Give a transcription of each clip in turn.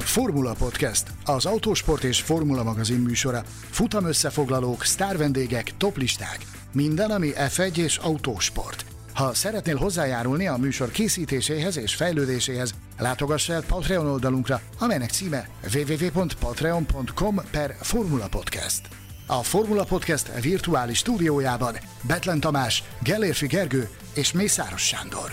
Formula Podcast, az autósport és formula magazin műsora. Futam összefoglalók, sztárvendégek, toplisták. Minden, ami F1 és autósport. Ha szeretnél hozzájárulni a műsor készítéséhez és fejlődéséhez, látogass el Patreon oldalunkra, amelynek címe www.patreon.com/Formula Podcast. A Formula Podcast virtuális stúdiójában Bethlen Tamás, Gellérfi Gergő és Mészáros Sándor.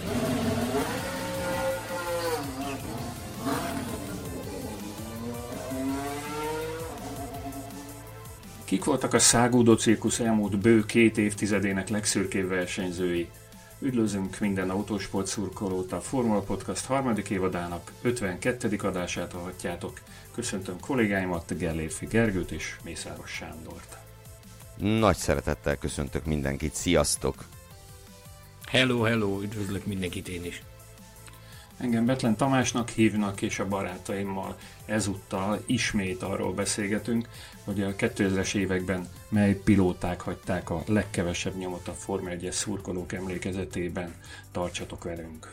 Kik voltak a szágúdó cirkusz elmúlt bő 2 évtizedének legszürkébb versenyzői? Üdvözlünk minden autósport szurkolót, a Formula Podcast 3. évadának 52. adását hallhatjátok. Köszöntöm kollégáimat, Gellérfi Gergőt és Mészáros Sándort. Nagy szeretettel köszöntök mindenkit, sziasztok! Hello, üdvözlök mindenkit én is. Engem Bethlen Tamásnak hívnak, és a barátaimmal ezúttal ismét arról beszélgetünk, hogy a 2000-es években mely pilóták hagyták a legkevesebb nyomot a Forma 1-es szurkolók emlékezetében. Tartsatok velünk!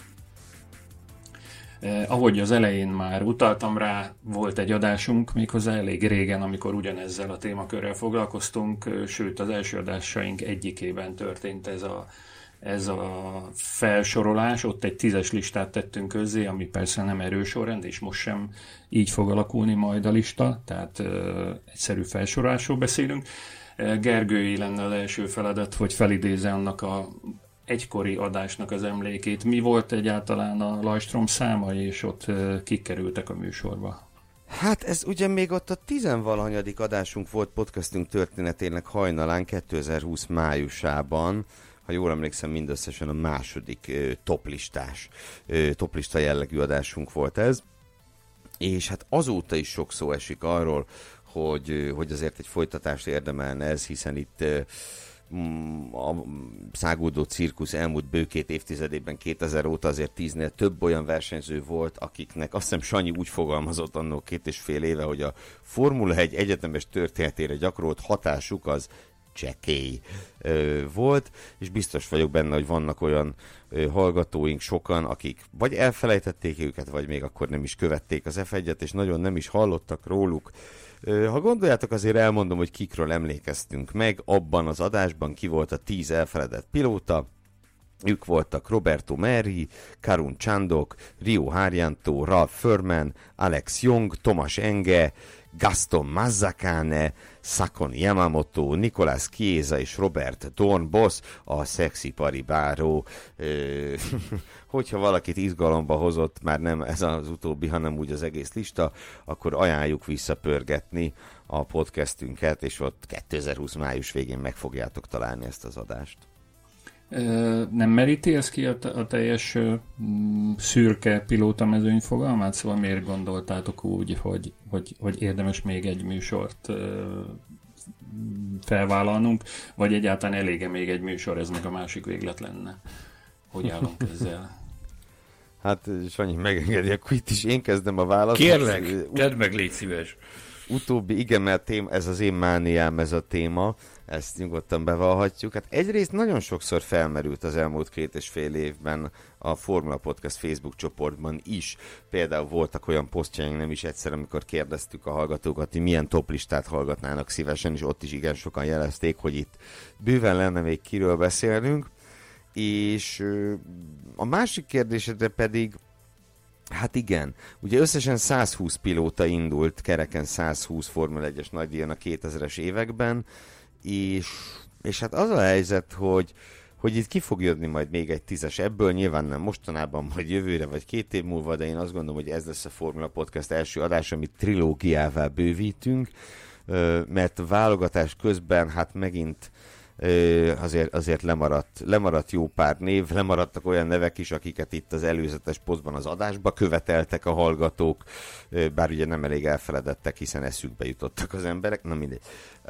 Ahogy az elején már utaltam rá, volt egy adásunk, méghozzá elég régen, amikor ugyanezzel a témakörrel foglalkoztunk, sőt az első adásaink egyikében történt ez a felsorolás, ott egy 10-es listát tettünk közzé, ami persze nem erősorrend, és most sem így fog alakulni majd a lista, tehát egyszerű felsorolásról beszélünk. Gergői lenne az első feladat, hogy felidézze annak a egykori adásnak az emlékét. Mi volt egyáltalán a Lajstrom száma, és ott kik kerültek a műsorba? Hát ez ugye még ott a 10-valahanyadik adásunk volt podcastünk történetének hajnalán 2020 májusában, ha jól emlékszem, mindösszesen a második toplista jellegű adásunk volt ez, és hát azóta is sok szó esik arról, hogy azért egy folytatást érdemelne ez, hiszen itt a szágúdó cirkusz elmúlt bő 2 évtizedében, 2000 óta azért 10-nél több olyan versenyző volt, akiknek azt hiszem Sanyi úgy fogalmazott annól 2,5 éve, hogy a Formula 1 egyetemes történetére gyakorolt hatásuk az csekély volt, és biztos vagyok benne, hogy vannak olyan hallgatóink sokan, akik vagy elfelejtették őket, vagy még akkor nem is követték az F1-et, és nagyon nem is hallottak róluk. Ha gondoljátok, azért elmondom, hogy kikről emlékeztünk meg. Abban az adásban ki volt a 10 elfeledett pilóta. Ők voltak Roberto Merhi, Karun Chandok, Rio Haryanto, Ralph Furman, Alex Young, Thomas Enge, Gaston Mazzacane, Sakon Yamamoto, Nicolas Chiesa és Robert Dornbos, a Sexy Paribaro. Hogyha valakit izgalomba hozott, már nem ez az utóbbi, hanem úgy az egész lista, akkor ajánljuk visszapörgetni a podcastünket, és ott 2020 május végén meg fogjátok találni ezt az adást. Nem meríti ez ki a teljes szürke pilótamezőny fogalmát? Szóval miért gondoltátok úgy, hogy érdemes még egy műsort felvállalnunk, vagy egyáltalán elége még egy műsor, ez meg a másik véglet lenne? Hogy állunk ezzel? Hát Sanyi megengedi, akkor itt is én kezdem a választ. Kérlek, tedd meg, légy szíves. Utóbbi, igen, mert ez az én mániám, ez a téma, ezt nyugodtan bevallhatjuk. Hát egyrészt nagyon sokszor felmerült az elmúlt 2,5 évben a Formula Podcast Facebook csoportban is. Például voltak olyan posztjaink, nem is egyszer, amikor kérdeztük a hallgatókat, hogy milyen toplistát hallgatnának szívesen, és ott is igen sokan jelezték, hogy itt bőven lenne még kiről beszélnünk. És a másik kérdésedre pedig, hát igen, ugye összesen 120 pilóta indult, kereken 120 Formula 1-es nagydíjon a 2000-es években, és hát az a helyzet, hogy itt ki fog jönni majd még egy 10-es ebből, nyilván nem mostanában, majd jövőre, vagy 2 év múlva, de én azt gondolom, hogy ez lesz a Formula Podcast első adás, amit trilógiává bővítünk, mert a válogatás közben hát megint azért lemaradt jó pár név, lemaradtak olyan nevek is, akiket itt az előzetes posztban az adásba követeltek a hallgatók, bár ugye nem elég elfeledettek, hiszen eszükbe jutottak az emberek, na mindegy.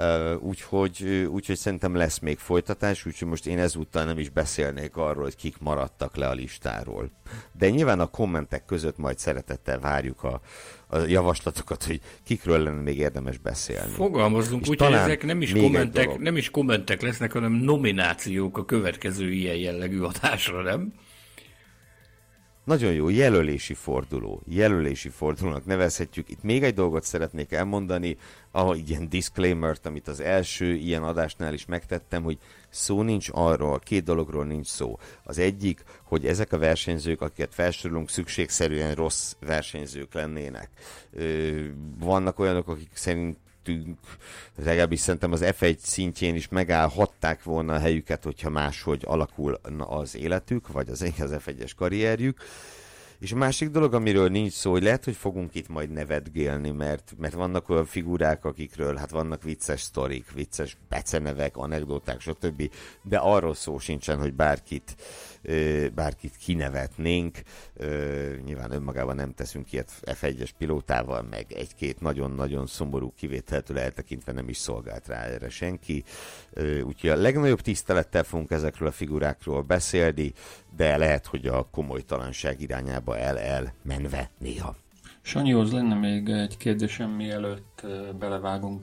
Úgyhogy szerintem lesz még folytatás, úgyhogy most én ezúttal nem is beszélnék arról, hogy kik maradtak le a listáról. De nyilván a kommentek között majd szeretettel várjuk a javaslatokat, hogy kikről lenne még érdemes beszélni. Fogalmazzunk úgy, hogy ezek nem is kommentek lesznek, hanem nominációk a következő ilyen jellegű adásra, nem? nagyon jó jelölési fordulónak nevezhetjük. Itt még egy dolgot szeretnék elmondani, ilyen disclaimer-t, amit az első ilyen adásnál is megtettem, hogy szó nincs arról, 2 dologról nincs szó. Az egyik, hogy ezek a versenyzők, akiket felsorolunk, szükségszerűen rossz versenyzők lennének. Vannak olyanok, akik szerintünk, legalábbis szerintem az F1 szintjén is megállhatták volna a helyüket, hogyha máshogy alakul az életük, vagy az F1-es karrierjük. És a másik dolog, amiről nincs szó, hogy lehet, hogy fogunk itt majd nevetgélni, mert vannak olyan figurák, akikről hát vannak vicces sztorik, vicces becenevek, anekdóták, stb. De arról szó sincsen, hogy bárkit kinevetnénk. Nyilván önmagában nem teszünk ilyet F1-es pilótával, meg 1-2 nagyon-nagyon szomorú kivételtől eltekintve nem is szolgált rá erre senki. Úgyhogy a legnagyobb tisztelettel fogunk ezekről a figurákról beszélni, de lehet, hogy a komolytalanság irányába elmenve néha. Sanyihoz lenne még egy kérdésem, mielőtt belevágunk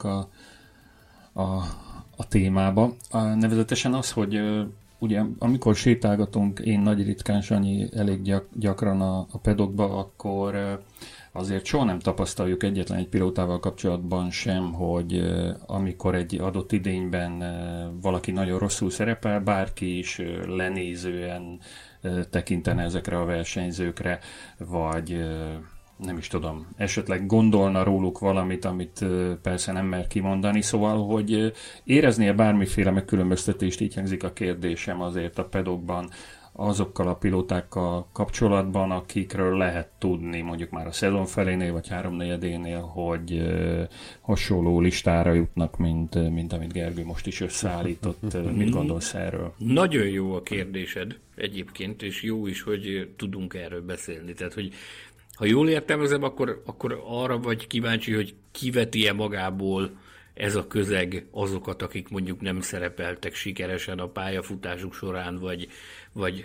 a témába. Nevezetesen az, hogy ugye amikor sétálgatunk, én nagy ritkán, Sanyi elég gyakran a pedokba, akkor azért soha nem tapasztaljuk egyetlen egy pilótával kapcsolatban sem, hogy amikor egy adott idényben valaki nagyon rosszul szerepel, bárki is lenézően tekintene ezekre a versenyzőkre, vagy nem is tudom, esetleg gondolna róluk valamit, amit persze nem mer kimondani, szóval, hogy éreznie bármiféle megkülönböztetést, így hangzik a kérdésem azért a pedokban, azokkal a pilótákkal kapcsolatban, akikről lehet tudni, mondjuk már a szezon felénél, vagy 3/4-énél, hogy hasonló listára jutnak, mint amit Gergő most is összeállított. Mit gondolsz erről? Nagyon jó a kérdésed egyébként, és jó is, hogy tudunk erről beszélni. Tehát, hogy ha jól értelmezem, akkor arra vagy kíváncsi, hogy kiveti-e magából ez a közeg azokat, akik mondjuk nem szerepeltek sikeresen a pályafutásuk során, vagy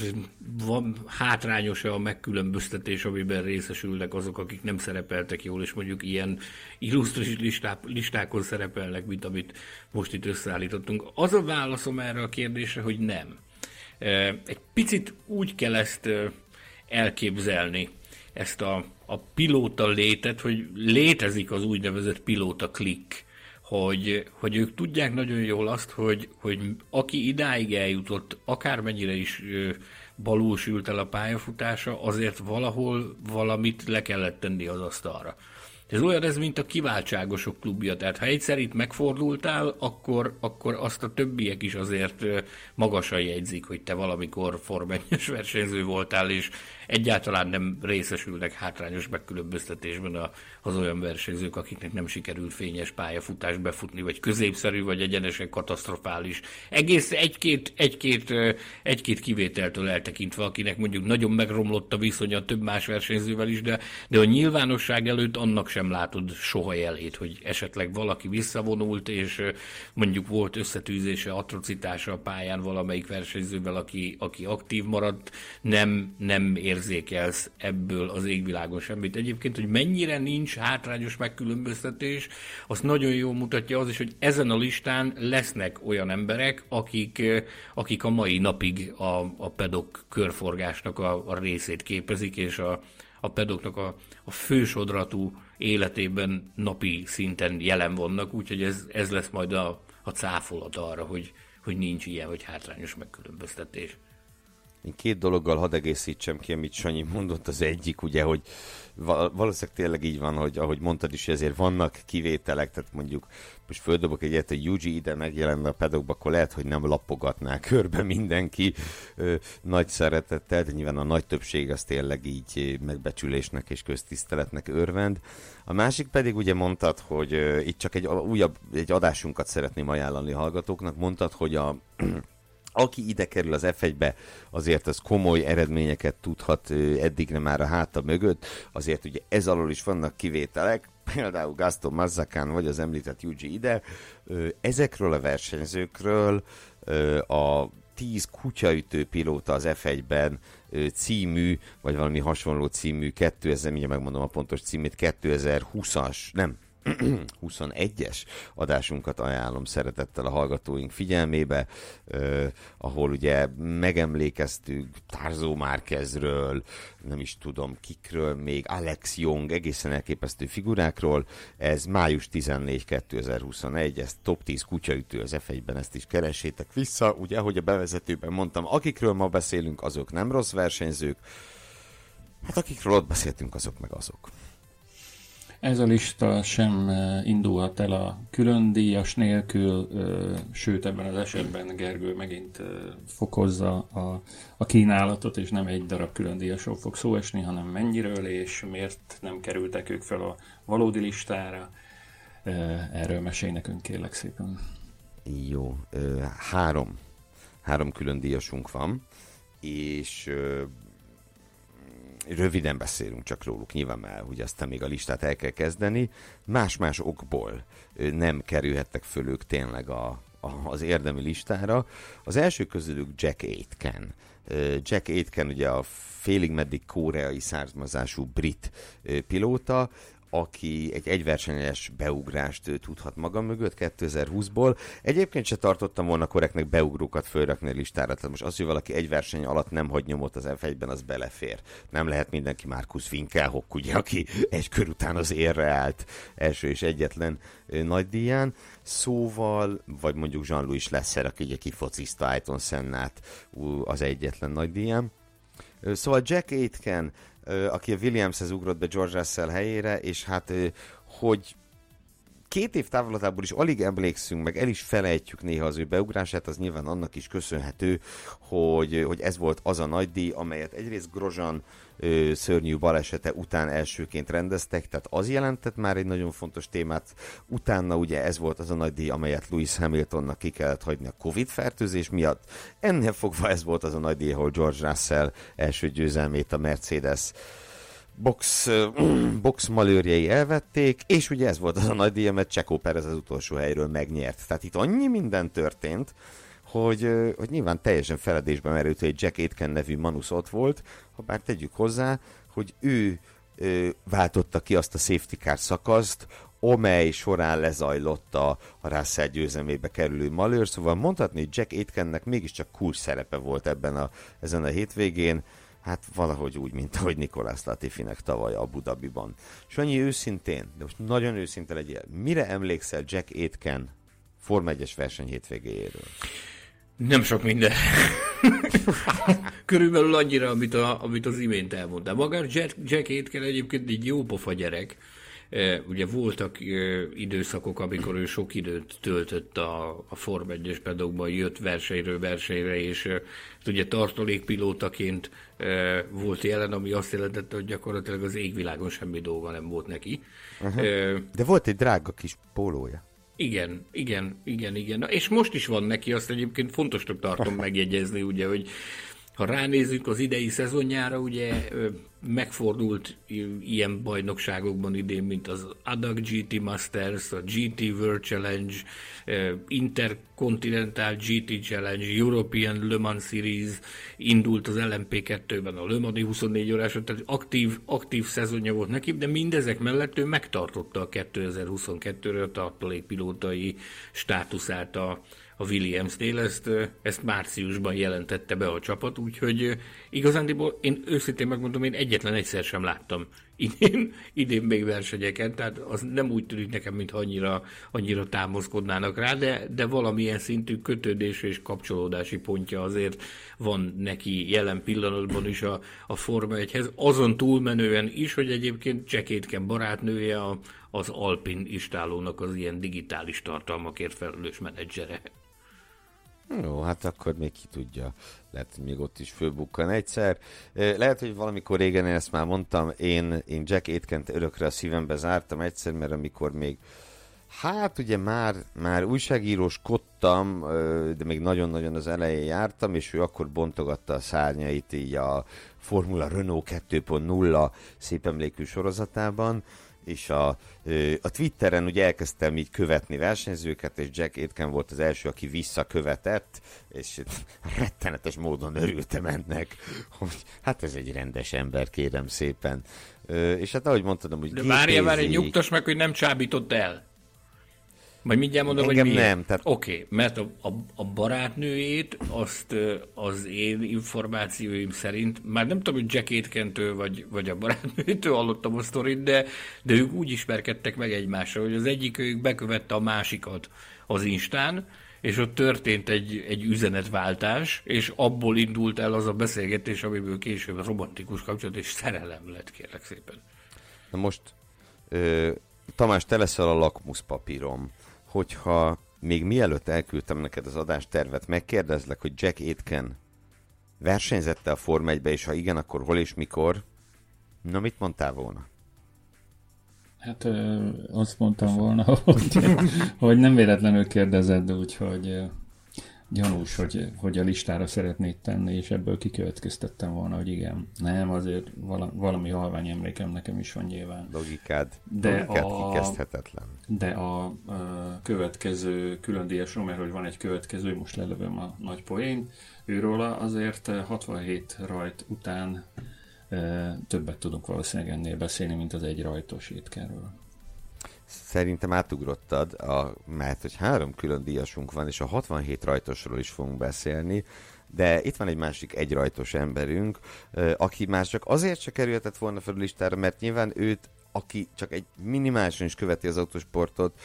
van hátrányos-e a megkülönböztetés, amiben részesülnek azok, akik nem szerepeltek jól, és mondjuk ilyen illusztris listákon szerepelnek, mint amit most itt összeállítottunk. Az a válaszom erre a kérdésre, hogy nem. Egy picit úgy kell ezt elképzelni, ezt a pilóta létet, hogy létezik az úgynevezett pilóta klikk, hogy ők tudják nagyon jól azt, hogy aki idáig eljutott, akármennyire is balul sült el a pályafutása, azért valahol valamit le kellett tenni az asztalra. Ez olyan, mint a kiváltságosok klubja, tehát ha egyszer itt megfordultál, akkor azt a többiek is azért magasan jegyzik, hogy te valamikor Forma 1-es versenyző voltál, és egyáltalán nem részesülnek hátrányos megkülönböztetésben az olyan versenyzők, akiknek nem sikerült fényes pályafutás befutni, vagy középszerű, vagy egyenesen katasztrofális. Egész egy-két kivételtől eltekintve, akinek mondjuk nagyon megromlott a viszonya több más versenyzővel is, de a nyilvánosság előtt annak sem látod soha jelét, hogy esetleg valaki visszavonult, és mondjuk volt összetűzése, atrocitása a pályán valamelyik versenyzővel, aki aktív maradt, nem érzékelsz ebből az égvilágon semmit. Egyébként, hogy mennyire nincs hátrányos megkülönböztetés, azt nagyon jól mutatja az is, hogy ezen a listán lesznek olyan emberek, akik a mai napig a pedok körforgásnak a részét képezik, és a pedoknak a fősodratú életében napi szinten jelen vannak, úgyhogy ez lesz majd a cáfolat arra, hogy nincs ilyen, hogy hátrányos megkülönböztetés. Én 2 dologgal hadd egészítsem ki, amit Sanyi mondott. Az egyik, ugye, hogy valószínűleg tényleg így van, hogy ahogy mondtad is, ezért vannak kivételek, tehát mondjuk most földobok egyet, hogy Yuji ide megjelenne a pedokba, akkor lehet, hogy nem lapogatná körbe mindenki nagy szeretettel, de nyilván a nagy többség az tényleg így megbecsülésnek és köztiszteletnek örvend. A másik pedig ugye mondtad, hogy itt csak egy adásunkat szeretném ajánlani a hallgatóknak, mondtad, hogy aki ide kerül az F1-be, azért az komoly eredményeket tudhat eddigre már a háta mögött, azért ugye ez alól is vannak kivételek, például Gaston Mazzacán vagy az említett Yuji ide. Ezekről a versenyzőkről a 10 kutyaütő pilóta az F1-ben című, vagy valami hasonló című 2000, mindjárt megmondom a pontos címét, 2020-as, nem, 2021-es adásunkat ajánlom szeretettel a hallgatóink figyelmébe, ahol ugye megemlékeztünk Tarzó Márquezről, nem is tudom kikről, még Alex Young, egészen elképesztő figurákról. Ez május 14 2021, ez top 10 kutyaütő az F1-ben, ezt is keressétek vissza. Ugye, ahogy a bevezetőben mondtam, akikről ma beszélünk, azok nem rossz versenyzők, hát akikről ott beszéltünk, azok meg azok. Ez a lista sem indulhat el a külön díjas nélkül, sőt ebben az esetben Gergő megint fokozza a kínálatot, és nem egy darab külön díjasról fog szó esni, hanem mennyiről, és miért nem kerültek ők fel a valódi listára. Erről mesélj nekünk, kérlek szépen. Jó, három külön díjasunk van, és röviden beszélünk csak róluk, nyilván már, hogy aztán még a listát el kell kezdeni. Más-más okból nem kerülhettek föl ők tényleg az érdemi listára. Az első közülük Jack Aitken. Jack Aitken ugye a félig meddig koreai származású brit pilóta, aki egy egyversenyes beugrást tudhat maga mögött 2020-ból. Egyébként se tartottam volna korrektnek beugrókat fölrakni a listára, tehát most az, hogy valaki egy verseny alatt nem hagy nyomot az F1-ben, az belefér. Nem lehet mindenki Markus Winkelhock, ugye, aki egy kör után az érre állt első és egyetlen nagydíján. Szóval, vagy mondjuk Jean-Louis Lesser, aki ugye kifocizta Ayrton Sennát az egyetlen nagydíján. Szóval Jack Aitken, aki a Williamshez ugrott be George Russell helyére, és hát, hogy 2 év távolatából is alig emlékszünk, meg el is felejtjük néha az ő beugrását, az nyilván annak is köszönhető, hogy ez volt az a nagydíj, amelyet egyrészt Grosjean szörnyű balesete után elsőként rendeztek, tehát az jelentett már egy nagyon fontos témát. Utána ugye ez volt az a nagydíj, amelyet Lewis Hamiltonnak ki kellett hagyni a Covid-fertőzés miatt. Ennél fogva ez volt az a nagydíj, ahol George Russell első győzelmét a Mercedes box malőrjei elvették, és ugye ez volt az a nagy díj, mert Checo Perez az utolsó helyről megnyert. Tehát itt annyi minden történt, hogy nyilván teljesen feledésbe merült, hogy Jack Aitken nevű Manus ott volt, ha bár tegyük hozzá, hogy ő váltotta ki azt a safety car szakaszt, amely során lezajlott a Russell győzelmébe kerülő malőr, szóval mondhatni, hogy Jack Aitkennek mégiscsak kulcs szerepe volt ezen a hétvégén, hát valahogy úgy, mint ahogy Nicolas Latifinek tavaly Abu Dhabiban. És annyi őszintén, de most nagyon őszinte legyél, mire emlékszel Jack Aitken Forma 1-es verseny hétvégéjéről? Nem sok minden. Körülbelül annyira, amit az imént elmondtam. Maga Jack Aitken egyébként egy jó pofa gyerek. Ugye voltak időszakok, amikor ő sok időt töltött a Forma 1-es pedokban, jött versenyről versenyre, és ugye tartalékpilótaként volt jelen, ami azt jelentette, hogy gyakorlatilag az égvilágon semmi dolga nem volt neki. De volt egy drága kis pólója. Igen. Na, és most is van neki, azt egyébként fontosnak tartom megjegyezni, ugye, hogy ha ránézzük az idei szezonjára, ugye megfordult ilyen bajnokságokban idén, mint az ADAC GT Masters, a GT World Challenge, Intercontinental GT Challenge, European Le Mans Series, indult az LMP2-ben a Le Mans 24 órásra, tehát aktív szezonja volt neki, de mindezek mellett ő megtartotta a 2022-re a tartalékpilótai státuszát a Williamsnél, ezt márciusban jelentette be a csapat, úgyhogy igazándiból én őszintén megmondom, én egyetlen egyszer sem láttam idén még versenyeken, tehát az nem úgy tűnik nekem, mintha annyira támaszkodnának rá, de valamilyen szintű kötődés és kapcsolódási pontja azért van neki jelen pillanatban is a Forma 1-hez, azon túlmenően is, hogy egyébként Jack Aitken barátnője az Alpine istálónak az ilyen digitális tartalmakért felelős menedzsere. Jó, hát akkor még ki tudja, lehet, hogy még ott is fölbukkan egyszer. Lehet, hogy valamikor régen én ezt már mondtam, én Jack Aitkent örökre a szívembe zártam egyszer, mert amikor még, hát ugye már újságíróskodtam, de még nagyon-nagyon az elején jártam, és ő akkor bontogatta a szárnyait így a Formula Renault 2.0 szép emlékű sorozatában, és a Twitteren ugye elkezdtem így követni versenyzőket, és Jack Aitken volt az első, aki visszakövetett, és rettenetes módon örültem ennek, hogy hát ez egy rendes ember, kérem szépen. És hát ahogy mondtam, hogy de várj, nyugtass meg, hogy nem csábított el. Majd mindjárt mondom, engem hogy miért. Nem. Tehát... Oké, mert a barátnőjét, azt az én információim szerint, már nem tudom, hogy Jack Aitkentől vagy a barátnőtől hallottam a sztorit, de ők úgy ismerkedtek meg egymásra, hogy az egyik ők bekövette a másikat az Instán, és ott történt egy üzenetváltás, és abból indult el az a beszélgetés, amiből később romantikus kapcsolat és szerelem lett, kérlek szépen. Na most, Tamás, te leszel a lakmuszpapírom, hogyha még mielőtt elküldtem neked az adástervet, megkérdezlek, hogy Jack Aitken versenyzette a Forma 1-be, és ha igen, akkor hol és mikor? Na, mit mondtál volna? Hát azt mondtam volna, hogy nem véletlenül kérdezed, úgyhogy gyanús, hogy a listára szeretnéd tenni, és ebből kikövetkeztettem volna, hogy igen. Nem, azért valami halvány emlékem nekem is van nyilván. Logikád kikezdhetetlen. De a következő különdíjasról, mert hogy van egy következő, most lelövöm a nagy poént, őróla azért 67 rajt után többet tudunk valószínűleg ennél beszélni, mint az egy rajtos Aitkenről. Szerintem átugrottad, mert hogy 3 külön díjasunk van, és a 67 rajtosról is fogunk beszélni, de itt van egy másik egyrajtos emberünk, aki már csak azért se kerülhetett volna fel a listára, mert nyilván őt, aki csak egy minimálisan is követi az autósportot,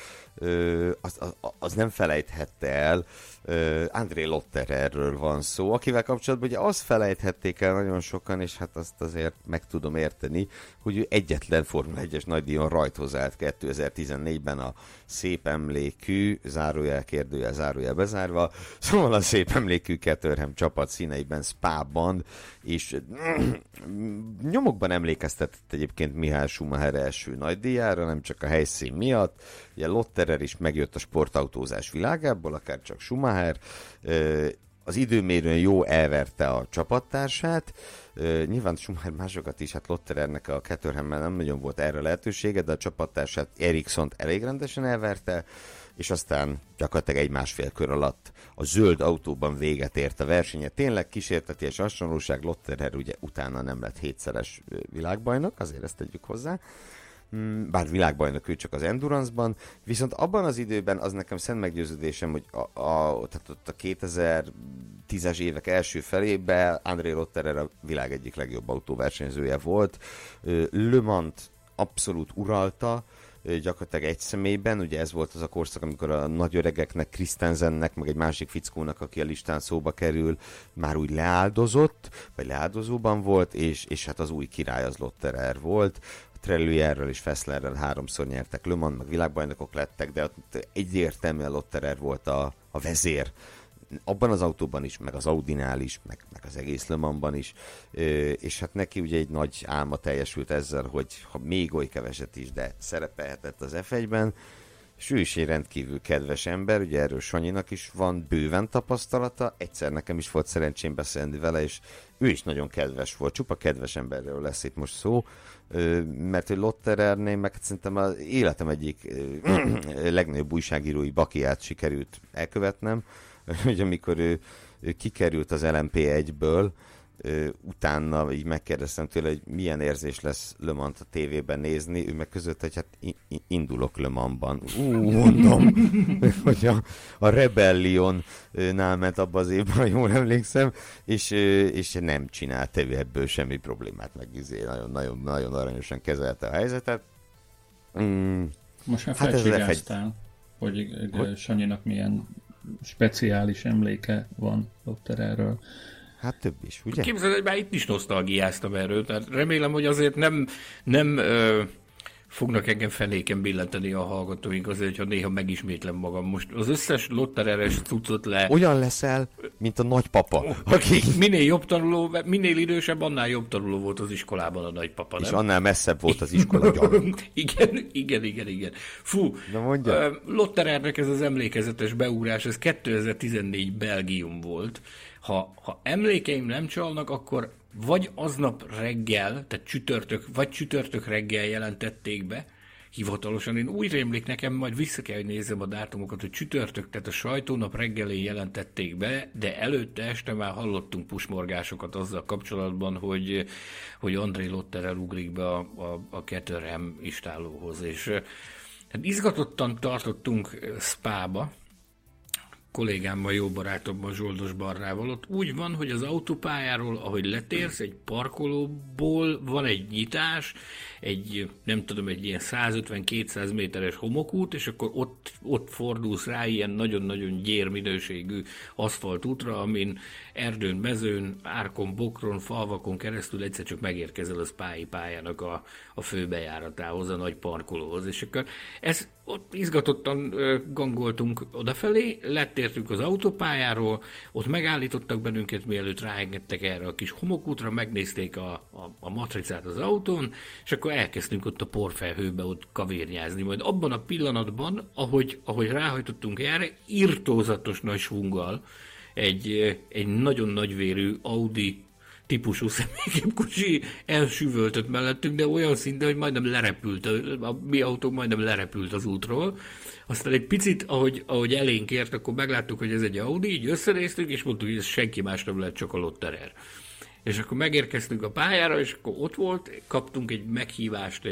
az nem felejthette el. André Lottererről van szó, akivel kapcsolatban ugye azt felejthették el nagyon sokan, és hát azt azért meg tudom érteni, hogy ő egyetlen Formula 1-es nagydíjon rajthoz állt 2014-ben a szép emlékű, zárójel, kérdőjel, zárójel bezárva, szóval a szép emlékű Caterham csapat színeiben Spa-ban, és nyomokban emlékeztetett egyébként Michael Schumacher első nagydíjára, nem csak a helyszín miatt. Ugye Lotterer is megjött a sportautózás világából, akár csak Schumacher. Az időmérőn jó elverte a csapattársát. Nyilván Schumacher másokat is, hát Lotterernek a Caterhammel nem nagyon volt erre lehetősége, de a csapattársát Ericssont elég rendesen elverte, és aztán gyakorlatilag 1,5 kör alatt a zöld autóban véget ért a versenye. Tényleg kísérteties hasonlóság, Lotterer ugye utána nem lett 7-szeres világbajnok, azért ezt tegyük hozzá, bár világbajnok ő csak az Endurance-ban, viszont abban az időben az nekem szent meggyőződésem, hogy tehát ott a 2010-es évek első felében André Lotterer a világ egyik legjobb autóversenyzője volt. Le Mans-t abszolút uralta, gyakorlatilag egy személyben, ugye ez volt az a korszak, amikor a nagy öregeknek, Christensennek, meg egy másik fickónak, aki a listán szóba kerül, már úgy leáldozott, vagy leáldozóban volt, és hát az új király az Lotterer volt. Trellierrel és Fesslerrel 3-szor nyertek Le Mans, meg világbajnokok lettek, de ott egyértelműen Lotterer volt a vezér. Abban az autóban is, meg az Audinál is, meg az egész Le Mansban is, és hát neki ugye egy nagy álma teljesült ezzel, hogy ha még oly keveset is, de szerepelhetett az F1-ben, és ő is egy rendkívül kedves ember, ugye erről Sanyinak is van bőven tapasztalata, egyszer nekem is volt szerencsém beszélni vele, és ő is nagyon kedves volt, csupa kedves emberről lesz itt most szó, mert hogy Lotterernél meg szerintem az életem egyik legnagyobb újságírói bakiát sikerült elkövetnem, hogy amikor ő kikerült az LMP1-ből, utána így megkérdeztem tőle, hogy milyen érzés lesz Le Mans-t a tévében nézni, ő meg között, hogy hát indulok Le Mans-ban. Mondom, hogy a Rebellion-nál ment abban az évben, ha jól emlékszem, és nem csinált ebből semmi problémát, meg nagyon aranyosan kezelte a helyzetet. Most már felcsigáztál, hogy Sanyinak milyen speciális emléke van Lottererről. Hát több is, ugye? Képzeld, hogy már itt is nosztalgiáztam erről, tehát remélem, hogy azért nem fognak engem fenéken billenteni a hallgatóink azért, hogyha néha megismétlem magam. Most az összes Lottereres cuccot olyan leszel, mint a nagypapa. Aki... Minél jobb tanuló, minél idősebb, annál jobb tanuló volt az iskolában a nagypapa, és nem? annál messzebb volt az iskola gyalog. Igen. Fú, Lotterernek ez az emlékezetes beúrás, ez 2014 Belgium volt. Ha emlékeim nem csalnak, akkor vagy aznap reggel, tehát csütörtök reggel jelentették be, hivatalosan. Én úgy rémlik nekem, majd vissza kell, hogy nézzem a dátumokat, hogy csütörtök, tehát a sajtónap reggelén jelentették be, de előtte este már hallottunk pusmorgásokat azzal kapcsolatban, hogy André Lotterer ugrik be a Caterham istállóhoz. És hát izgatottan tartottunk Spába, kollégámmal, jó barátommal, Zsoldos Barrával. Ott úgy van, hogy az autópályáról, ahogy letérsz, egy parkolóból van egy nyitás, egy ilyen 150-200 méteres homokút, és akkor ott fordulsz rá ilyen nagyon-nagyon gyér minőségű aszfaltútra, amin erdőn, mezőn, árkon, bokron, falvakon keresztül egyszer csak megérkezel a spái pályának a főbejáratához, a nagy parkolóhoz. És akkor ott izgatottan gangoltunk odafelé, lettértünk az autópályáról, ott megállítottak bennünket, mielőtt ráengedtek erre a kis homokútra, megnézték a matricát az autón, és akkor elkezdtünk ott a porfelhőbe ott kavérnyázni. Majd abban a pillanatban, ahogy ráhajtottunk erre, irtózatos nagy svunggal egy nagyon nagyvérű Audi típusú személygépkocsi elsüvöltött mellettünk, de olyan szinten, hogy majdnem lerepült, a mi autó majdnem lerepült az útról. Aztán egy picit, ahogy elénk ért, akkor megláttuk, hogy ez egy Audi, így összenéztük, és mondtuk, hogy ez senki más nem lehet, csak a Lotterer. És akkor megérkeztünk a pályára, és akkor ott volt, kaptunk egy meghívást,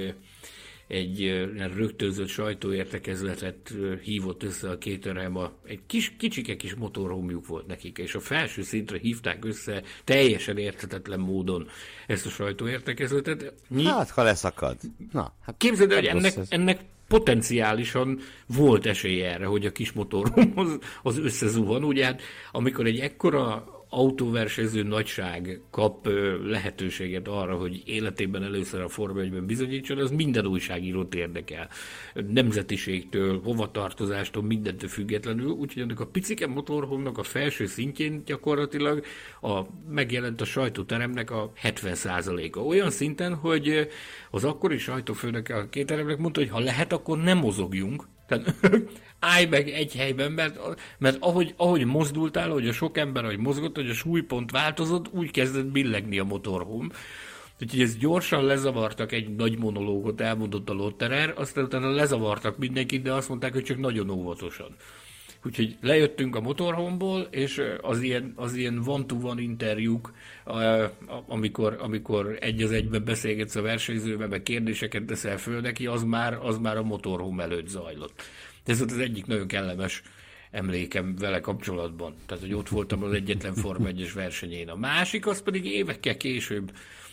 egy rögtönzött sajtóértekezletet hívott össze a Caterham, egy kicsike kis motorhomjuk volt nekik, és a felső szintre hívták össze teljesen érthetetlen módon ezt a sajtóértekezletet. Hát, ha leszakad. Hát képzeld el, hogy ennek potenciálisan volt esélye erre, hogy a kis motorhom az összezuhan. Ugye hát, amikor egy ekkora autóversenyző nagyság kap lehetőséget arra, hogy életében először a Forma 1-ben bizonyítson, az minden újságírót érdekel. Nemzetiségtől, hovatartozástól, mindentől függetlenül, úgyhogy ennek a picike motorhomnak a felső szintjén gyakorlatilag megjelent a sajtóteremnek a 70%-a. Olyan szinten, hogy az akkori sajtófőnök a Caterhamnek mondta, hogy ha lehet, akkor nem mozogjunk. Tehát állj meg egy helyben, mert ahogy mozdultál, ahogy a sok ember, ahogy mozgott, hogy a súlypont változott, úgy kezdett billegni a motorhome. Úgyhogy ezt gyorsan lezavartak, egy nagy monológot elmondott a Lotterer, aztán utána lezavartak mindenkit, de azt mondták, hogy csak nagyon óvatosan. Úgyhogy lejöttünk a motorhome-ból, és az ilyen one-to-one interjúk, amikor egy az egyben beszélgetsz a versenyzővel, meg kérdéseket teszel föl neki, az már a motorhome előtt zajlott. Ez volt az egyik nagyon kellemes emlékem vele kapcsolatban. Tehát, hogy ott voltam az egyetlen Forma 1-es versenyén. A másik, az pedig évekkel később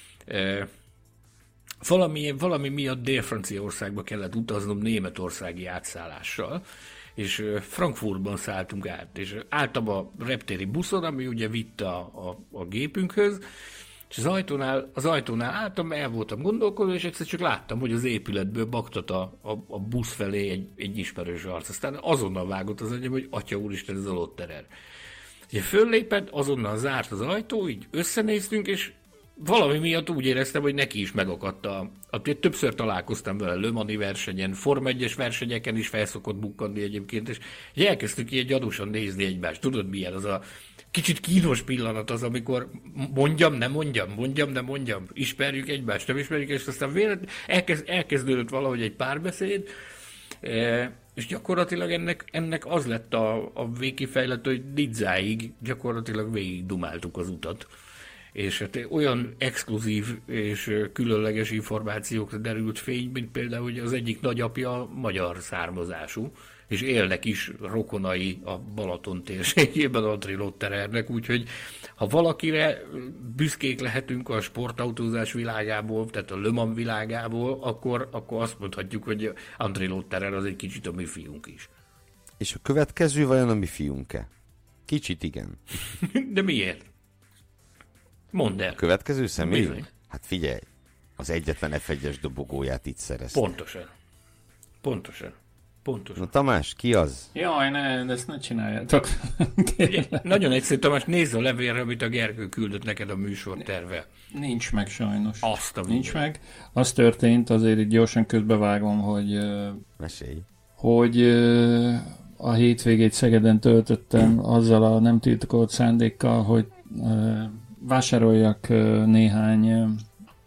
valami miatt Dél-Franciaországba kellett utaznom németországi átszállással, és Frankfurtban szálltunk át, és álltam a reptéri buszon, ami ugye vitt a gépünkhöz, és az ajtónál álltam, el voltam gondolkodva, és egyszer csak láttam, hogy az épületből baktat a busz felé egy ismerős arc. Aztán azonnal vágott az agyam, hogy atya úristen, ez a Lotterer. Ugye föllépett, azonnal zárt az ajtó, így összenéztünk, és valami miatt úgy éreztem, hogy neki is megakadt többször találkoztam vele Le Mani versenyen, Forma 1-es versenyeken is felszokott bukkanni egyébként, és elkezdtük ilyen gyanúsan nézni egymást. Tudod, milyen az a kicsit kínos pillanat az, amikor mondjam, nem mondjam, ismerjük egymást, nem ismerjük, és aztán elkezdődött valahogy egy párbeszéd, és gyakorlatilag ennek az lett a végkifejlet, hogy Nizzáig gyakorlatilag végig dumáltuk az utat. És hát olyan exkluzív és különleges információkra derült fény, mint például, hogy az egyik nagyapja magyar származású, és élnek is rokonai a Balaton térségében André Lotterernek, úgyhogy ha valakire büszkék lehetünk a sportautózás világából, tehát a Le Mans világából, akkor azt mondhatjuk, hogy André Lotterer az egy kicsit a mi fiunk is. És a következő vajon a mi fiunk-e? Kicsit igen. De miért? Mondd el. Következő személy? Bizony. Hát figyelj, az egyetlen F1-es dobogóját itt szerezte. Pontosan. Na Tamás, ki az? Jaj, de ezt ne csináljátok. Nagyon egyszerű, Tamás, nézz a levélre, amit a Gergő küldött neked a műsorterve. Nincs meg sajnos. Nincs meg. Az történt, azért itt gyorsan közbevágom, hogy... Mesélj. Hogy a hétvégét Szegeden töltöttem azzal a nem titkolt szándékkal, hogy vásároljak néhány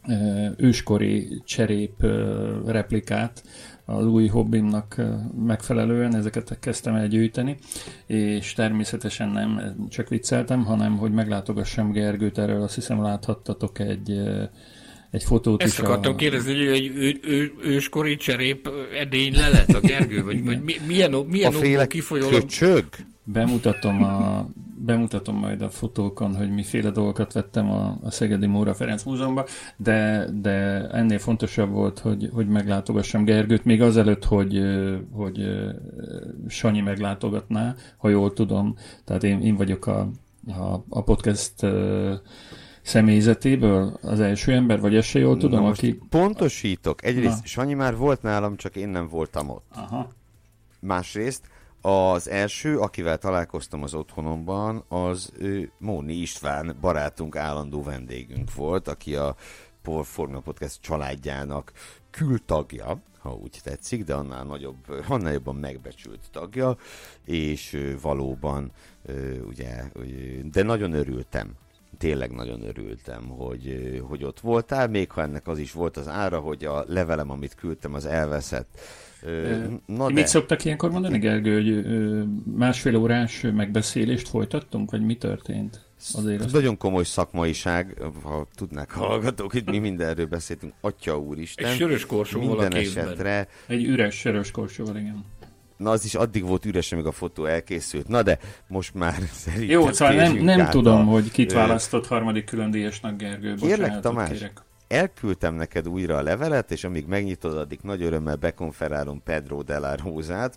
őskori cserép replikát az új hobbimnak megfelelően, ezeket kezdtem el gyűjteni, és természetesen nem csak vicceltem, hanem hogy meglátogassam Gergőt, erről azt hiszem láthattatok egy fotót Ezt is. Ezt akartam kérdezni, hogy egy őskori cserép edény lelet a Gergő, vagy milyen okból kifolyólag... Köcsög? Bemutatom majd a fotókon, hogy miféle dolgokat vettem a Szegedi Móra Ferenc Múzeumban, de ennél fontosabb volt, hogy meglátogassam Gergőt, még azelőtt, hogy Sanyi meglátogatná, ha jól tudom. Tehát én vagyok a podcast személyzetéből az első ember, vagy ezt se jól tudom, aki... Pontosítok. Egyrészt Sanyi már volt nálam, csak én nem voltam ott. Aha. Másrészt az első, akivel találkoztam az otthonomban, az Móni István, barátunk, állandó vendégünk volt, aki a Formula Podcast családjának kültagja, ha úgy tetszik, de annál jobban megbecsült tagja, és valóban, ugye, de nagyon örültem. Tényleg nagyon örültem, hogy ott voltál, még ha ennek az is volt az ára, hogy a levelem, amit küldtem, az elveszett. Mit szoktak ilyenkor mondani, Gergő, hogy másfél órás megbeszélést folytattunk, vagy mi történt? Azért nagyon komoly szakmaiság, ha tudnák hallgatók, hogy mi mindenről beszéltünk, Atya úristen. Egy sörös korsóval a kézben. Esetre... Egy üres sörös korsóval, igen. Na, az is addig volt üres, amíg a fotó elkészült. Na, de most már szerintem... Jó, szóval nem tudom, hogy kit választott harmadik különdíjasnak, Gergő. Kérlek, Tamás, elküldtem neked újra a levelet, és amíg megnyitod, addig nagy örömmel bekonferálom Pedro de la Rosát,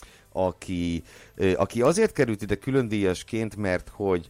aki azért került ide különdíjasként, mert hogy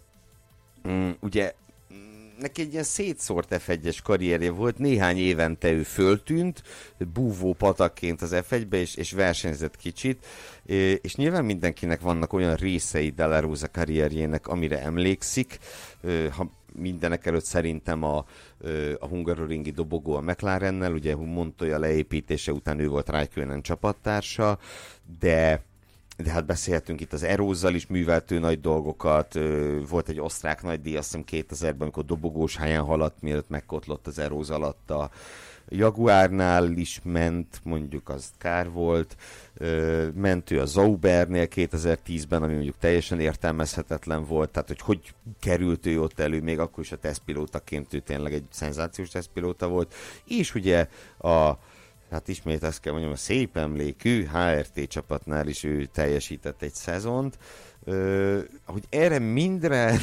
ugye neki egy ilyen szétszórt F1-es karrierje volt, néhány évente ő föltűnt, búvó patakként az F1-be, és versenyzett kicsit, és nyilván mindenkinek vannak olyan részei de la Rosa karrierjének, amire emlékszik, ha mindenek előtt szerintem a hungaroringi dobogó a McLarennel, ugye Montoya leépítése után ő volt Raikkonen csapattársa, de hát beszélhetünk itt az Erózzal is műveltő nagy dolgokat, volt egy osztrák nagydíj, azt hiszem 2000-ben, amikor dobogós helyen haladt, mielőtt megkotlott az Eróz alatt a Jaguárnál is ment, mondjuk az kár volt, ment ő a Zaubernél 2010-ben, ami mondjuk teljesen értelmezhetetlen volt, tehát hogy került ő ott elő, még akkor is a tesztpilótaként ő tényleg egy szenzációs tesztpilóta volt, és ugye hát ismét azt kell mondjam, a szép emlékű HRT csapatnál is ő teljesített egy szezont, hogy erre mindre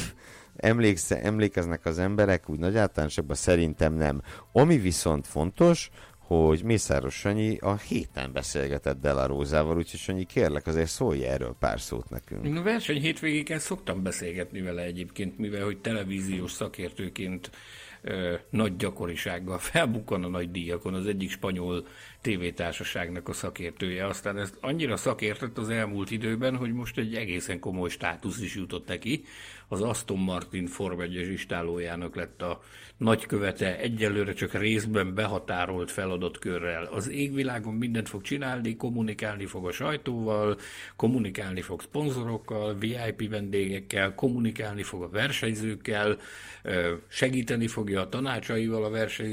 emlékeznek az emberek, úgy nagy általánosabban szerintem nem. Ami viszont fontos, hogy Mészáros Sanyi a héten beszélgetett de la Rosával, úgyhogy Sanyi, kérlek, azért szólj erről pár szót nekünk. Én a verseny hétvégéken szoktam beszélgetni vele egyébként, mivel hogy televíziós szakértőként nagy gyakorisággal felbukkan a nagy díjakon, az egyik spanyol tévétársaságnak a szakértője. Aztán ezt annyira szakértett az elmúlt időben, hogy most egy egészen komoly státusz is jutott neki. Az Aston Martin Form 1-es istálójának lett a nagykövete, egyelőre csak részben behatárolt feladatkörrel. Az égvilágon mindent fog csinálni, kommunikálni fog a sajtóval, kommunikálni fog szponzorokkal, VIP vendégekkel, kommunikálni fog a versenyzőkkel, segíteni fogja a tanácsaival a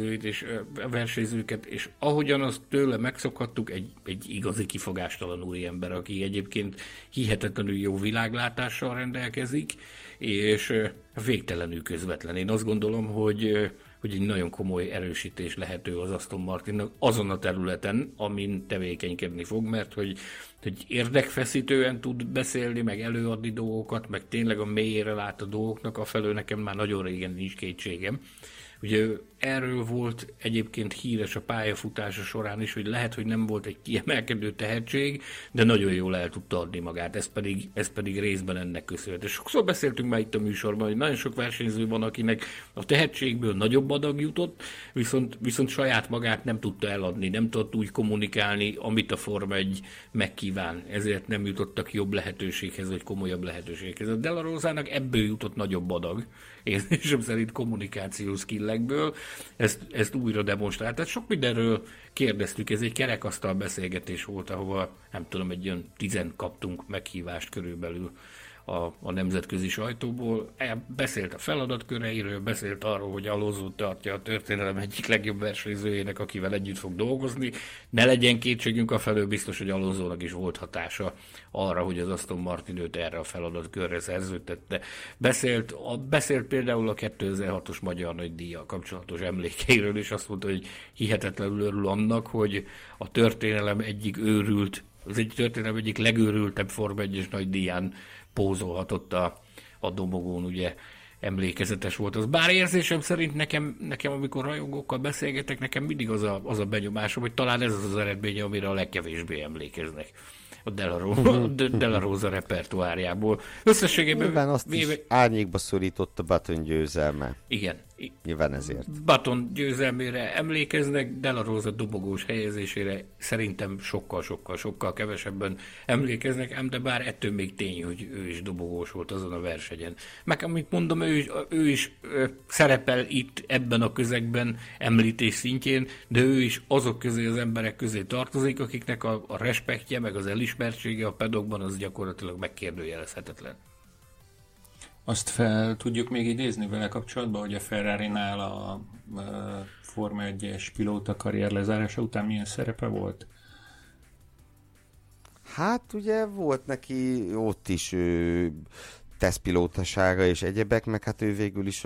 versenyzőket, és ahogyan azt tőle megszokhattuk, egy igazi kifogástalan úriember, aki egyébként hihetetlenül jó világlátással rendelkezik, és végtelenül közvetlen. Én azt gondolom, hogy egy nagyon komoly erősítés lehető az Aston Martinnak azon a területen, amin tevékenykedni fog, mert hogy érdekfeszítően tud beszélni, meg előadni dolgokat, meg tényleg a mélyére lát a dolgoknak, afelől nekem már nagyon régen nincs kétségem. Ugye erről volt egyébként híres a pályafutása során is, hogy lehet, hogy nem volt egy kiemelkedő tehetség, de nagyon jól el tudta adni magát, ez pedig részben ennek köszönhető. Sokszor beszéltünk már itt a műsorban, hogy nagyon sok versenyző van, akinek a tehetségből nagyobb adag jutott, viszont saját magát nem tudta eladni, nem tudta úgy kommunikálni, amit a Forma 1 megkíván, ezért nem jutottak jobb lehetőséghez, vagy komolyabb lehetőséghez. A de la Rosának ebből jutott nagyobb adag, érzésem szerint kommunikációs skillekből, ezt újra demonstrált. Tehát sok mindenről kérdeztük, ez egy kerekasztal beszélgetés volt, ahova nem tudom, egy olyan 10 kaptunk meghívást körülbelül a nemzetközi sajtóból. Beszélt a feladatköreiről, beszélt arról, hogy Alonso tartja a történelem egyik legjobb versenyzőjének, akivel együtt fog dolgozni. Ne legyen kétségünk afelől, biztos, hogy Alonsónak is volt hatása arra, hogy az Aston Martin őt erre a feladatkörre szerződtette. Beszélt például a 2006-os Magyar Nagydíjjal kapcsolatos emlékeiről, és azt mondta, hogy hihetetlenül örül annak, hogy a történelem egyik legőrültebb Forma 1-es nagydíján pózolhatott a dobogón, ugye emlékezetes volt az. Bár érzésem szerint nekem amikor rajongókkal beszélgetek, nekem mindig az a benyomásom, hogy talán ez az eredménye, amire a legkevésbé emlékeznek a Della Rosa repertoárjából. Összességében... Nyilván azt is árnyékba szorított a Button győzelme. Igen. Nyilván ezért. Button győzelmére emlékeznek, Della Rosa dobogós helyezésére szerintem sokkal kevesebben emlékeznek, de bár ettől még tény, hogy ő is dobogós volt azon a versenyen. Meg amit mondom, ő is szerepel itt ebben a közegben említés szintjén, de ő is azok közé, az emberek közé tartozik, akiknek a respektje, meg az elismertsége a paddockban az gyakorlatilag megkérdőjelezhetetlen. Azt fel tudjuk még idézni vele kapcsolatban, hogy a Ferrari-nál a Forma 1-es pilóta karrier lezárása után milyen szerepe volt? Hát ugye volt neki ott is tesztpilótasága és egyebek, meg hát ő végül is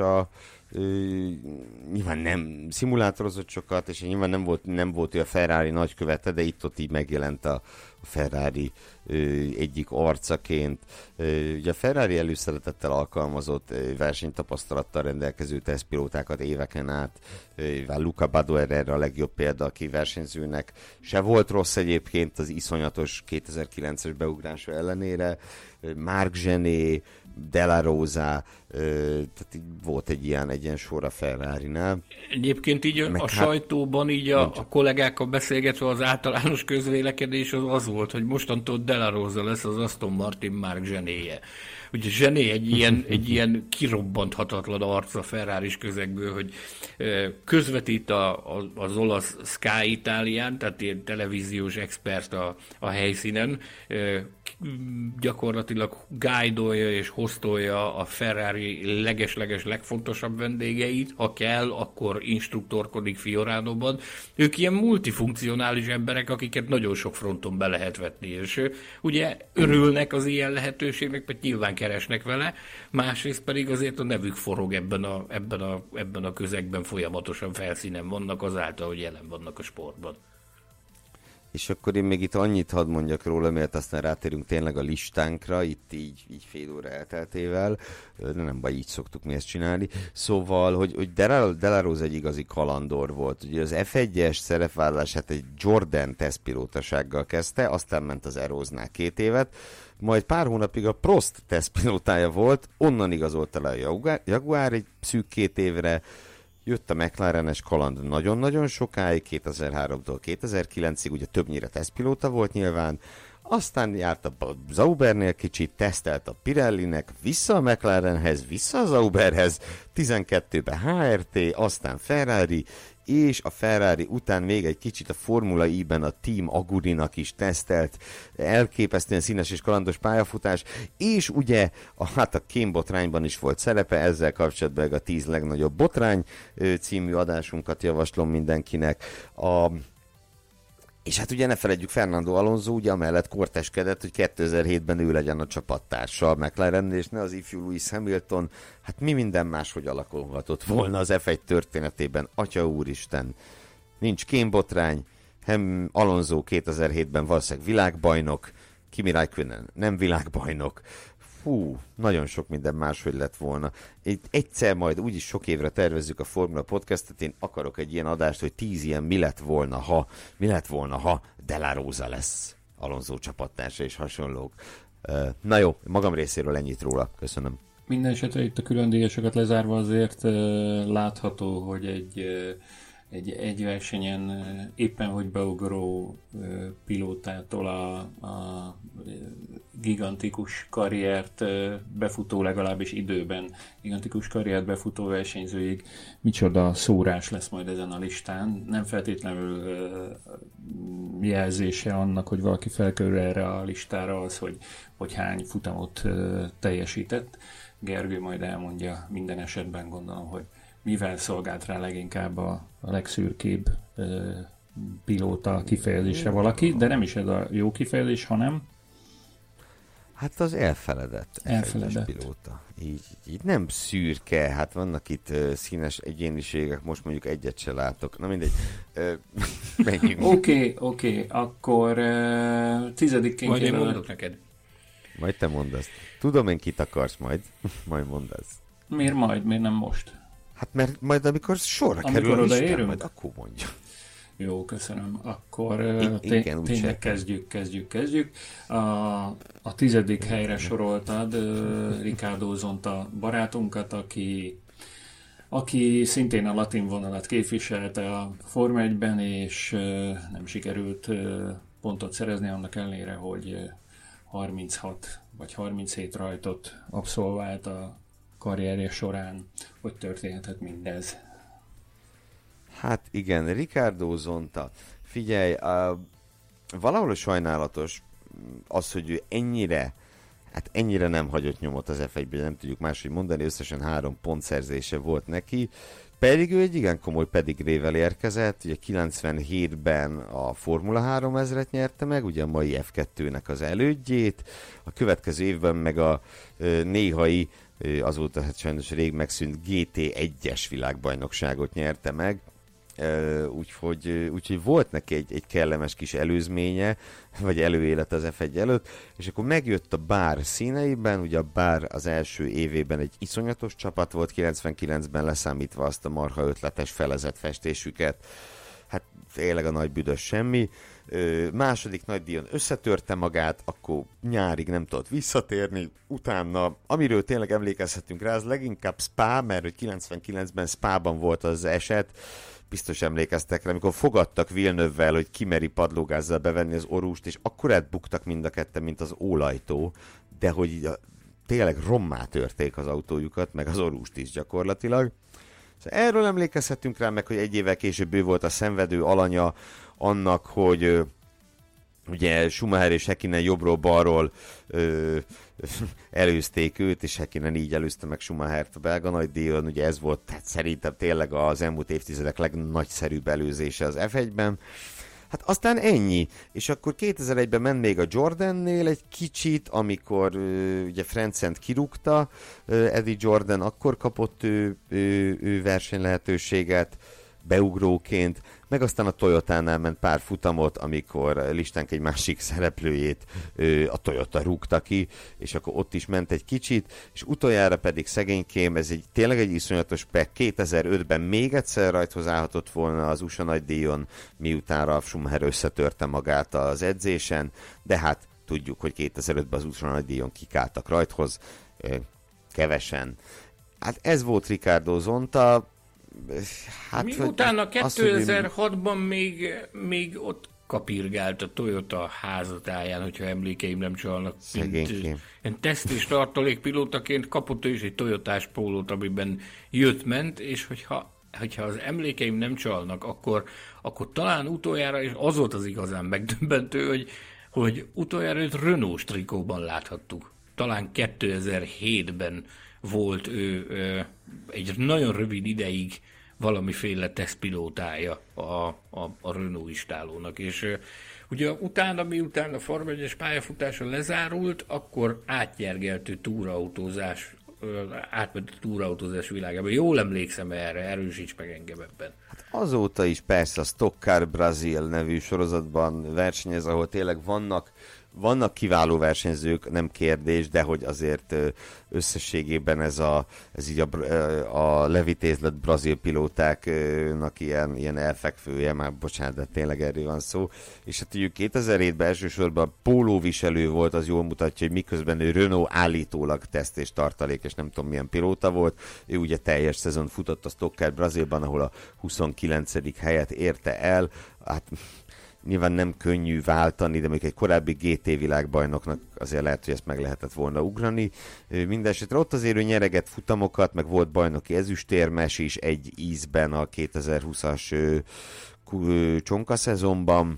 nyilván nem szimulátorozott sokat, és nyilván nem volt ő a Ferrari nagykövete, de itt-ott így megjelent a Ferrari egyik arcaként. Ugye a Ferrari előszeretettel alkalmazott versenytapasztalattal rendelkező tesztpilótákat éveken át. Luca Badoer erre a legjobb példa, aki versenyzőnek se volt rossz egyébként az iszonyatos 2009-es beugrása ellenére. Marc Gené, Della Rosa, tehát volt egy ilyen sor a Ferrari-nál. Egyébként így a sajtóban, így a kollégákkal beszélgetve az általános közvélekedés az volt, hogy mostantól Della Rosa lesz az Aston Martin Marc Genéje. Ugye Gené egy ilyen kirobbanthatatlan arc a Ferraris közegből, hogy közvetít az olasz Sky Italián, tehát ilyen televíziós expert a helyszínen, gyakorlatilag guide-olja és hoztolja a Ferrari leges-leges legfontosabb vendégeit, ha kell, akkor instruktorkodik Fioranoban. Ők ilyen multifunkcionális emberek, akiket nagyon sok fronton be lehet vetni, és ugye örülnek az ilyen lehetőségnek, mert nyilván keresnek vele, másrészt pedig azért a nevük forog ebben a közegben, folyamatosan felszínen vannak azáltal, hogy jelen vannak a sportban. És akkor én még itt annyit hadd mondjak róla, mert aztán rátérünk tényleg a listánkra, itt így fél óra elteltével, de nem baj, így szoktuk mi ezt csinálni. Szóval, hogy Della Rosa egy igazi kalandor volt. Ugye az F1-es szerepvállását egy Jordan tesztpilótasággal kezdte, aztán ment az Eróznál 2 évet, majd pár hónapig a Prost tesztpilótája volt, onnan igazolta le a Jaguar egy szűk 2 évre, jött a McLaren-es kaland nagyon-nagyon sokáig, 2003-tól 2009-ig, ugye többnyire tesztpilóta volt nyilván, aztán járt a Saubernél kicsit, tesztelt a Pirellinek, vissza a McLarenhez, vissza a Sauberhez, 12-ben HRT, aztán Ferrari, és a Ferrari után még egy kicsit a Formula I-ben a Team Agurinak is tesztelt, elképesztően színes és kalandos pályafutás, és ugye a kémbotrányban is volt szerepe, ezzel kapcsolatban a 10 legnagyobb botrány című adásunkat javaslom mindenkinek. És hát ugye ne felejtjük, Fernando Alonso ugye amellett korteskedett, hogy 2007-ben ő legyen a csapattársa a McLarennél, és ne az ifjú Lewis Hamilton. Hát mi minden máshogy alakulhatott volna az F1 történetében, atya úristen. Nincs kémbotrány, Alonso 2007-ben valószínűleg világbajnok, Kimi Räikkönen nem világbajnok. Fú, nagyon sok minden máshogy lett volna. Egyszer majd úgyis sok évre tervezzük a Formula Podcastet, én akarok egy ilyen adást, hogy 10 ilyen mi lett volna, ha Della Rosa lesz Alonso csapattársa és hasonlók. Na jó, magam részéről ennyit róla. Köszönöm. Minden esetre itt a külön díjasokat lezárva azért látható, hogy egy versenyen éppen hogy beugró pilótától a gigantikus karriert befutó, legalábbis időben gigantikus karriert befutó versenyzőig micsoda szórás lesz majd ezen a listán. Nem feltétlenül jelzése annak, hogy valaki felkerül erre a listára az, hogy hány futamot teljesített. Gergő majd elmondja minden esetben, gondolom, hogy mivel szolgált rá leginkább a legszürkébb pilóta kifejezésre valaki, de nem is ez a jó kifejezés, hanem hát az elfeledett pilóta. Így nem szürke, hát vannak itt színes egyéniségek, most mondjuk egyet se látok. Na mindegy, menjünk. Oké, akkor 10-ként majd én mondok neked. Majd te mondd azt. Tudom én kit akarsz majd mondd azt. Miért majd? Miért nem most? Hát mert majd amikor sorra kerül a listán, majd akkor mondja. Jó, köszönöm. Akkor tényleg kezdjük. A 10. helyre soroltad Riccardo Zonta barátunkat, aki szintén a latin vonalat képviselte a Forma 1-ben, és nem sikerült pontot szerezni, annak ellenére, hogy 36 vagy 37 rajtot abszolvált a karrierje során. Hogy történhetett mindez? Hát igen, Riccardo Zonta. Figyelj, valahol sajnálatos az, hogy ő ennyire nem hagyott nyomot az F1-ben, nem tudjuk máshogy mondani, összesen 3 pontszerzése volt neki, pedig ő egy igen komoly pedigrével érkezett, ugye 97-ben a Formula 3000-et nyerte meg, ugye a mai F2-nek az elődjét, a következő évben meg a néhai, azóta hát sajnos rég megszűnt GT1-es világbajnokságot nyerte meg, úgyhogy volt neki egy kellemes kis előzménye, vagy előélet az F1 előtt, és akkor megjött a Bár színeiben, ugye a Bár az első évében egy iszonyatos csapat volt, 99-ben leszámítva azt a marha ötletes felezett festésüket, hát tényleg a nagy büdös semmi. Második nagy díjon összetörte magát, akkor nyárig nem tudott visszatérni, utána, amiről tényleg emlékezhetünk rá, az leginkább Spa, mert 99-ben Spában volt az eset, biztos emlékeztek rá, amikor fogadtak Villeneuve-vel, hogy kimeri padlógázzal bevenni az orrust, és akkorát buktak mind a ketten, mint az ólajtó, de hogy tényleg rommá törték az autójukat, meg az orrust is gyakorlatilag. Szóval erről emlékezhetünk rá, meg hogy egy évvel később ő volt a szenvedő alanya annak, hogy ugye Schumacher és Häkkinen jobbról-balról előzték őt, és Häkkinen így előzte meg Schumachert a belga nagydíjon, ugye ez volt tehát szerintem tényleg az elmúlt évtizedek legnagyszerűbb előzése az F1-ben. Hát aztán ennyi, és akkor 2001-ben ment még a Jordannél egy kicsit, amikor ugye Frencent kirúgta, Eddie Jordan akkor kapott ő versenylehetőséget, beugróként, meg aztán a Toyotánál ment pár futamot, amikor listánk egy másik szereplőjét a Toyota rúgta ki, és akkor ott is ment egy kicsit, és utoljára pedig szegénykém, ez tényleg egy iszonyatos pek, 2005-ben még egyszer rajthoz állhatott volna az USA nagydíjon, miután Ralf Schumacher összetörte magát az edzésen, de hát tudjuk, hogy 2005-ben az USA nagydíjon kikáltak rajthoz, kevesen. Hát ez volt Riccardo Zonta. Hát, utána 2006-ban még ott kapirgált a Toyota házatáján, hogyha emlékeim nem csalnak. Ilyen teszt- és tartalékpilótaként kapott ő is egy Toyotás pólót, amiben jött-ment, és hogyha az emlékeim nem csalnak, akkor talán utoljára, és az volt az igazán megdöbbentő, hogy utoljára őt Renault trikóban láthattuk. Talán 2007-ben volt ő egy nagyon rövid ideig valamiféle tesztpilótája a Renault istálónak, és ugye miután a Forma 1-es pályafutása lezárult, akkor átment a túrautózás világába. Jól emlékszem erre, erősíts meg engem ebben. Hát azóta is persze a Stock Car Brazil nevű sorozatban versenyez, ahol tényleg vannak vannak kiváló versenyzők, nem kérdés, de hogy azért összességében ez így a levitézlet brazil pilótáknak ilyen elfekvője, már bocsánat, de tényleg erről van szó. És hát ugye 2007-ben elsősorban pólóviselő volt, az jól mutatja, hogy miközben ő Renault állítólag teszt és tartalék, és nem tudom milyen pilóta volt, ő ugye teljes szezon futott a Stock Car Brazilban, ahol a 29. helyet érte el. Hát nyilván nem könnyű váltani, de még egy korábbi GT világbajnoknak azért lehet, hogy ezt meg lehetett volna ugrani. Mindenesetre ott azért ő nyeregett futamokat, meg volt bajnoki ezüstérmes is egy ízben a 2020-as csonka szezonban.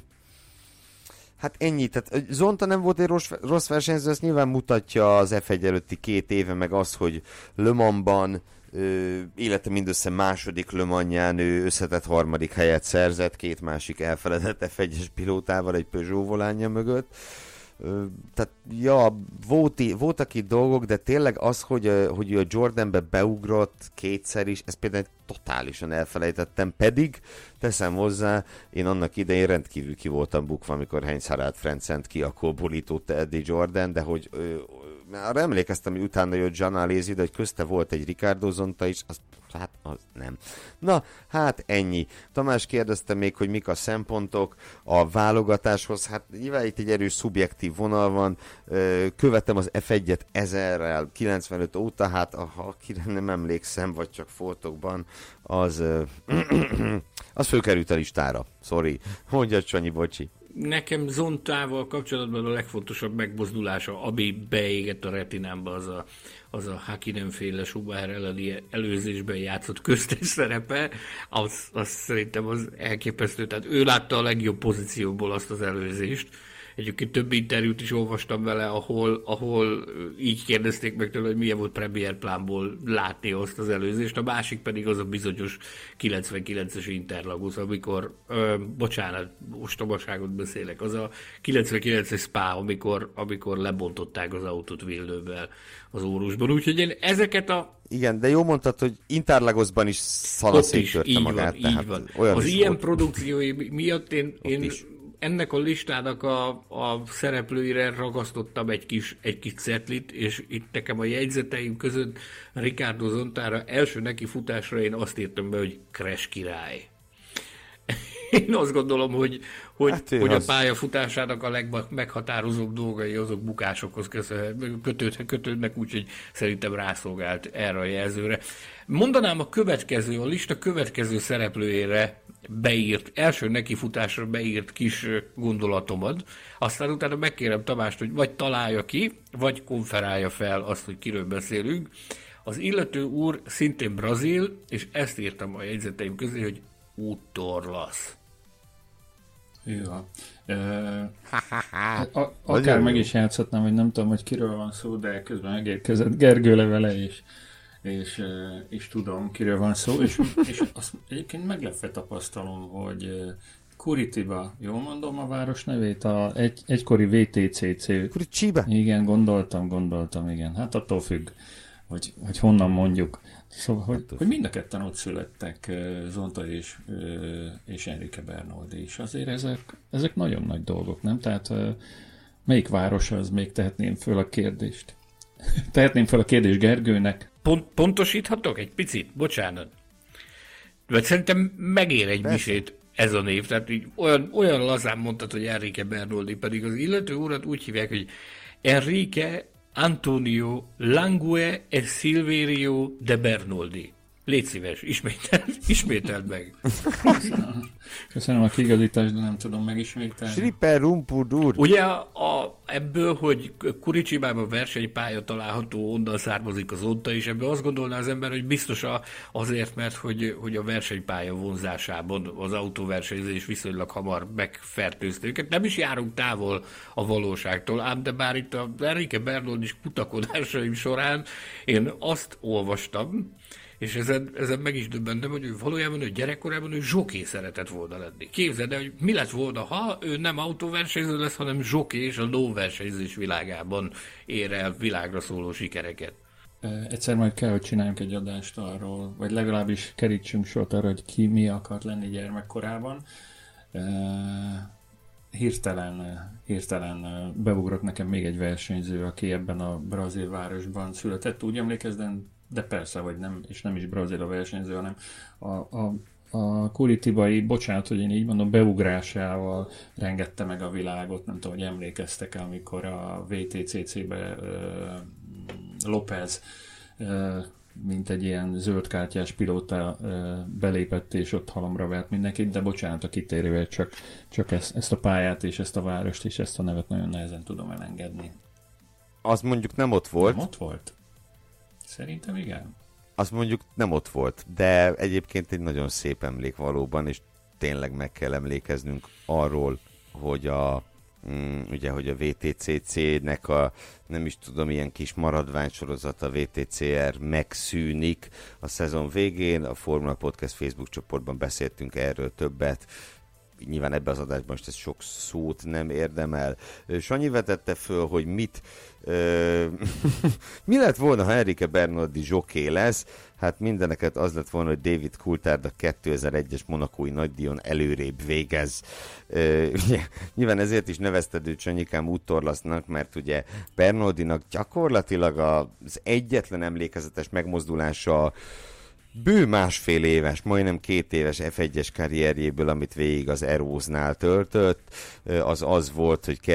Hát ennyi, tehát Zonta nem volt egy rossz versenyző, ezt nyilván mutatja az F1 előtti 2 éve, meg az, hogy Le Mansban élete mindössze második Le Mansján ő összetett 3. helyet szerzett, 2 másik elfeledett F1-es pilótával egy Peugeot volánja mögött. Tehát ja, voltak itt dolgok, de tényleg az, hogy a Jordanbe beugrott 2-szer is, ezt például totálisan elfelejtettem, pedig teszem hozzá, én annak idején rendkívül ki voltam bukva, amikor Heinz Harald Frentzent ki akkor bolította Eddie Jordan, de hogy arra emlékeztem, hogy utána jött Gian Alesi, de hogy közte volt egy Ricardo Zonta is, az nem. Na, hát ennyi. Tamás kérdezte még, hogy mik a szempontok a válogatáshoz. Hát nyilván itt egy erős szubjektív vonal van. Követem az F1-et 1000-rel 95 óta, hát ha kire nem emlékszem, vagy csak fotokban, az fölkerült a listára. Sorry. Mondja, Csanyi, bocsi. Nekem Zontával kapcsolatban a legfontosabb megmozdulása, ami beégett a retinámba, az a Hakkinen-féle Schumacher elleni előzésben játszott köztes szerepe, az szerintem az elképesztő. Tehát ő látta a legjobb pozícióból azt az előzést. Egyébként több interjút is olvastam vele, ahol így kérdezték meg tőle, hogy milyen volt Premier Plánból látni azt az előzést. A másik pedig az a bizonyos 99-es Interlagos, amikor, bocsánat, ostobaságot beszélek, az a 99-es Spa, amikor lebontották az autót Villeneuve-vel az Órusban. Úgyhogy én ezeket a... Igen, de jó mondtad, hogy Interlagosban is szalaszék törte magát. Így van. Az ilyen volt. Produkciói miatt én ennek a listának a szereplőire ragasztottam egy kis cetlit, és itt nekem a jegyzeteim között Ricardo Zontára első nekifutásra én azt írtam be, hogy Crash király. Én azt gondolom, hogy a pályafutásának a legmeghatározóbb dolgai azok bukásokhoz kötődnek, úgyhogy szerintem rászolgált erre a jelzőre. Mondanám a lista következő szereplőjére első nekifutásra beírt kis gondolatomat, aztán utána megkérem Tamást, hogy vagy találja ki, vagy konferálja fel azt, hogy kiről beszélünk. Az illető úr szintén brazil, és ezt írtam a jegyzeteim közé, hogy úttorlasz. Ja. Akár meg is játszhatnám, hogy nem tudom, hogy kiről van szó, de közben megérkezett Gergő levele, és tudom, kiről van szó, és azt egyébként meglepve tapasztalom, hogy Curitiba, jól mondom a város nevét? Egykori VTCC. Curitiba? Igen, gondoltam, igen. Hát attól függ, hogy honnan mondjuk. Szóval, hogy mind a ketten ott születtek, Zonta és Enrique Bernoldi is. Azért ezek nagyon nagy dolgok, nem? Tehát melyik város az? Még tehetném föl a kérdést. Tehetném föl a kérdést Gergőnek. Pontosíthatok egy picit? Bocsánat. Vagy szerintem megér egy misét ez a név. Tehát így olyan lazán mondtad, hogy Enrique Bernoldi, pedig az illető urat úgy hívják, hogy Enrique Antonio Langue e Silverio de Bernoldi. Légy szíves, ismételd meg. Köszönöm a kiigazítást, de nem tudom megismételni. Sripper Rumpudur. Ugye ebből, hogy Curitiba-ban versenypálya található, onnan származik az Zonta, és ebből azt gondolná az ember, hogy biztos azért, mert hogy a versenypálya vonzásában az autóversenyzés viszonylag hamar megfertőzte őket. Nem is járunk távol a valóságtól, ám de bár itt a Enrique Bernoldi kutakodásaim során én azt olvastam, és ezen meg is döbbentem, hogy ő valójában gyerekkorában zsoké szeretett volna lenni. Képzeld el, hogy mi lett volna, ha ő nem autóversenyző lesz, hanem zsoké, és a lóversenyzés világában ér el világra szóló sikereket. Egyszer majd kell, hogy csináljunk egy adást arról, vagy legalábbis kerítsünk sort arra, hogy ki mi akart lenni gyermekkorában. hirtelen beugrott nekem még egy versenyző, aki ebben a brazil városban született, úgy emlékeztem, de persze, vagy nem, és nem is brazil a versenyző, hanem a Curitibai, bocsánat, hogy én így mondom, beugrásával rengette meg a világot. Nem tudom, hogy emlékeztek, amikor a VTCC-be López mint egy ilyen zöldkártyás pilóta belépett, és ott halomra vert mindenkit, de bocsánat a kitérővel, csak ezt a pályát, és ezt a várost, és ezt a nevet nagyon nehezen tudom elengedni. Az mondjuk nem ott volt. Nem ott volt? Szerintem igen. Az mondjuk nem ott volt, de egyébként egy nagyon szép emlék valóban, és tényleg meg kell emlékeznünk arról, hogy ugye, hogy a VTCC-nek a, nem is tudom, ilyen kis maradványsorozat, a VTCR megszűnik a szezon végén. A Formula Podcast Facebook csoportban beszéltünk erről többet. Nyilván ebben az adásban most ez sok szót nem érdemel. Sanyi vetette föl, hogy mi lett volna, ha Enrique Bernoldi zsoké lesz? Hát mindeneket az lett volna, hogy David Coulthard a 2001-es monakói nagydíjon előrébb végez. Ugye, nyilván ezért is nevezted őt, Sanyikám, úttorlasznak, mert ugye Bernoldinak gyakorlatilag az egyetlen emlékezetes megmozdulása bő másfél éves, majdnem 2 éves F1-es karrierjéből, amit végig az Eróznál töltött, az volt, hogy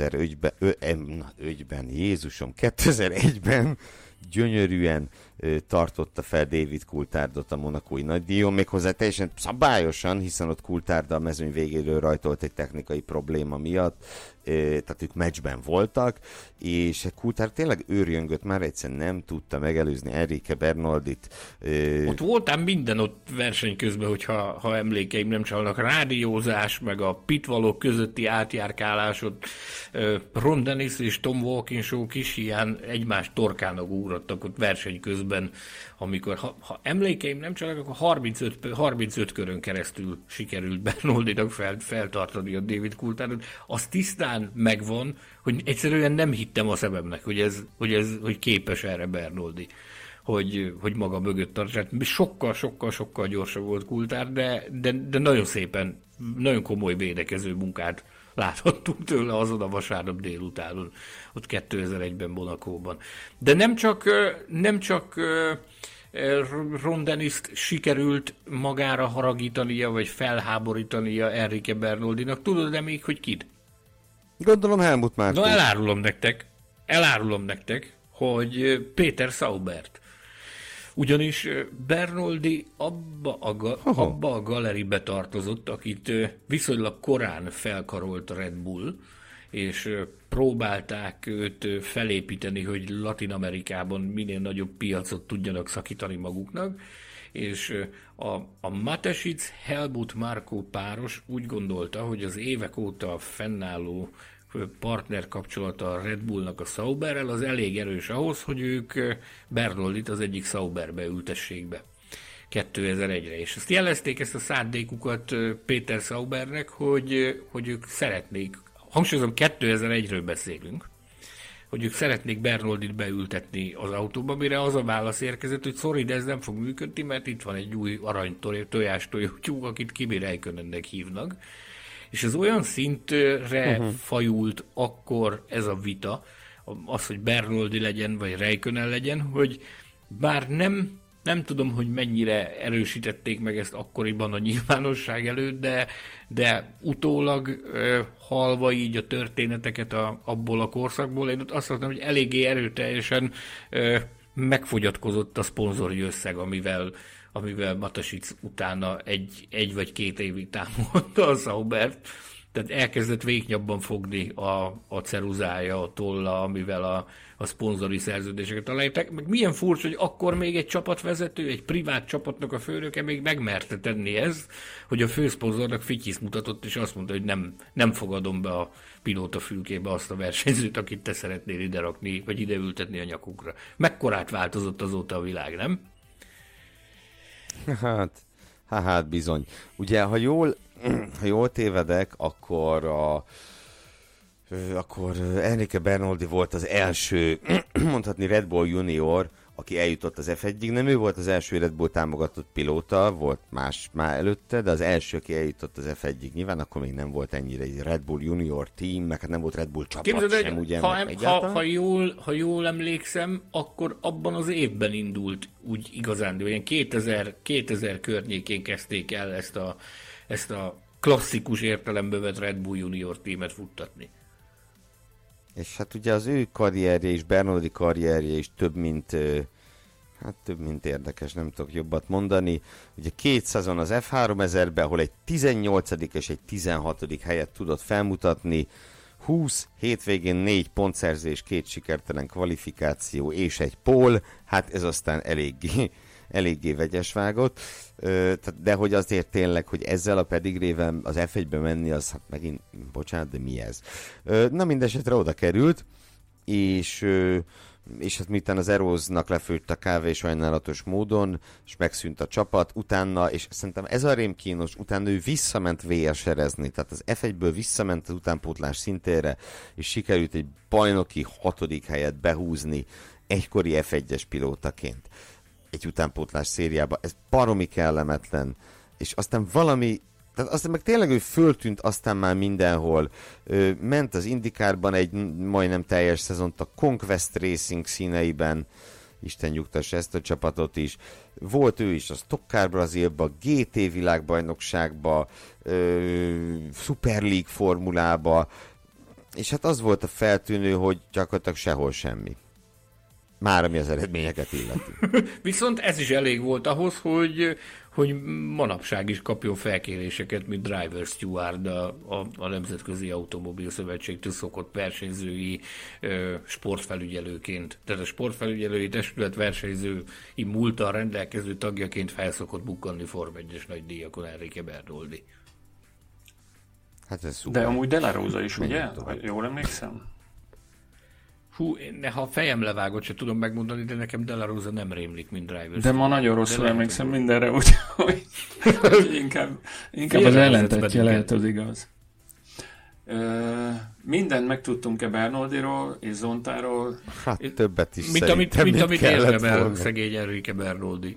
2001-ben gyönyörűen tartotta fel David Coulthardot a monakói nagydíjon, méghozzá teljesen szabályosan, hiszen ott Coulthard a mezőny végéről rajtolt egy technikai probléma miatt, tehát ők meccsben voltak, és Coulthard tényleg őrjöngött, már egyszer nem tudta megelőzni Enrique Bernoldit. Ott voltál minden ott verseny közben, hogyha emlékeim nem csalnak, rádiózás, meg a pitvalók közötti átjárkálás, ott Ron Dennis és Tom Walkinshaw kis hián egymás torkának ugrottak ott verseny közben, amikor, ha emlékeim nem csalnak, akkor 35 körön keresztül sikerült Bernoldinak feltartani a David Coulthardot. Az tisztán megvan, hogy egyszerűen nem hittem a szememnek, hogy képes erre Bernoldi, hogy maga mögött tartsák. Sokkal gyorsabb volt Coulthard, de nagyon szépen, nagyon komoly védekező munkát láthattunk tőle azon a vasárnap délutánon, ott 2001-ben Monacóban. De nem csak Ron Dennis-t sikerült magára haragítania, vagy felháborítania Enrique Bernoldinak. Tudod-e még, hogy kit? Gondolom Helmut Marko. Na, elárulom nektek, hogy Péter Saubert. Ugyanis Bernoldi abba a galeribe tartozott, akit viszonylag korán felkarolt a Red Bull, és próbálták őt felépíteni, hogy Latin Amerikában minél nagyobb piacot tudjanak szakítani maguknak, és a Mateschitz-Helmut Marko páros úgy gondolta, hogy az évek óta fennálló partner kapcsolata a Red Bullnak a Sauberrel az elég erős ahhoz, hogy ők Bernoldit az egyik Sauberbe ültessék be 2001-re. És ezt jelezték, ezt a szándékukat Péter Saubernek, hogy ők szeretnék, hangsúlyozom, 2001-ről beszélünk, hogy ők szeretnék Bernoldit beültetni az autóba, mire az a válasz érkezett, hogy sorry, de ez nem fog működni, mert itt van egy új aranytojástojó tyúk, akit Kimi Räikkönennek hívnak. És ez olyan szintre fajult akkor ez a vita, az, hogy Bernoldi legyen, vagy Räikkönen legyen, hogy bár nem tudom, hogy mennyire erősítették meg ezt akkoriban a nyilvánosság előtt, de utólag hallva így a történeteket abból a korszakból, én ott azt mondtam, hogy eléggé erőteljesen megfogyatkozott a szponzori összeg, amivel Mateschitz utána egy vagy 2 évig támogatta a Saubert, tehát elkezdett véknyabban fogni a ceruzája, a tolla, amivel a szponzori szerződéseket aláírták. Meg milyen furcsa, hogy akkor még egy csapatvezető, egy privát csapatnak a főnöke még megmerte tenni ezt, hogy a főszponzornak fityiszt mutatott, és azt mondta, hogy nem fogadom be a pilóta fülkébe azt a versenyzőt, akit te szeretnél ide rakni, vagy ide ültetni a nyakukra. Mekkorát változott azóta a világ, nem? Hát bizony. Ugye, ha jól tévedek, akkor Enrique Bernoldi volt az első, mondhatni Red Bull junior, aki eljutott az F1-ig. Nem ő volt az első Red Bull támogatott pilóta, volt más már előtte, de az első, aki eljutott az F1-ig. Nyilván akkor még nem volt ennyire egy Red Bull Junior team, meg hát nem volt Red Bull csapat képzeld, sem, ugye? Ha jól emlékszem, akkor abban az évben indult úgy igazán, de olyan 2000 környékén kezdték el ezt a klasszikus értelembe vett Red Bull Junior teamet futtatni. És hát ugye az ő karrierje és Bernoldi karrierje is több mint érdekes, nem tudok jobbat mondani. Ugye 2 szezon az F3000-ben, ahol egy 18. és egy 16. helyet tudott felmutatni, 20 hétvégén 4 pontszerzés, 2 sikertelen kvalifikáció és egy pole, hát ez aztán eléggé vegyes vágott, de hogy azért tényleg, hogy ezzel a pedigrével az F1-be menni, az hát megint, bocsánat, de mi ez? Na mindesetre oda került, és hát miután az Eróznak lefőtt a kávé sajnálatos módon, és megszűnt a csapat, utána, és szerintem ez a rémkínos, utána ő visszament VSR-ezni, tehát az F1-ből visszament az utánpótlás szintére, és sikerült egy bajnoki 6. helyet behúzni egykori F1-es pilótaként egy utánpótlás szériába. Ez baromi kellemetlen, és aztán tehát aztán meg tényleg ő föltűnt aztán már mindenhol. Ment az IndyCarban egy majdnem teljes szezont, a Conquest Racing színeiben, Isten nyugtassa ezt a csapatot is. Volt ő is a Stock Car Brazilba, GT világbajnokságba, Super League formulába, és hát az volt a feltűnő, hogy gyakorlatilag sehol semmi. Már ami az eredményeket illeti. Viszont ez is elég volt ahhoz, hogy manapság is kapjon felkéréseket, mint Driver Steward, a Nemzetközi Automobil Szövetségtől szokott versenyzői sportfelügyelőként. Tehát a sportfelügyelői testület versenyzői múlttal rendelkező tagjaként felszokott bukkanni Form 1-es nagydíjakon Enrique Bernoldi. Hát ez szuper. De amúgy De La Rosa is, ugye? Jól emlékszem? Hú, ha a fejem levágott, se tudom megmondani, de nekem De La Rosa nem rémlik, mint Driver. De ma nagyon rosszul emlékszem mindenre, úgyhogy inkább az ellentetje lehet az igaz. Mindent megtudtunk-e Bernoldiról és Zontáról? Hát többet is mint amit érdemel szegény Enrique Bernoldi.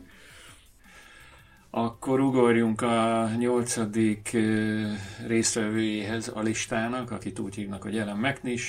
Akkor ugorjunk a 8. résztvevőjéhez a listának, akit úgy hívnak, hogy Alan McNish,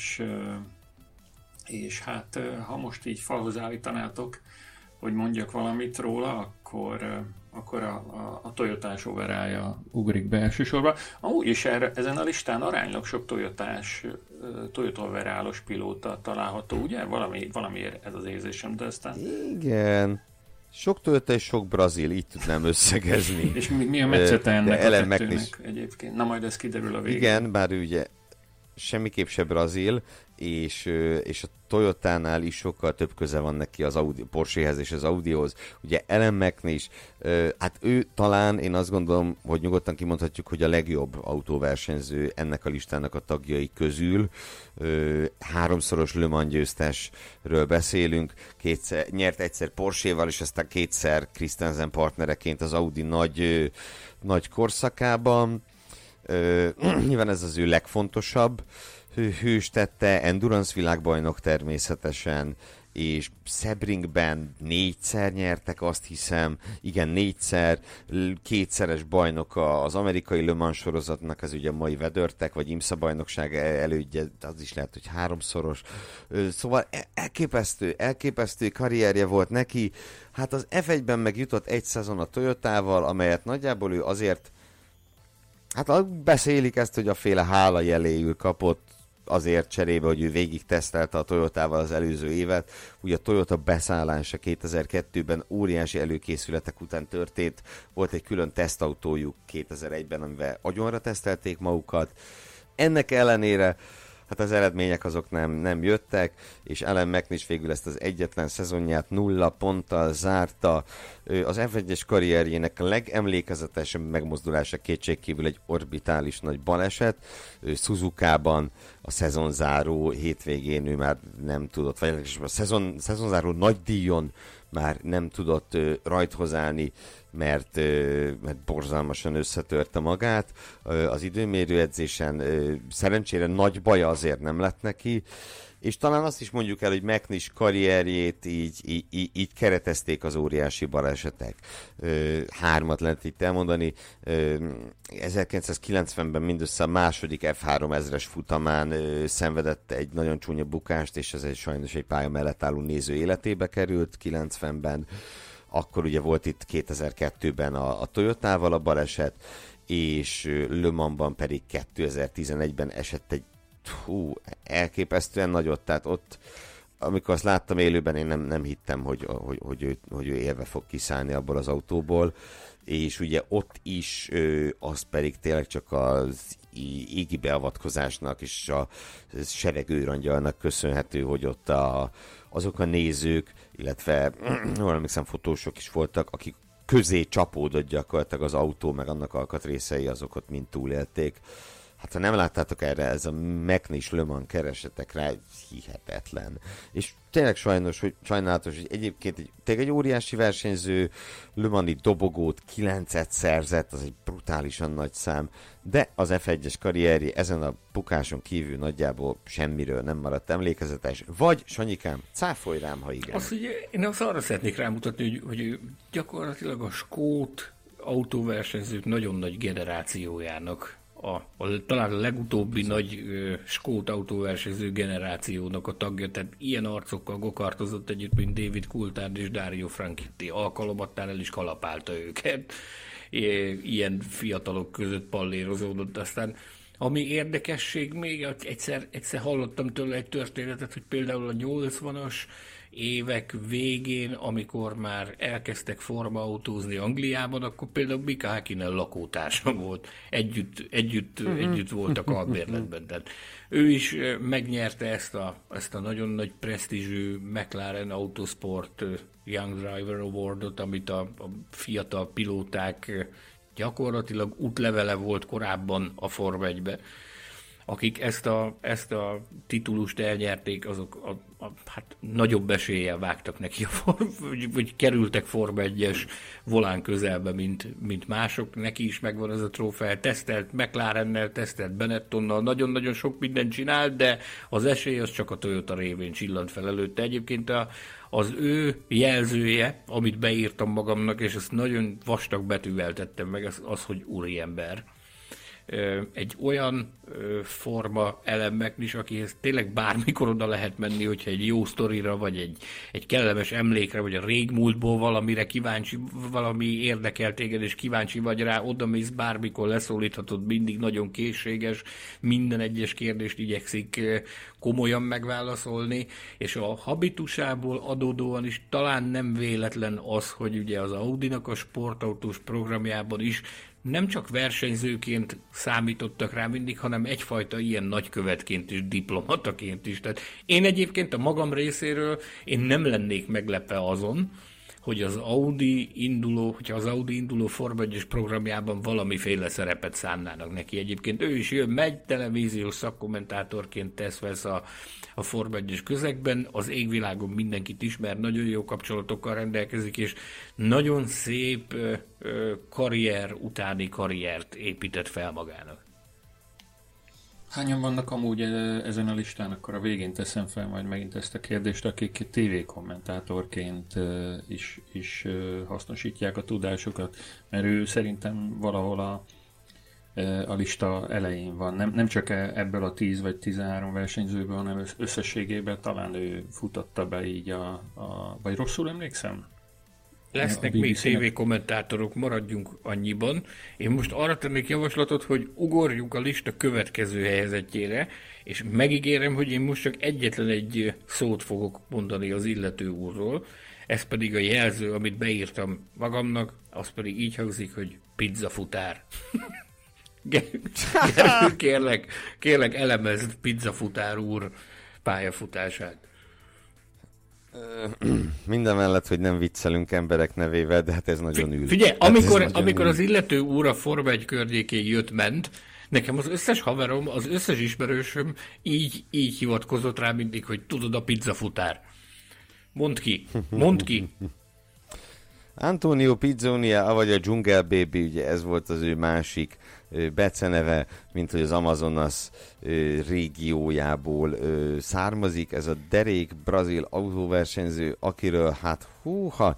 és hát ha most így falhoz állítanátok, hogy mondjak valamit róla, akkor a Toyotás overallja ugrik be elsősorban. Amúgy is ezen a listán aránylag sok Toyota overallos pilóta található, ugye? Valamiért ez az érzésem, de aztán... Igen. Sok Toyota és sok brazil, így tudnám összegezni. És mi a metszete ennek a kettőnek egyébként? Na majd ez kiderül a végén. Igen, bár ő ugye semmiképp se brazil, és a Toyotánál is sokkal több köze van neki az Porschehez és az Audihoz. Ugye Alan McNish, hát ő talán, én azt gondolom, hogy nyugodtan kimondhatjuk, hogy a legjobb autóversenyző ennek a listának a tagjai közül. 3-szoros Le Mans győztesről beszélünk, nyert egyszer Porséval, és aztán 2-szer Christensen partnereként az Audi nagy korszakában. Nyilván ez az ő legfontosabb hős tette, endurance világbajnok természetesen, és Sebringben 4-szer nyertek, azt hiszem, igen, 4-szer, 2-szeres bajnok az amerikai Le Mans sorozatnak, az ugye a mai Vedörtek, vagy IMSA bajnokság elődje, az is lehet, hogy 3-szoros. Szóval elképesztő karrierje volt neki. Hát az F1-ben megjutott egy szezon a Toyotával, amelyet nagyjából ő azért, hát beszélik ezt, hogy a féle hála jeléül kapott, azért cserébe, hogy ő végig tesztelte a Toyotával az előző évet. Ugye a Toyota beszállása 2002-ben óriási előkészületek után történt. Volt egy külön tesztautójuk 2001-ben, amivel agyonra tesztelték magukat. Ennek ellenére hát az eredmények azok nem jöttek, és Alan McNish végül ezt az egyetlen szezonját 0 ponttal zárta. Az F1-es karrierjének a legemlékezetesebb megmozdulása kétségkívül egy orbitális nagy baleset. Suzukában a szezonzáró hétvégén ő már nem tudott, vagy a szezonzáró nagy díjon már nem tudott rajthoz állni, mert borzalmasan összetörte magát az időmérő edzésen. Szerencsére nagy baja azért nem lett neki, és talán azt is mondjuk el, hogy McNish karrierjét így keretezték az óriási balesetek. 3 lehet itt elmondani. 1990-ben mindössze a második F3000-es futamán szenvedett egy nagyon csúnya bukást, és ez sajnos egy pálya mellett álló néző életébe került 90-ben. Akkor ugye volt itt 2002-ben a Toyotával a baleset, és Le Mansban pedig 2011-ben esett egy elképesztően nagyot, tehát ott, amikor azt láttam élőben, én nem hittem, hogy ő élve fog kiszállni abból az autóból, és ugye ott is az pedig tényleg csak az égi beavatkozásnak és a seregőrangyalnak köszönhető, hogy ott azok a nézők, illetve valamikor fotósok is voltak, akik közé csapódott gyakorlatilag az autó, meg annak alkatrészei, azokat mind túlélték. Hát ha nem láttátok erre, ez a McNish Le Mans, keresetek rá, hihetetlen. És tényleg sajnálatos, hogy egyébként tényleg egy óriási versenyző, Le Mans-i dobogót 9-et szerzett, az egy brutálisan nagy szám, de az F1-es karrierje ezen a bukáson kívül nagyjából semmiről nem maradt emlékezetes. Vagy, Sanyikám, cáfolj rám, ha igen. Én azt arra szeretnék rámutatni, hogy gyakorlatilag a skót autóversenyzők nagyon nagy generációjának talán a legutóbbi nagy skót autóversenyző generációnak a tagja, tehát ilyen arcokkal gokartozott együtt, mint David Coulthard és Dario Franchitti. Alkalomattán el is kalapálta őket. Ilyen fiatalok között pallérozódott. Aztán ami érdekesség, még egyszer hallottam tőle egy történetet, hogy például a 80-as évek végén, amikor már elkezdtek formautózni Angliában, akkor például Mika Häkkinen lakótársa volt. Együtt voltak albérletben. Tehát ő is megnyerte ezt a nagyon nagy presztízsű McLaren Autosport Young Driver Awardot, amit a fiatal pilóták gyakorlatilag útlevele volt korábban a Forma 1-be. Akik ezt a titulust elnyerték, azok hát nagyobb eséllyel vágtak neki, vagy kerültek Forma 1-es volán közelbe, mint mások. Neki is megvan ez a trófea. Tesztelt McLarennel, tesztelt Benettonnal, nagyon-nagyon sok mindent csinált, de az esély az csak a Toyota révén csillant fel előtte. Egyébként az ő jelzője, amit beírtam magamnak, és ezt nagyon vastag betűvel tettem meg, az hogy úriember. Egy olyan forma elemnek is, akihez tényleg bármikor oda lehet menni, hogyha egy jó sztorira, vagy egy kellemes emlékre, vagy a régmúltból valamire kíváncsi, valami érdekel téged, és kíváncsi vagy rá, oda mész, bármikor leszólíthatod, mindig nagyon készséges, minden egyes kérdést igyekszik komolyan megválaszolni, és a habitusából adódóan is talán nem véletlen az, hogy ugye az Audinak a sportautós programjában is nem csak versenyzőként számítottak rá mindig, hanem egyfajta ilyen nagykövetként is, diplomataként is. Tehát én egyébként a magam részéről én nem lennék meglepve azon, hogy hogyha az Audi induló Forma 1-es programjában valamiféle szerepet szánnának neki. Egyébként ő is jön, megy, televíziós szakkommentátorként vesz a Forma 1-es közegben, az égvilágon mindenkit ismer, nagyon jó kapcsolatokkal rendelkezik, és nagyon szép karrier utáni karriert épített fel magának. Hányan vannak amúgy ezen a listán, akkor a végén teszem fel majd megint ezt a kérdést, akik tévékommentátorként is hasznosítják a tudásukat, mert ő szerintem valahol a lista elején van. Nem csak ebből a 10 vagy 13 versenyzőből, hanem összességében talán ő futotta be így vagy rosszul emlékszem? Lesznek még tévékommentátorok, maradjunk annyiban. Én most arra tennék javaslatot, hogy ugorjunk a lista következő helyezettjére, és megígérem, hogy én most csak egyetlen egy szót fogok mondani az illető úrról, ez pedig a jelző, amit beírtam magamnak, az pedig így hangzik, hogy pizzafutár. Kérlek elemezd pizzafutár úr pályafutását. Minden mellett, hogy nem viccelünk emberek nevével, de hát ez nagyon ül. Figyelj, amikor az illető úr a Forma 1 környékén jött-ment, nekem az összes haverom, az összes ismerősöm így hivatkozott rá mindig, hogy tudod, a pizzafutár. Mondd ki. Antonio Pizzonia, vagy a Jungle Baby, ugye ez volt az ő másik beceneve, mint hogy az Amazonas régiójából származik. Ez a derék brazil autóversenyző, akiről hát húha.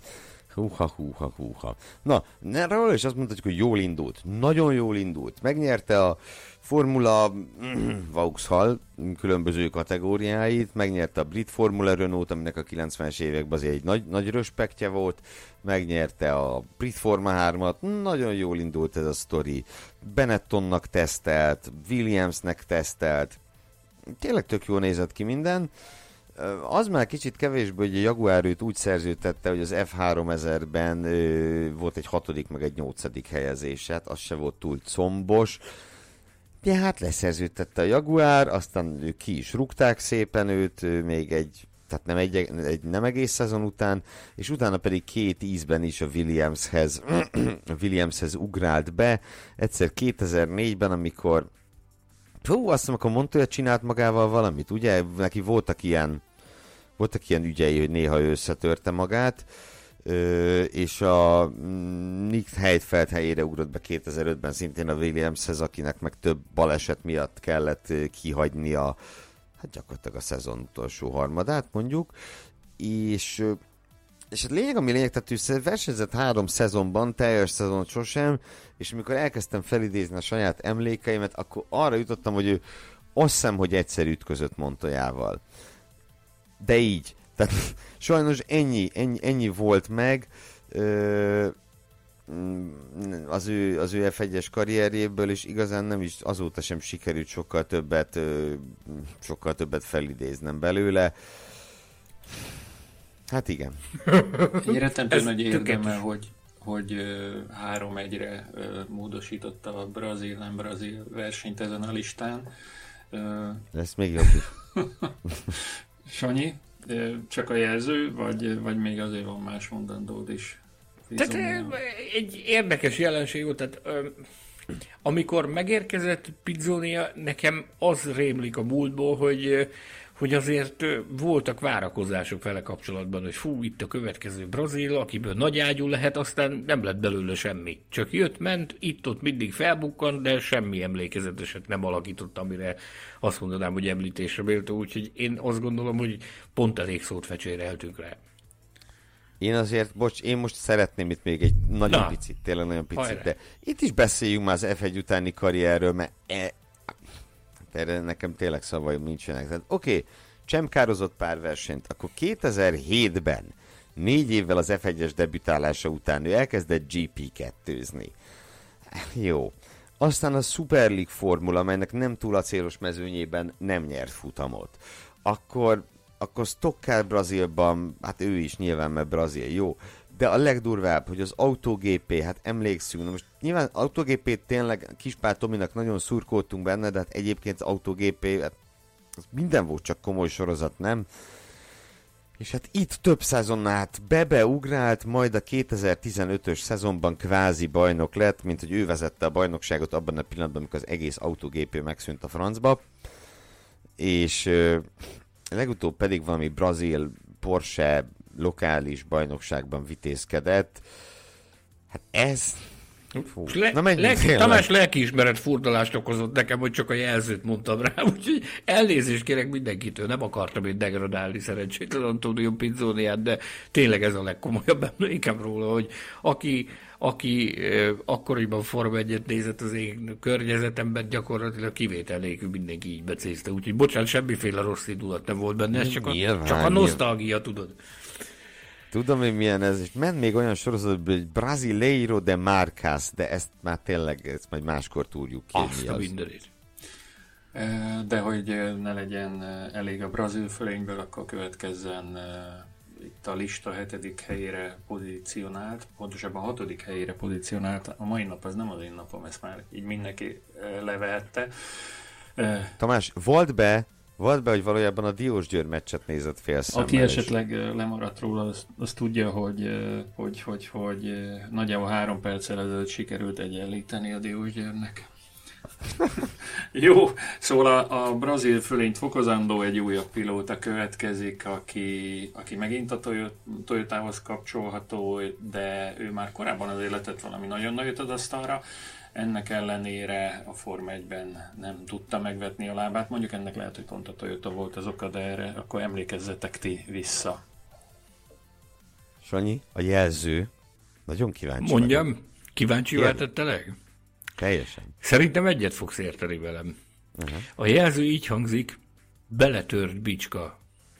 Na, róla is azt mondhatjuk, hogy jól indult. Nagyon jól indult. Megnyerte a Formula Vauxhall különböző kategóriáit, megnyerte a brit Formula Renault, aminek a 90-es években azért egy nagy respektje volt, megnyerte a brit Forma 3-at, nagyon jól indult ez a sztori. Benettonnak tesztelt, Williamsnek tesztelt, tényleg tök jól nézett ki minden. Az már kicsit kevésbé, hogy a Jaguar őt úgy szerződtette, hogy az F3000-ben volt egy 6. meg egy 8. helyezés, hát az se volt túl combos. Ja, hát leszerződtette a Jaguar, aztán ki is rúgták szépen őt, még tehát nem egész szezon után, és utána pedig 2 ízben is a Williamshez ugrált be. Egyszer 2004-ben, amikor azt hiszem, akkor Montoya csinált magával valamit, ugye? Neki voltak ilyen ügyei, hogy néha ő összetörte magát, és a Nick Heidfeld helyére ugrott be 2005-ben szintén a Williamshez, akinek meg több baleset miatt kellett kihagynia, hát gyakorlatilag a szezon utolsó harmadát mondjuk, és a lényeg, tehát ő versenyzett 3 szezonban, teljes szezon sosem, és amikor elkezdtem felidézni a saját emlékeimet, akkor arra jutottam, hogy ő azt hiszem, hogy egyszer ütközött Montoyával. De így. Tehát sajnos ennyi volt meg az ő F1-es karrierjéből, és igazán nem is azóta sem sikerült sokkal többet felidéznem belőle. Hát igen. Én rettentő nagy érdeme, hogy 3-1-re módosította a nem brazil versenyt ezen a listán. Ez még jobb is. Sanyi, csak a jelző, vagy még azért van más mondandód is? Tehát egy érdekes jelenség volt, tehát amikor megérkezett Pizzonia, nekem az rémlik a múltból, hogy azért voltak várakozások vele kapcsolatban, hogy fú, itt a következő brazil, akiből nagy ágyú lehet, aztán nem lett belőle semmi. Csak jött, ment, itt-ott mindig felbukkant, de semmi emlékezeteset nem alakított, amire azt mondanám, hogy említésre méltó, úgyhogy én azt gondolom, hogy pont elég szót fecséreltünk rá. Én most szeretném itt még egy nagyon picit, tényleg nagyon picit, hajrá. De itt is beszéljünk már az F1 utáni karrierről, mert erre nekem tényleg szavaim nincsenek. Tehát oké, csemkározott pár versenyt, akkor 2007-ben, 4 évvel az F1-es debütálása után ő elkezdett GP2-zni. Jó. Aztán a Super League formula, amelynek nem túl acélos mezőnyében nem nyert futamot. Akkor Stock Car Brazilban, hát ő is nyilván, mert Brazil, jó. De a legdurvább, hogy az AutoGP, hát emlékszünk, na most nyilván AutoGP tényleg Kispál Tominak nagyon szurkoltunk benne, de hát egyébként az AutoGP, hát minden volt, csak komoly sorozat, nem? És hát itt több szezon át beugrált, majd a 2015-ös szezonban kvázi bajnok lett, mint hogy ő vezette a bajnokságot abban a pillanatban, amikor az egész AutoGP megszűnt a francba. És legutóbb pedig valami brazil Porsche lokális bajnokságban vitézkedett. Hát ez... Tamás lelkiismeret furdalást okozott nekem, hogy csak a jelzőt mondtam rá, úgyhogy elnézést kérek mindenkitől, nem akartam én degradálni szerencsétlen Antonio Pizzoniát, de tényleg ez a legkomolyabb emlékem róla, hogy aki akkoriban Forma 1-et nézett az én környezetemben, gyakorlatilag kivétel nélkül mindenki így becézte, úgyhogy bocsánat, semmiféle rossz indulat nem volt benne, ez csak a nosztalgia, tudod. Tudom, hogy milyen ez, és ment még olyan sorozatban, hogy Brasileiro de Marcas, de ezt már tényleg, ezt majd máskor túrjuk ki. Azt a mindenit. De hogy ne legyen elég a brazil fölényből, akkor következzen itt a lista 7. helyére pozícionált, pontosabban 6. helyére pozícionált. A mai nap az nem az én napom, ezt már így mindenki levehette. Tamás, volt be, hogy valójában a Diósgyőr meccset nézett félszemmel. Aki esetleg lemaradt róla, az tudja, hogy nagyjából 3 perccel ezelőtt sikerült egyenlíteni a Diósgyőrnek. Jó, szóval a brazil fölényt fokozandó egy újabb pilóta következik, aki megint a Toyotához kapcsolható, de ő már korábban azért letett valami nagyon nagyot az asztalra. Ennek ellenére a Forma 1-ben nem tudta megvetni a lábát. Mondjuk ennek lehet, hogy pont a Toyota volt az oka, de erre akkor emlékezzetek ti vissza. Sanyi, a jelző. Nagyon kíváncsi Mondjam, vagyok. kíváncsi váltetteleg? Teljesen. Szerintem egyet fogsz érteni velem. Uh-huh. A jelző így hangzik, beletört bicska.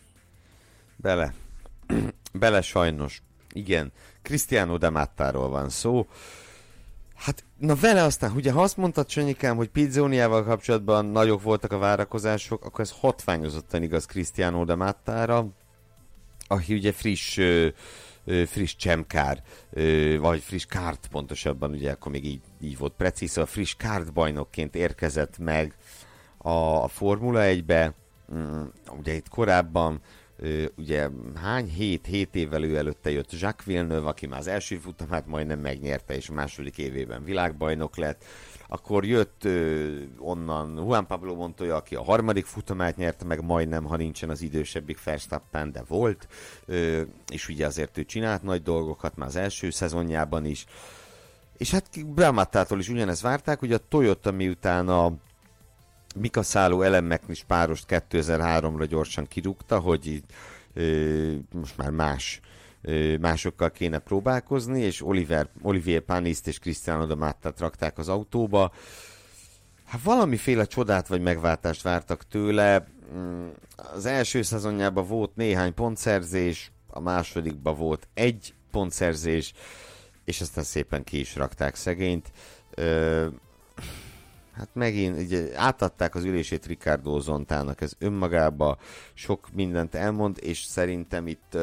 Bele sajnos. Igen. Cristiano de Mattáról van szó. Hát, na vele aztán, ugye ha azt mondtad, Sanyikám, hogy Pizzoniával kapcsolatban nagyok voltak a várakozások, akkor ez hatványozottan igaz Cristiano de Mattára, aki ugye friss csemkár, vagy friss kárt pontosabban, ugye akkor még így volt precíz, szóval friss kárt bajnokként érkezett meg a Formula 1-be, ugye itt korábban, ugye hány 7 évvel ő előtte jött Jacques Villeneuve, aki már az első futamát majdnem megnyerte, és a második évében világbajnok lett. Akkor jött onnan Juan Pablo Montoya, aki a harmadik futamát nyerte meg majdnem, ha nincsen az idősebbik Verstappen, de volt. És ugye azért ő csinált nagy dolgokat már az első szezonjában is. És hát Bramattától is ugyanezt várták, hogy a Toyota miután a Mika Salo is párost 2003-ra gyorsan kirúgta, hogy most már másokkal kéne próbálkozni, és Olivier Paniszt és Cristiano de Mattát rakták az autóba. Hát valamiféle csodát vagy megváltást vártak tőle. Az első szezonjában volt néhány pontszerzés, a másodikban volt 1 pontszerzés, és aztán szépen ki is rakták szegényt. Hát megint ugye, átadták az ülését Ricardo Zontának, ez önmagában sok mindent elmond, és szerintem itt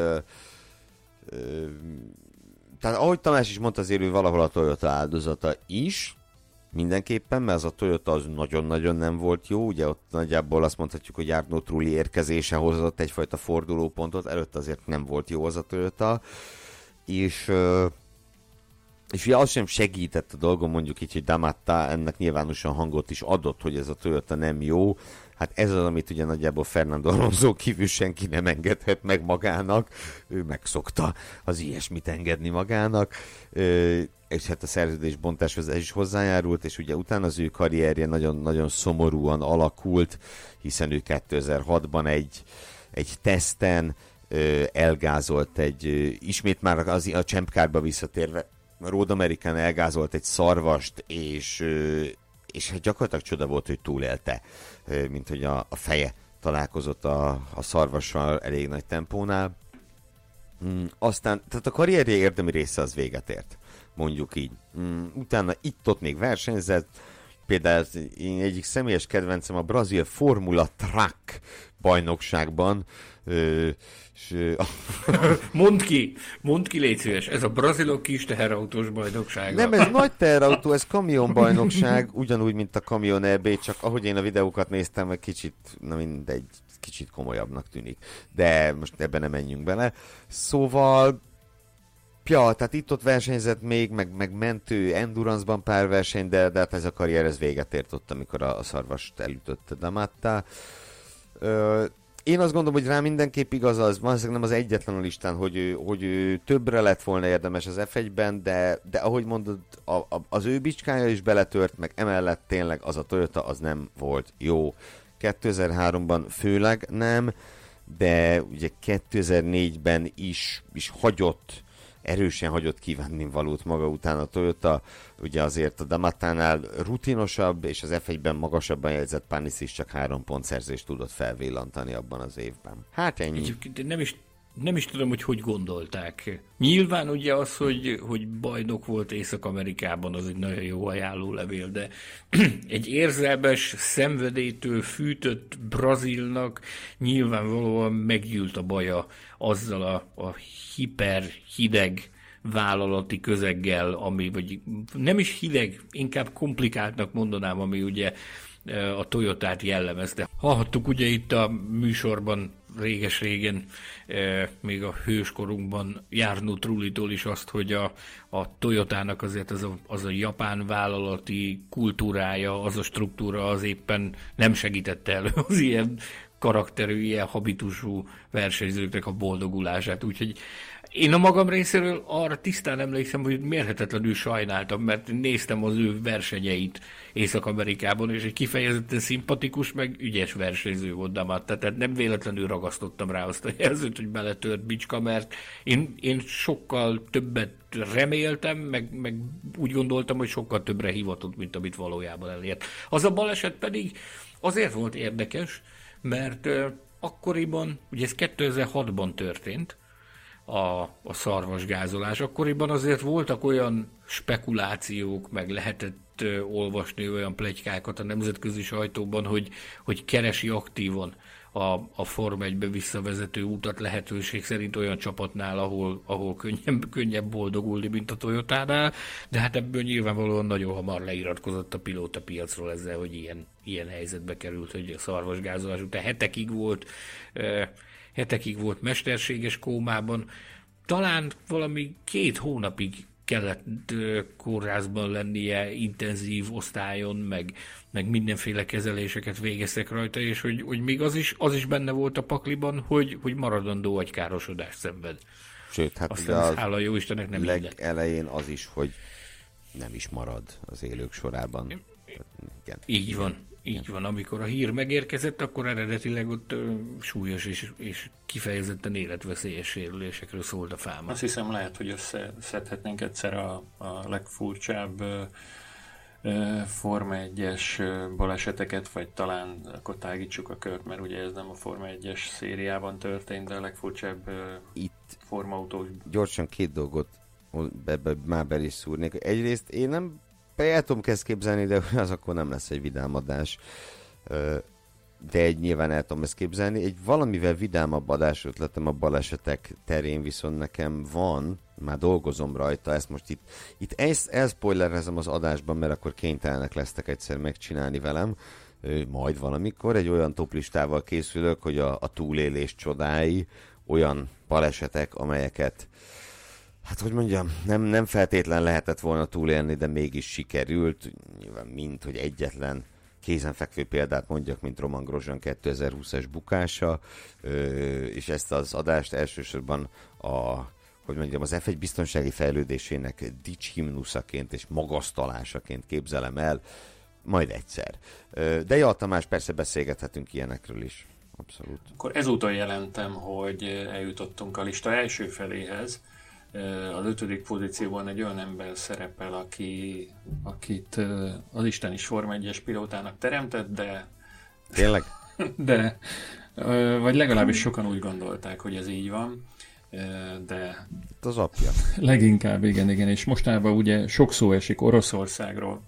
tehát ahogy Tamás is mondta, azért ő valahol a Toyota áldozata is, mindenképpen, mert az a Toyota az nagyon-nagyon nem volt jó, ugye ott nagyjából azt mondhatjuk, hogy Arnaud Trulli érkezése hozott egyfajta fordulópontot, előtt azért nem volt jó az a Toyota, és ugye az sem segített a dolgon, mondjuk így, hogy Damatta ennek nyilvánosan hangot is adott, hogy ez a Toyota nem jó. Hát ez az, amit ugye nagyjából Fernando Alonso kívül senki nem engedhet meg magának. Ő megszokta az ilyesmit engedni magának. És hát a szerződésbontáshoz ez is hozzájárult, és ugye utána az ő karrierje nagyon-nagyon szomorúan alakult, hiszen ő 2006-ban egy teszten elgázolt ismét már a Champ Car-ba visszatérve, Road American elgázolt egy szarvast, és hát gyakorlatilag csoda volt, hogy túlélte, mint hogy a feje találkozott a szarvassal elég nagy tempónál. Aztán, tehát a karrierje érdemi része az véget ért, mondjuk így. Utána itt-ott még versenyzett, például én egyik személyes kedvencem a brazil Formula Truck bajnokságban. Mondd ki, légy szíves, ez a brazilok kis teherautós bajnoksága. Nem, ez nagy teherautó, ez kamionbajnokság, ugyanúgy, mint a Kamion EB, csak ahogy én a videókat néztem, egy kicsit, kicsit komolyabbnak tűnik. De most ebben nem menjünk bele. Szóval, ja, tehát itt-ott versenyzett még, meg mentő endurance-ban pár verseny, de hát ez a karrier ez véget ért ott, amikor a szarvast elütötte Damatta. Én azt gondolom, hogy rá mindenképp igaz az, valószínűleg nem az egyetlen a listán, hogy ő többre lett volna érdemes az F1-ben, de ahogy mondod, az ő bicskája is beletört, meg emellett tényleg az a Toyota az nem volt jó. 2003-ban főleg nem, de ugye 2004-ben is erősen hagyott kívánni valót maga után a Toyota, ugye azért a Damattánál rutinosabb, és az F1-ben magasabban jegyzett Panis is csak 3 pontszerzést tudott felvillantani abban az évben. Hát ennyi. Egyébként nem is tudom, hogy gondolták. Nyilván ugye az, hogy bajnok volt Észak-Amerikában, az egy nagyon jó ajánlólevél, de egy érzelmes, szenvedélytől fűtött brazilnak nyilvánvalóan meggyűlt a baja azzal a hiperhideg vállalati közeggel, ami, vagy nem is hideg, inkább komplikáltnak mondanám, ami ugye a Toyotát jellemezte. Hallhattuk ugye itt a műsorban réges-régen, még a hőskorunkban Jarno Trullitól is azt, hogy a Toyotának azért az a japán vállalati kultúrája, az a struktúra az éppen nem segítette elő az ilyen karakterű, ilyen habitusú versenyzőknek a boldogulását. Úgyhogy én a magam részéről arra tisztán emlékszem, hogy mérhetetlenül sajnáltam, mert néztem az ő versenyeit Észak-Amerikában, és egy kifejezetten szimpatikus, meg ügyes versenyző volt Damat. Tehát nem véletlenül ragasztottam rá azt a jelzőt, hogy beletört bicska, mert én sokkal többet reméltem, meg úgy gondoltam, hogy sokkal többre hivatott, mint amit valójában elért. Az a baleset pedig azért volt érdekes, mert akkoriban, ugye ez 2006-ban történt, a szarvasgázolás. Akkoriban azért voltak olyan spekulációk, meg lehetett olvasni olyan pletykákat a nemzetközi sajtóban, hogy keresi aktívan a Forma 1-be visszavezető utat lehetőség szerint olyan csapatnál, ahol könnyebb boldogulni, mint a Toyotánál, de hát ebből nyilvánvalóan nagyon hamar leiratkozott a pilótapiacról ezzel, hogy ilyen helyzetbe került, hogy a szarvasgázolás után hetekig volt mesterséges kómában. Talán valami 2 hónapig kellett kórházban lennie, intenzív osztályon, meg mindenféle kezeléseket végeztek rajta, és hogy még az is benne volt a pakliban, hogy maradandó agykárosodást szenved. Sőt, hát aztán hála jó Istennek nem legelején az is, hogy nem is marad az élők sorában. Igen. Így van. Így van, amikor a hír megérkezett, akkor eredetileg ott súlyos és kifejezetten életveszélyes sérülésekről szólt a fáma. Azt hiszem lehet, hogy összeszedhetnénk egyszer a legfurcsább Forma 1-es baleseteket, vagy talán akkor tágítsuk a kört, mert ugye ez nem a Forma 1-es szériában történt, de a legfurcsább itt formautós. Gyorsan 2 dolgot már be is szúrnék. Egyrészt én nem el tudom kezd képzelni, de az akkor nem lesz egy vidám adás. De nyilván el tudom ezt képzelni. Egy valamivel vidámabb adás ötletem a balesetek terén viszont nekem van, már dolgozom rajta, ezt most itt elspoilerezem az adásban, mert akkor kénytelenek lesztek egyszer megcsinálni velem, majd valamikor. Egy olyan toplistával készülök, hogy a túlélés csodái, olyan balesetek, amelyeket hát, hogy mondjam, nem feltétlen lehetett volna túlélni, de mégis sikerült. Nyilván mint, hogy egyetlen kézenfekvő példát mondjak, mint Romain Grosjean 2020-as bukása, és ezt az adást elsősorban az F1 biztonsági fejlődésének dicshimnuszaként és magasztalásaként képzelem el, majd egyszer. De ja, Tamás, persze beszélgethetünk ilyenekről is. Abszolút. Akkor ezúttal jelentem, hogy eljutottunk a lista első feléhez. Az 5. pozícióban egy olyan ember szerepel, akit az Isten is Forma 1-es pilótának teremtett, de... Tényleg? De, vagy legalábbis sokan úgy gondolták, hogy ez így van, de... Az apja. Leginkább, igen, és mostanában ugye sok szó esik Oroszországról.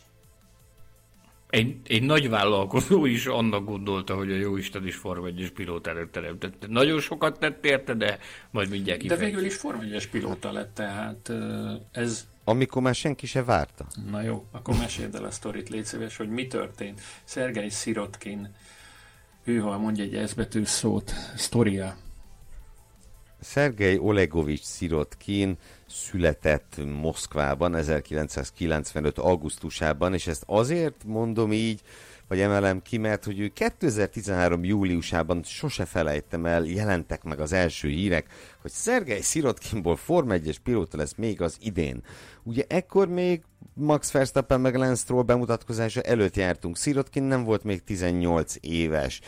Egy nagy vállalkozó is annak gondolta, hogy a jóisten is Forma 1-es pilótának teremtett. Nagyon sokat tett érte, de majd mindjárt kifejtjük. De végül is Forma 1-es pilóta lett, tehát ez... Amikor már senki se várta. Na jó, akkor meséld el a sztorit, légy szíves, hogy mi történt. Szergej Szirotkin, hűha, mondj egy S-betűs szót, sztoria. Szergej Olegovics Szirotkin született Moszkvában 1995. augusztusában, és ezt azért mondom így, vagy emelem ki, mert hogy ő 2013. júliusában sose felejtem el, jelentek meg az első hírek, hogy Szergej Szirotkinból Forma 1-es pilóta lesz még az idén. Ugye ekkor még Max Verstappen meg Lance Stroll bemutatkozása előtt jártunk. Szirotkin nem volt még 18 éves.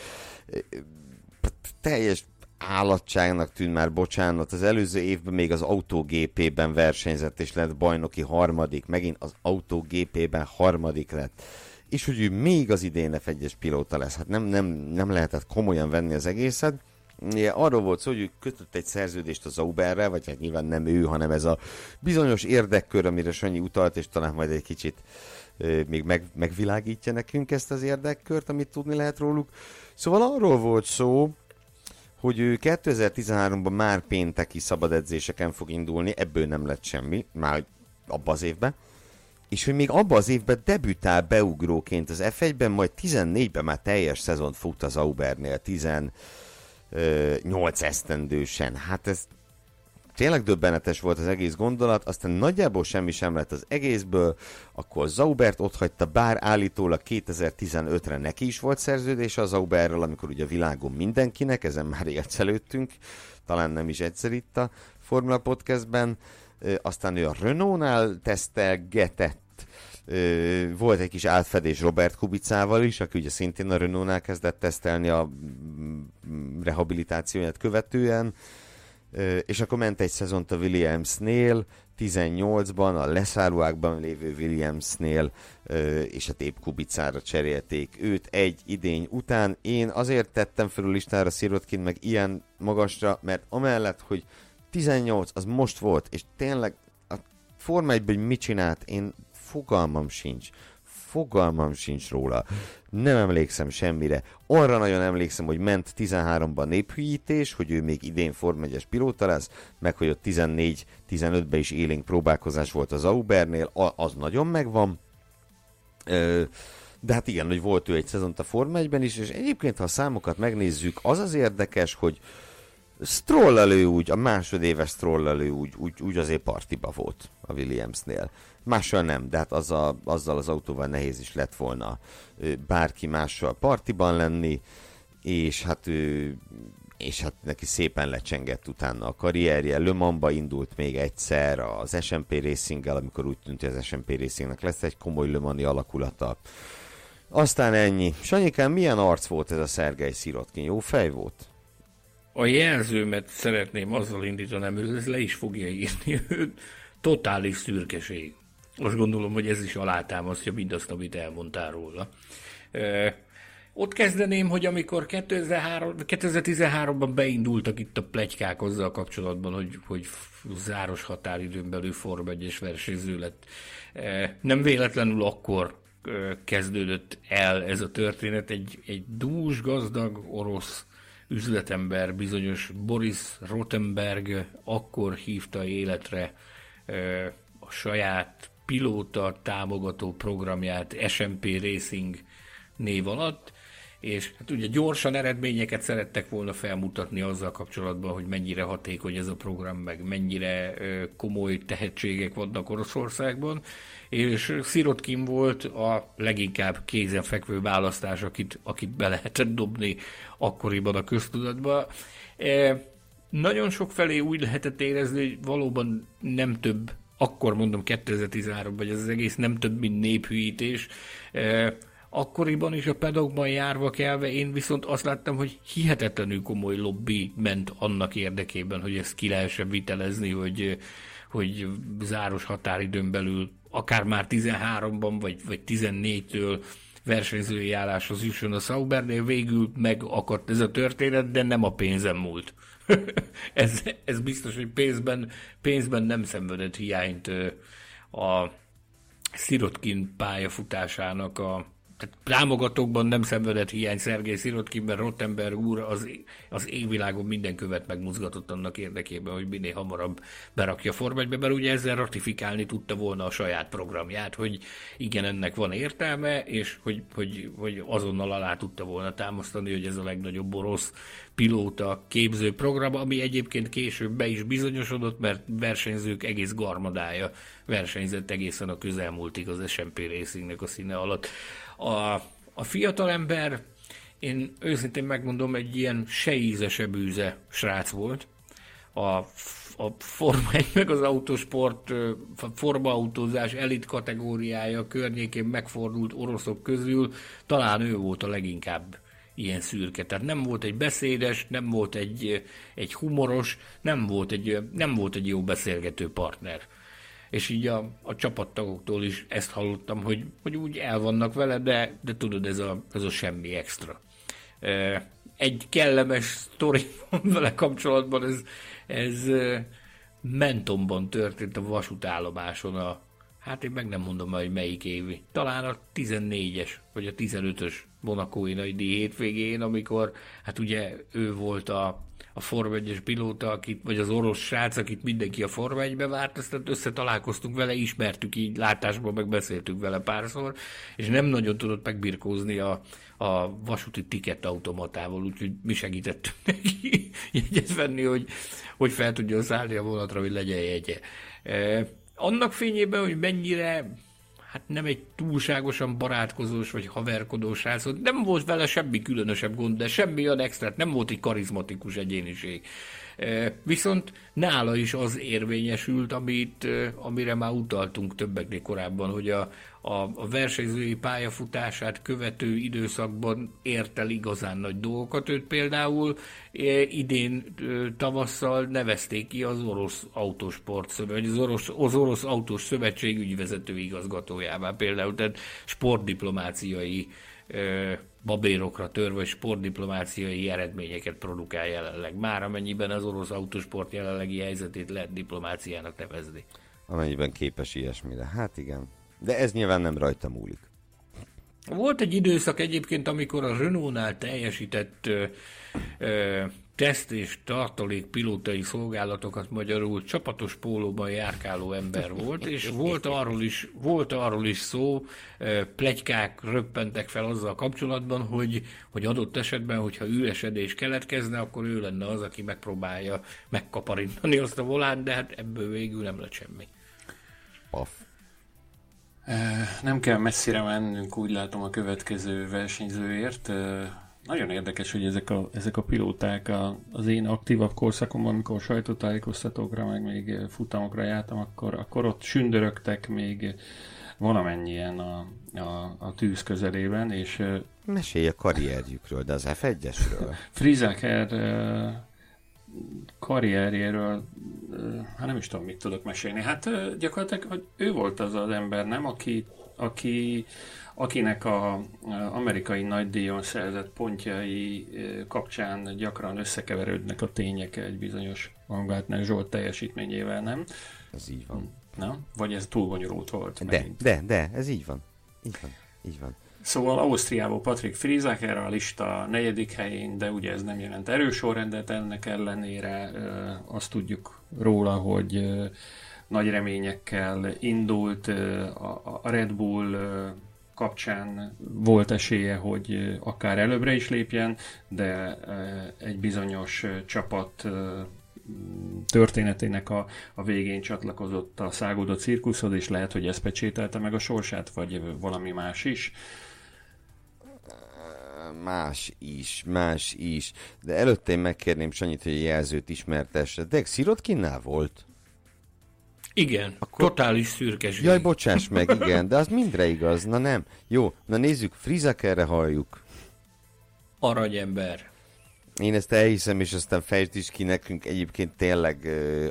Teljes állatságnak tűnt már, bocsánat, az előző évben még az AutoGP-ben versenyzett, és lett bajnoki harmadik, megint az AutoGP-ben harmadik lett. És hogy ő még az idén F1-es pilóta lesz, hát nem lehetett komolyan venni az egészet. Arról volt szó, hogy ő kötött egy szerződést az Sauberrel, vagy hát nyilván nem ő, hanem ez a bizonyos érdekkör, amire Sanyi utalt, és talán majd egy kicsit még megvilágítja nekünk ezt az érdekkört, amit tudni lehet róluk. Szóval arról volt szó, hogy ő 2013-ban már pénteki szabad edzéseken fog indulni, ebből nem lett semmi, már abban az évben, és hogy még abban az évben debütál beugróként az F1-ben, majd 14-ben már teljes szezont fut az Saubernél, 8 esztendősen. Hát ez tényleg döbbenetes volt az egész gondolat, aztán nagyjából semmi sem lett az egészből, akkor Zaubert otthagyta, bár állítólag 2015-re neki is volt szerződése az Zauberrel, amikor ugye a világon mindenkinek, ezen már ércelődtünk, talán nem is egyszer itt a Formula Podcastben, aztán ő a Renault-nál tesztelgetett, volt egy kis átfedés Robert Kubicával is, aki ugye szintén a Renault-nál kezdett tesztelni a rehabilitációját követően, és akkor ment egy szezont a Williamsnél, 18-ban a leszállóákban lévő Williamsnél, és a Tép Kubicára cserélték őt egy idény után. Én azért tettem fel a listára Sirotkin meg ilyen magasra, mert amellett, hogy 18, az most volt, és tényleg a Forma 1-ben, hogy mit csinált, én fogalmam sincs róla. Nem emlékszem semmire. Arra nagyon emlékszem, hogy ment 13-ban néphűítés, hogy ő még idén Forma 1-es pilóta lesz, meg hogy ott 14-15-ben is élénk próbálkozás volt az Zaubernél, az nagyon megvan. De hát igen, hogy volt ő egy szezont a Forma 1-ben is, és egyébként, ha a számokat megnézzük, az érdekes, hogy Stroll úgy, a másodéves Stroll úgy azért partiba volt a Williamsnél. Mással nem, de hát azzal az autóval nehéz is lett volna bárki mással partiban lenni, és hát neki szépen lecsengett utána a karrierje. Le Mansba indult még egyszer az SMP Racinggel, amikor úgy tűnt, hogy az SMP Racingnek lesz egy komoly Le Mani alakulata. Aztán ennyi. Sanyikán, milyen arc volt ez a Szergej Szirotkin? Jó fej volt? A jelzőmet szeretném azzal indítanám, hogy ez le is fogja írni. Totális szürkeség. Azt gondolom, hogy ez is alátámasztja mindazt, amit elmondtál róla. Ott kezdeném, hogy amikor 2013-ban beindultak itt a pletykák azzal kapcsolatban, hogy záros határidőn belül Forma 1-es versenyző lett. Nem véletlenül akkor kezdődött el ez a történet. Egy dús, gazdag orosz üzletember, bizonyos Boris Rotenberg akkor hívta életre a saját pilóta támogató programját SMP Racing név alatt, és hát ugye gyorsan eredményeket szerettek volna felmutatni azzal kapcsolatban, hogy mennyire hatékony ez a program, meg mennyire komoly tehetségek vannak Oroszországban, és Szirotkin volt a leginkább kézenfekvő választás, akit be lehetett dobni akkoriban a köztudatba. Nagyon sok felé úgy lehetett érezni, hogy valóban nem több, akkor mondom 2013-ban, hogy ez az egész nem több, mint néphűítés. Akkoriban is a pedagógban járva kelve, én viszont azt láttam, hogy hihetetlenül komoly lobby ment annak érdekében, hogy ezt ki lehessen vitelezni, hogy záros határidőn belül, akár már 13-ban, vagy 14-től versenyzői álláshoz jusson a Saubernél. Végül megakadt ez a történet, de nem a pénzen múlt. ez biztos, hogy pénzben nem szenvedett hiányt a Szirotkin pályafutásának tehát támogatókban nem szenvedett hiány Szergej Szirotkin, mert Rottenberg úr az égvilágon minden követ megmozgatott annak érdekében, hogy minél hamarabb berakja Forma 1-be, mert ugye ezzel ratifikálni tudta volna a saját programját, hogy igen, ennek van értelme, és hogy azonnal alá tudta volna támasztani, hogy ez a legnagyobb orosz pilóta képző program, ami egyébként később be is bizonyosodott, mert versenyzők egész garmadája versenyzett egészen a közelmúltig az SMP Racingnek a színe alatt. A fiatalember, én őszintén megmondom, egy ilyen se íze, se bűze srác volt. A Forma 1 meg az autósport, formaautózás elit kategóriája környékén megfordult oroszok közül talán ő volt a leginkább ilyen szürke. Tehát nem volt egy beszédes, nem volt egy humoros, nem volt egy jó beszélgető partner. És így a csapattagoktól is ezt hallottam, hogy úgy el vannak vele, de tudod, ez a semmi extra. Egy kellemes sztori vele kapcsolatban, ez Mentonban történt, a vasútállomáson, hát én meg nem mondom már, hogy melyik évi. Talán a 14-es, vagy a 15-ös monakói nagydíj hétvégén, amikor hát ugye ő volt a Forma 1-es pilóta, vagy az orosz srác, akit mindenki a Forma 1-be várt, aztán összetalálkoztunk vele, ismertük így látásból, meg beszéltük vele párszor, és nem nagyon tudott megbirkózni a vasúti tiket automatával, úgyhogy mi segítettünk neki jegyet venni, hogy fel tudjon szállni a vonatra, hogy legyen jegye. Annak fényében, hogy mennyire, hát nem egy túlságosan barátkozós vagy haverkodós srác, nem volt vele semmi különösebb gond, de semmi olyan extra, nem volt egy karizmatikus egyéniség. Viszont nála is az érvényesült, amire már utaltunk többeknél korábban, hogy a versenyzői pályafutását követő időszakban ért el igazán nagy dolgokat. Őt például idén tavasszal nevezték ki az orosz autósport szövetség, az orosz autós szövetség ügyvezető igazgatójává például, tehát sportdiplomáciai babérokra tör, vagy sportdiplomáciai eredményeket produkál jelenleg. Már amennyiben az orosz autósport jelenlegi helyzetét lehet diplomáciának nevezni. Amennyiben képes ilyesmire. Hát igen. De ez nyilván nem rajta múlik. Volt egy időszak egyébként, amikor a Renault-nál teljesített teszt és tartalék pilótai szolgálatokat, magyarul csapatos pólóban járkáló ember volt, és volt arról is szó, pletykák röppentek fel azzal kapcsolatban, hogy adott esetben, hogyha üresedés keletkezne, akkor ő lenne az, aki megpróbálja megkaparintani azt a volánt, de hát ebből végül nem lett semmi. Paf. Nem kell messzire mennünk, úgy látom, a következő versenyzőért. Nagyon érdekes, hogy ezek a pilóták az én aktívabb korszakomban, amikor sajtótájékoztatókra, meg még futamokra jártam, akkor ott sündörögtek még valamennyien a tűz közelében, és... Mesélj a karrierjükről, de az F1-esről. Frizaker karrierjéről, hát nem is tudom, mit tudok mesélni. Hát gyakorlatilag ő volt az az ember, nem? Akinek az amerikai nagydíjon szerzett pontjai kapcsán gyakran összekeverődnek a tények egy bizonyos Baumgartner Zsolt teljesítményével, nem? Ez így van. Na? Vagy ez túl bonyolult volt? De, ez így van. Így van. Szóval Ausztriából Patrick Friesacher a lista 4. helyén, de ugye ez nem jelent erősorrendet, ennek ellenére azt tudjuk róla, hogy nagy reményekkel indult, a Red Bull kapcsán volt esélye, hogy akár előbbre is lépjen, de egy bizonyos csapat történetének a végén csatlakozott a száguldó cirkuszhoz, és lehet, hogy ez pecsételte meg a sorsát, vagy valami más is. Más is. De előtte én megkérném Sanyit, hogy a jelzőt ismertesse. De Sirotkinnál volt? Igen, totális szürkeség. Jaj, bocsáss meg, igen, de az mindre igaz. Na nem. Jó, na nézzük, Friesacherre halljuk. Aranyember. Én ezt elhiszem, és aztán fejtsd is ki nekünk egyébként tényleg,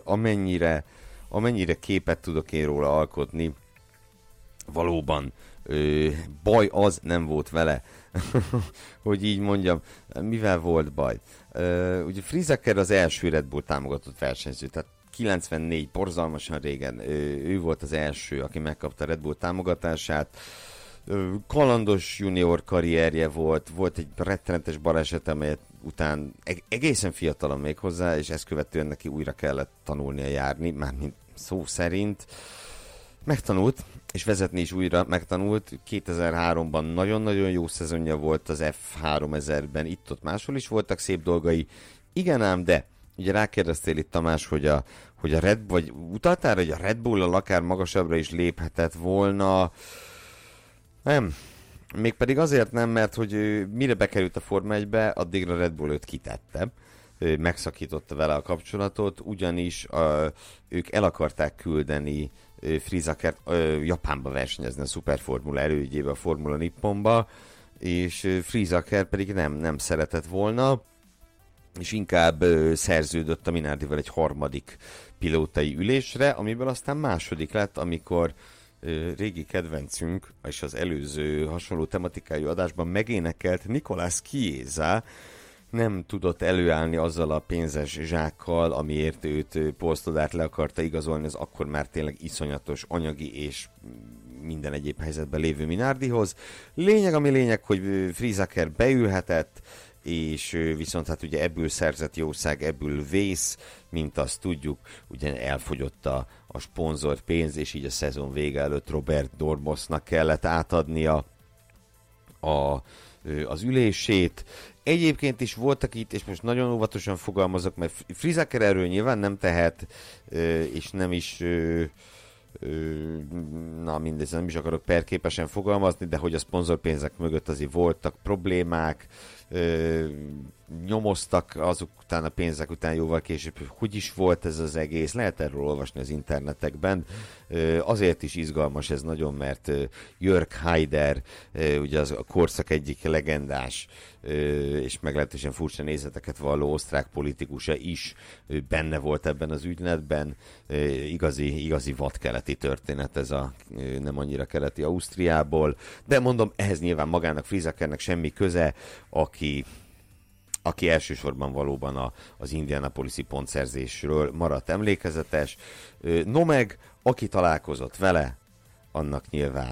amennyire képet tudok én róla alkotni, valóban baj az nem volt vele, hogy így mondjam. Mivel volt baj? Ugye Friesacher az első Red Bull támogatott versenyző, tehát 94, borzalmasan régen ő volt az első, aki megkapta Red Bull támogatását. Kalandos junior karrierje volt egy rettenetes baleset, amelyet után egészen fiatalon még hozzá, és ezt követően neki újra kellett tanulnia járni, mármint szó szerint. Megtanult, és vezetni is újra megtanult. 2003-ban nagyon-nagyon jó szezonja volt az F3000-ben, itt-ott máshol is voltak szép dolgai. Igen ám, de ugye rákérdeztél itt, Tamás, hogy a Red Bull, vagy utaltál, hogy a Red Bull-al akár magasabbra is léphetett volna. Nem. Mégpedig azért nem, mert hogy mire bekerült a Forma 1-be, addigra Red Bull őt kitette. Megszakította vele a kapcsolatot, ugyanis ők el akarták küldeni Friesachert Japánba versenyezni a Superformula elődjébe, a Formula Nipponba, és Friesacher pedig nem szeretett volna, és inkább szerződött a Minardival egy harmadik pilótai ülésre, amiből aztán második lett, amikor régi kedvencünk, és az előző hasonló tematikájú adásban megénekelt Nicolas Chiesa nem tudott előállni azzal a pénzes zsákkal, amiért őt Paul Stoddart le akarta igazolni, az akkor már tényleg iszonyatos anyagi és minden egyéb helyzetben lévő Minardihoz. Lényeg, hogy Friesacher beülhetett, és viszont hát ugye ebből szerzett jószág, ebből vész, mint azt tudjuk, ugye elfogyott a szponzor pénz, és így a szezon vége előtt Robert Dormosnak kellett átadnia az ülését. Egyébként is voltak itt, és most nagyon óvatosan fogalmazok, mert Friesacker erről nyilván nem tehet, és nem is mindegy, nem is akarok perképesen fogalmazni, de hogy a szponzorpénzek mögött azért voltak problémák, nyomoztak azok után a pénzek után jóval később, hogy is volt ez az egész, lehet erről olvasni az internetekben. Azért is izgalmas ez nagyon, mert Jörg Haider, ugye az a korszak egyik legendás és meglehetősen furcsa nézeteket valló osztrák politikusa is benne volt ebben az ügyletben. Igazi vadkeleti történet ez a nem annyira keleti Ausztriából, de mondom, ehhez nyilván magának Friesackernek semmi köze, aki elsősorban valóban az Indianapolisi pontszerzésről maradt emlékezetes. No meg, aki találkozott vele, annak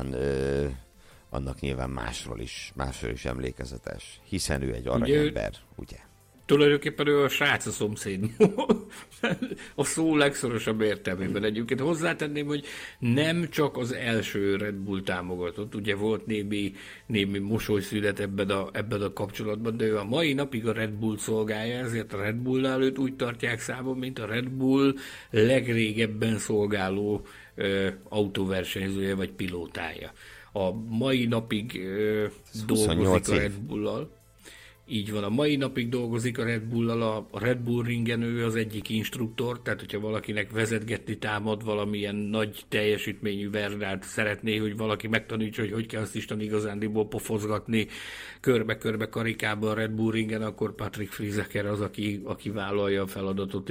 nyilván másról is emlékezetes, hiszen ő egy aranyember, ugye? Tulajdonképpen ő a srác a szomszéd. A szó legszorosabb értelmében egyébként. Hozzátenném, hogy nem csak az első Red Bull támogatott, ugye volt némi mosolyszület ebben a kapcsolatban, de ő a mai napig a Red Bull szolgálja, ezért a Red Bullnál őt úgy tartják számon, mint a Red Bull legrégebben szolgáló autóversenyzője vagy pilótája. A mai napig dolgozik a Red Bull-al. Így van, a mai napig dolgozik a Red Bull-al, a Red Bull ringen ő az egyik instruktor, tehát hogyha valakinek vezetgetni támad valamilyen nagy teljesítményű verdát szeretné, hogy valaki megtanítsa, hogy kell azt Isten igazándiból pofozgatni körbe-körbe karikába a Red Bull ringen, akkor Patrick Friesacker az, aki vállalja a feladatot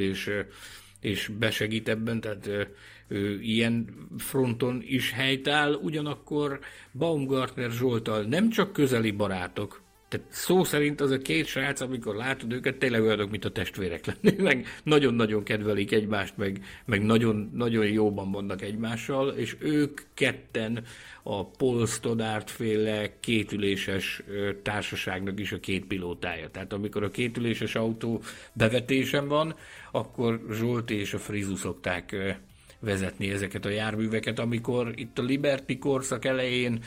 és besegít ebben, tehát ő ilyen fronton is helytáll, ugyanakkor Baumgartner Zsolttal nem csak közeli barátok, tehát szó szerint az a két srác, amikor látod őket, tényleg olyanok, mint a testvérek lennének. Nagyon-nagyon kedvelik egymást, meg nagyon, nagyon jóban vannak egymással, és ők ketten a Paul Stoddart féle kétüléses társaságnak is a két pilótája. Tehát amikor a kétüléses autó bevetésen van, akkor Zsolti és a Frizu szokták vezetni ezeket a járműveket, amikor itt a Liberty korszak elején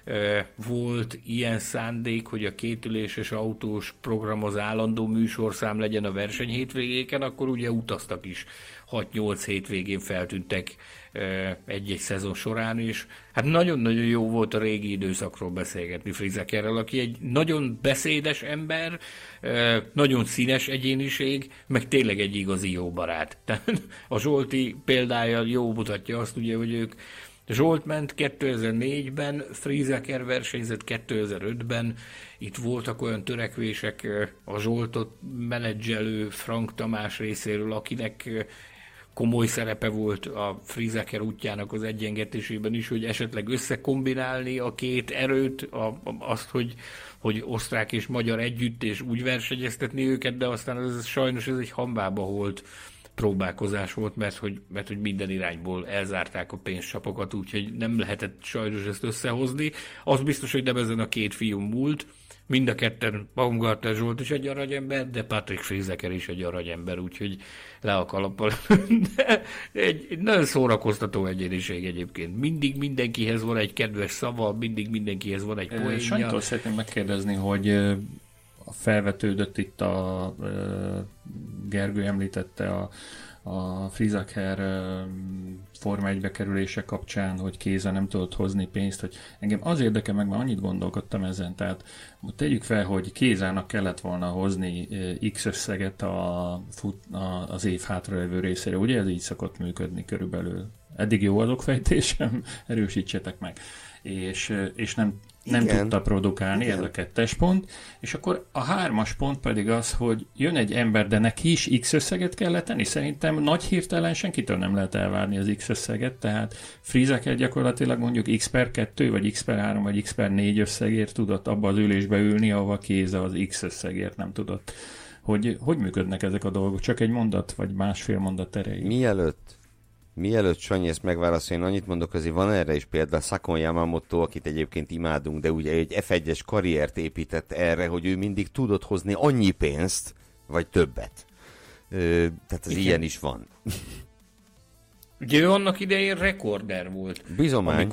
volt ilyen szándék, hogy a kétüléses autós program az állandó műsorszám legyen a versenyhétvégéken, akkor ugye utaztak is. 6-8 hétvégén feltűntek egy-egy szezon során, és hát nagyon-nagyon jó volt a régi időszakról beszélgetni Friesackerrel, aki egy nagyon beszédes ember, nagyon színes egyéniség, meg tényleg egy igazi jó barát. Tehát a Zsolti példája jó mutatja azt, ugye, hogy ők Zsolt ment 2004-ben, Friesacker versenyzett 2005-ben, itt voltak olyan törekvések a Zsoltot menedzselő Frank Tamás részéről, akinek komoly szerepe volt a Friesacker útjának az egyengetésében is, hogy esetleg összekombinálni a két erőt, azt, hogy osztrák és magyar együtt, és úgy versenyeztetni őket, de aztán sajnos ez egy hambába holt próbálkozás volt, mert hogy minden irányból elzárták a pénzcsapokat, úgyhogy nem lehetett sajnos ezt összehozni. Az biztos, hogy nem ezen a két fiú múlt. Mind a ketten, Baumgartner Zsolt is egy aranyember, de Patrick Friesacker is egy aranyember, úgyhogy le a kalappal. De egy nagyon szórakoztató egyéniség egyébként. Mindig mindenkihez van egy kedves szava, mindig mindenkihez van egy poénja. Sajnálom szeretném megkérdezni, hogy felvetődött itt Gergő említette a Friesacker Forma 1-be kerülése kapcsán, hogy Kéza nem tudott hozni pénzt, hogy engem az érdekel meg, már annyit gondolkodtam ezen, tehát tegyük fel, hogy Kézának kellett volna hozni X összeget az év hátralévő részére, ugye ez így szokott működni körülbelül. Eddig jó az okfejtésem, erősítsetek meg. És nem tudta produkálni, igen. Ez a 2-es pont, és akkor a 3-as pont pedig az, hogy jön egy ember, de neki is X összeget kell tenni. Szerintem nagy hirtelen senkitől nem lehet elvárni az X összeget, tehát Friesacker gyakorlatilag mondjuk X/2, vagy X/3, vagy X/4 összegért tudott abba az ülésbe ülni, ahova Kéza az X összegért nem tudott. Hogy működnek ezek a dolgok? Csak egy mondat, vagy másfél mondat erejéig? Mielőtt Sanyi ezt megválaszolja, én annyit mondok, azért van erre is példa, Sakon Yamamoto, akit egyébként imádunk, de ugye egy F1-es karriert épített erre, hogy ő mindig tudott hozni annyi pénzt, vagy többet. Tehát az ilyen is van. Ugye ő annak idején rekorder volt. Bizomány.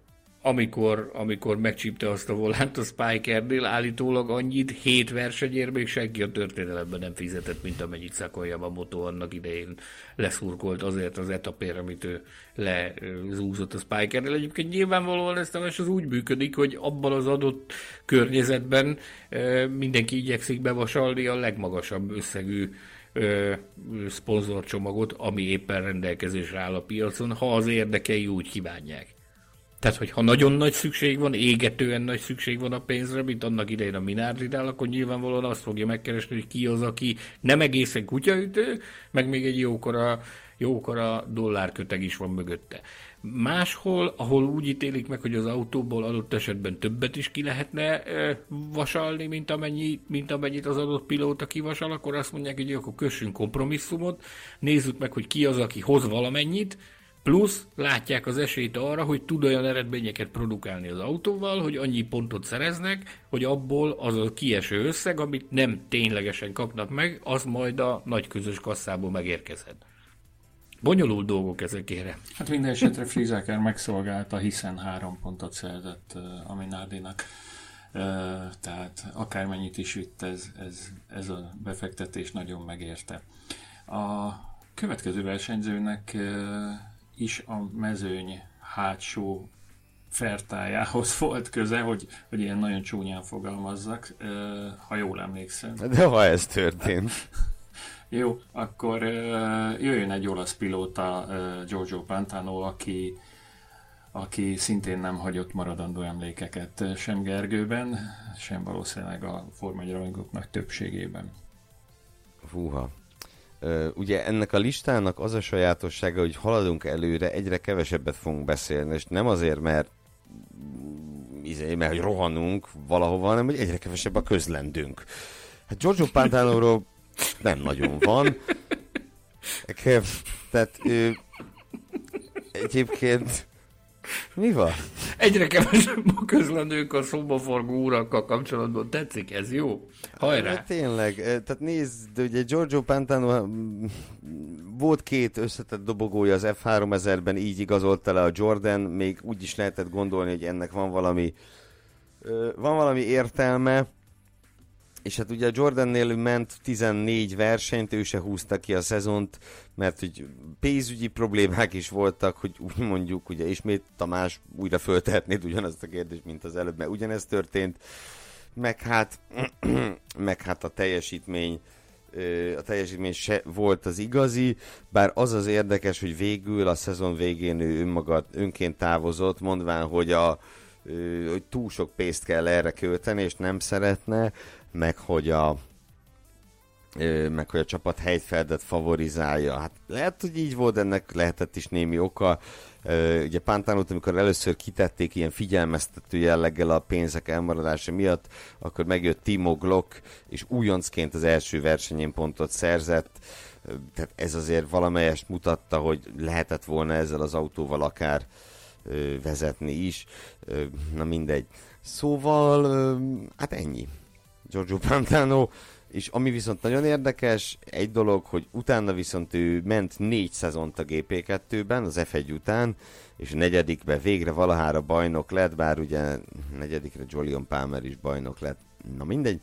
Amikor megcsípte azt a volánt a Spikernél, állítólag annyit 7 versenyért még senki a történelemben nem fizetett, mint amennyit Sakon Yamamoto annak idején leszurkolt azért az etapért, amit ő lezúzott a Spikernél. Egyébként nyilvánvalóan ez az úgy működik, hogy abban az adott környezetben mindenki igyekszik bevasalni a legmagasabb összegű szponzorcsomagot, ami éppen rendelkezésre áll a piacon, ha az érdekei úgy kívánják. Tehát, hogyha nagyon nagy szükség van, égetően nagy szükség van a pénzre, mint annak idején a Minardinál, akkor nyilvánvalóan azt fogja megkeresni, hogy ki az, aki nem egészen kutyaütő, meg még egy jókora dollárköteg is van mögötte. Máshol, ahol úgy ítélik meg, hogy az autóból adott esetben többet is ki lehetne vasalni, mint amennyit az adott pilóta kivasal, akkor azt mondják, hogy akkor kössünk kompromisszumot, nézzük meg, hogy ki az, aki hoz valamennyit, plusz látják az esélyt arra, hogy tud olyan eredményeket produkálni az autóval, hogy annyi pontot szereznek, hogy abból az a kieső összeg, amit nem ténylegesen kapnak meg, az majd a nagy közös kasszából megérkezhet. Bonyolult dolgok ezekére. Hát minden esetre Frizeker megszolgálta, hiszen 3 pontot szerzett a Minardinak. Tehát akármennyit is vitt, ez a befektetés nagyon megérte. A következő versenyzőnek is a mezőny hátsó fertájához volt köze, hogy ilyen nagyon csúnyán fogalmazzak, ha jól emlékszem. De ha ez történt. Jó, akkor jöjjön egy olasz pilóta, Giorgio Pantano, aki szintén nem hagyott maradandó emlékeket sem Gergőben, sem valószínűleg a Forma 1 rajongóknak többségében. Húha. Ugye ennek a listának az a sajátossága, hogy haladunk előre, egyre kevesebbet fogunk beszélni, és nem azért, mert hogy rohanunk valahova, hanem hogy egyre kevesebb a közlendünk. Hát Giorgio Pantanóról nem nagyon van. Tehát egyébként mi van? Egyre kevesebb a közlendők a szobaforgó urakkal kapcsolatban. Tetszik ez? Jó? Hajrá! Hát tényleg, tehát nézd, ugye Giorgio Pantano volt 2 összetett dobogója az F3000-ben, így igazolta le a Jordan, még úgy is lehetett gondolni, hogy ennek van valami értelme, és hát ugye a Jordannél ment 14 versenyt, ő se húzta ki a szezont, mert hogy pénzügyi problémák is voltak, hogy úgy mondjuk, ugye ismét Tamás újra föltehetnéd ugyanazt a kérdést, mint az előbb, mert ugyanez történt, meg hát a teljesítmény se volt az igazi, bár az érdekes, hogy végül a szezon végén ő önként távozott, mondván, hogy hogy túl sok pénzt kell erre költeni, és nem szeretne, meg hogy a csapat Heidfeldet favorizálja. Hát lehet, hogy így volt, ennek lehetett is némi oka. Ugye Pantanót, amikor először kitették ilyen figyelmeztető jelleggel a pénzek elmaradása miatt, akkor megjött Timo Glock, és újoncként az első versenyén pontot szerzett. Tehát ez azért valamelyest mutatta, hogy lehetett volna ezzel az autóval akár vezetni is. Na mindegy. Szóval, hát ennyi. Giorgio Pantano, és ami viszont nagyon érdekes, egy dolog, hogy utána viszont ő ment 4 szezont a GP2-ben, az F1 után, és a 4. végre valahára bajnok lett, bár ugye 4. Jolyon Palmer is bajnok lett, na mindegy,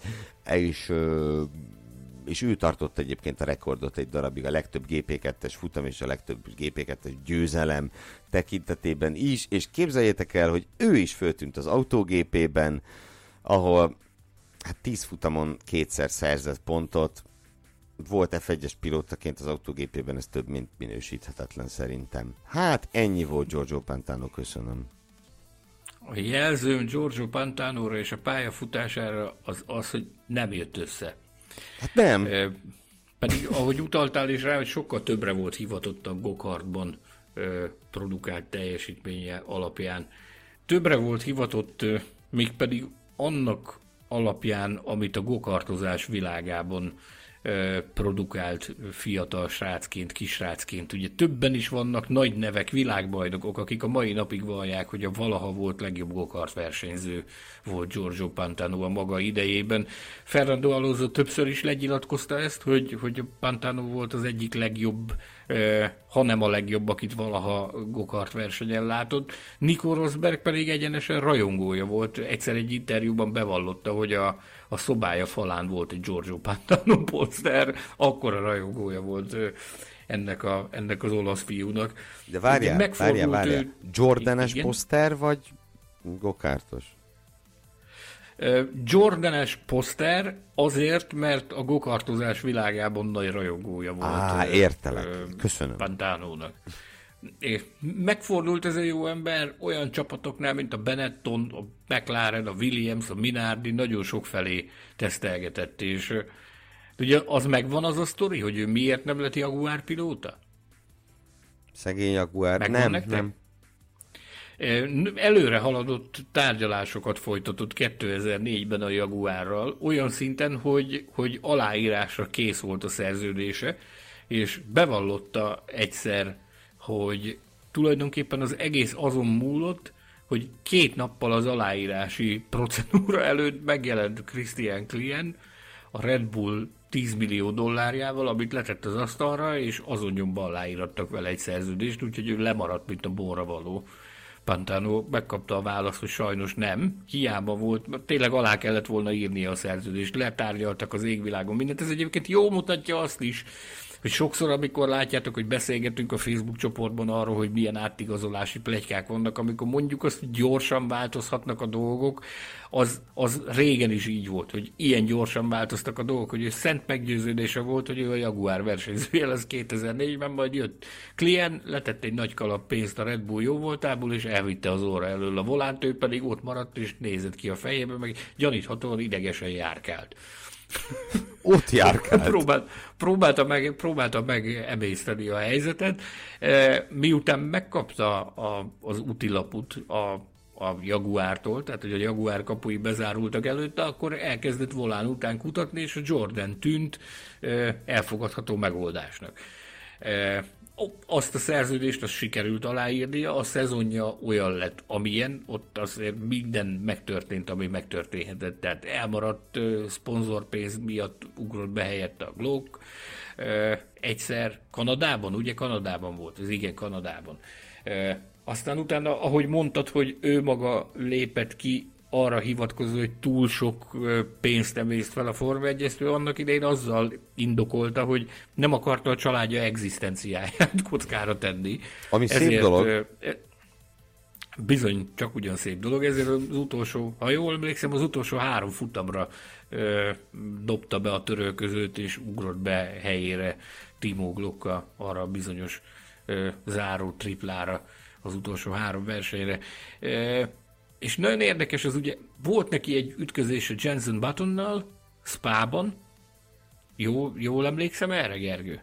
és ő tartott egyébként a rekordot egy darabig, a legtöbb GP2-es futam és a legtöbb GP2-es győzelem tekintetében is, és képzeljétek el, hogy ő is föltűnt az autógépében, ahol hát 10 futamon 2-szer szerzett pontot, volt F1-es pilótaként az autógépében, ez több, mint minősíthetetlen szerintem. Hát ennyi volt Giorgio Pantano, köszönöm. A jelzőm Giorgio Pantanóra és a pályafutására az, hogy nem jött össze. Hát nem. Pedig, ahogy utaltál is rá, hogy sokkal többre volt hivatott a go-kartban produkált teljesítménye alapján. Többre volt hivatott, mégpedig annak alapján, amit a go-kartozás világában produkált fiatal srácként, kisrácként. Ugye többen is vannak nagy nevek, világbajnokok, akik a mai napig vallják, hogy a valaha volt legjobb gokart versenyző volt Giorgio Pantano a maga idejében. Fernando Alonso többször is lenyilatkozta ezt, hogy Pantano volt az egyik legjobb, ha nem a legjobb, akit valaha gokart versenyen látott. Nico Rosberg pedig egyenesen rajongója volt. Egyszer egy interjúban bevallotta, hogy a szobája falán volt egy Giorgio Pantano poszter, akkora rajongója volt ennek az olasz fiúnak. De várjál. Jordanes poszter vagy gokártos? Jordanes poszter azért, mert a gokartozás világában nagy rajongója volt. Értelek. Köszönöm. Pantanónak. Megfordult ez a jó ember olyan csapatoknál, mint a Benetton, a McLaren, a Williams, a Minardi, nagyon sok felé tesztelgetett, és ugye az megvan az a sztori, hogy ő miért nem lett Jaguar pilóta? Szegény Jaguar. Megvan Nem. Előre haladott tárgyalásokat folytatott 2004-ben a Jaguarral, olyan szinten, hogy aláírásra kész volt a szerződése, és bevallotta egyszer, hogy tulajdonképpen az egész azon múlott, hogy 2 nappal az aláírási procedúra előtt megjelent Christian Klien a Red Bull $10 millió, amit letett az asztalra, és azon nyomban aláírattak vele egy szerződést, úgyhogy ő lemaradt, mint a borra való. Pantano megkapta a választ, hogy sajnos nem, hiába volt, tényleg alá kellett volna írnia a szerződést, letárgyaltak az égvilágon mindent. Ez egyébként jól mutatja azt is, hogy sokszor, amikor látjátok, hogy beszélgetünk a Facebook csoportban arról, hogy milyen átigazolási pletykák vannak, amikor mondjuk azt, hogy gyorsan változhatnak a dolgok, az régen is így volt, hogy ilyen gyorsan változtak a dolgok, hogy ő szent meggyőződése volt, hogy ő a Jaguar versenyzője lesz 2004-ben, majd jött Klien, letett egy nagy kalap pénzt a Red Bull jó voltából, és elvitte az óra elől a volánt, ő pedig ott maradt, és nézett ki a fejébe, meg gyaníthatóan idegesen járkált. Ott járkált. Próbálta meg emészteni a helyzetet. Miután megkapta az útilaput a Jaguártól, tehát hogy a Jaguár kapui bezárultak előtte, akkor elkezdett volán után kutatni, és a Jordan tűnt elfogadható megoldásnak. Azt a szerződést azt sikerült aláírnia, a szezonja olyan lett, amilyen, ott azért minden megtörtént, ami megtörténhetett, tehát elmaradt szponzorpénz miatt ugrott be helyette a Glock, egyszer Kanadában, ugye Kanadában volt, ez igen, Kanadában. Aztán utána, ahogy mondtad, hogy ő maga lépett ki, arra hivatkozó, hogy túl sok pénzt emészt fel a Forma 1-esztől, annak idején azzal indokolta, hogy nem akarta a családja egzisztenciáját kockára tenni. Ami szép dolog. Bizony, csak ugyan szép dolog, ezért az utolsó, ha jól emlékszem, az utolsó 3 futamra dobta be a törölközőt, és ugrott be helyére Timo Glocka arra a bizonyos záró triplára az utolsó 3 versenyre. És nagyon érdekes, az ugye volt neki egy ütközés a Jenson Buttonnal, Spában. Jól emlékszem erre, Gergő?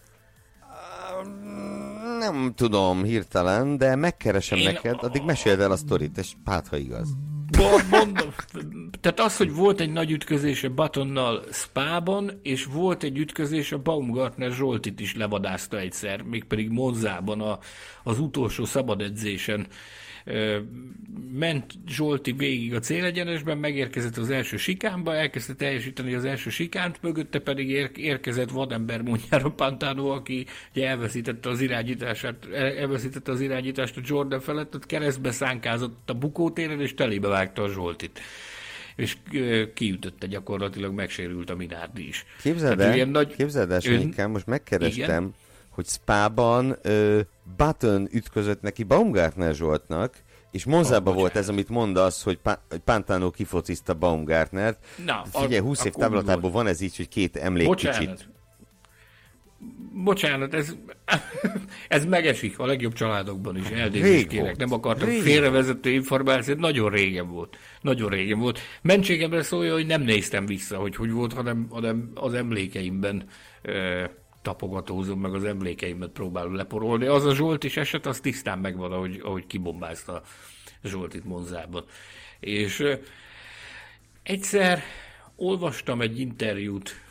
Nem tudom hirtelen, de megkeresem neked, addig meséld el a sztorit, és hát, ha igaz. Mondom, tehát az, hogy volt egy nagy ütközés a Buttonnal Spában, és volt egy ütközés a Baumgartner Zsoltit is levadázta egyszer, mégpedig Monzában az utolsó szabad edzésen. Ment Zsolti végig a célegyenesben, megérkezett az első sikánba, elkezdte teljesíteni az első sikánt, mögötte pedig érkezett vadember mondjára Pantano, aki ugye elveszítette az irányítást a Jordan felett, ott keresztbe szánkázott a bukótéren, és telébe vágta a Zsoltit. És kiütötte, gyakorlatilag megsérült a Minardi is. Képzeld el, Sanyikám, most megkerestem, igen? Hogy Spában Button ütközött neki Baumgartner Zsoltnak, és Monzában volt ez, amit mondasz, hogy Pantano kifocizta Baumgartnert. Figyelj, 20 év távlatából van ez így, hogy 2 emlék kicsit. Bocsánat, ez megesik a legjobb családokban is, elnézést kérek, nem akartam félrevezető információt, nagyon régen volt. Mentségemre szólja, hogy nem néztem vissza, hogy volt, hanem az emlékeimben tapogatózom, meg az emlékeimet próbálom leporolni. Az a Zsolt is eset, az tisztán megvan, ahogy kibombázta Zsoltit Monzában. És egyszer olvastam egy interjút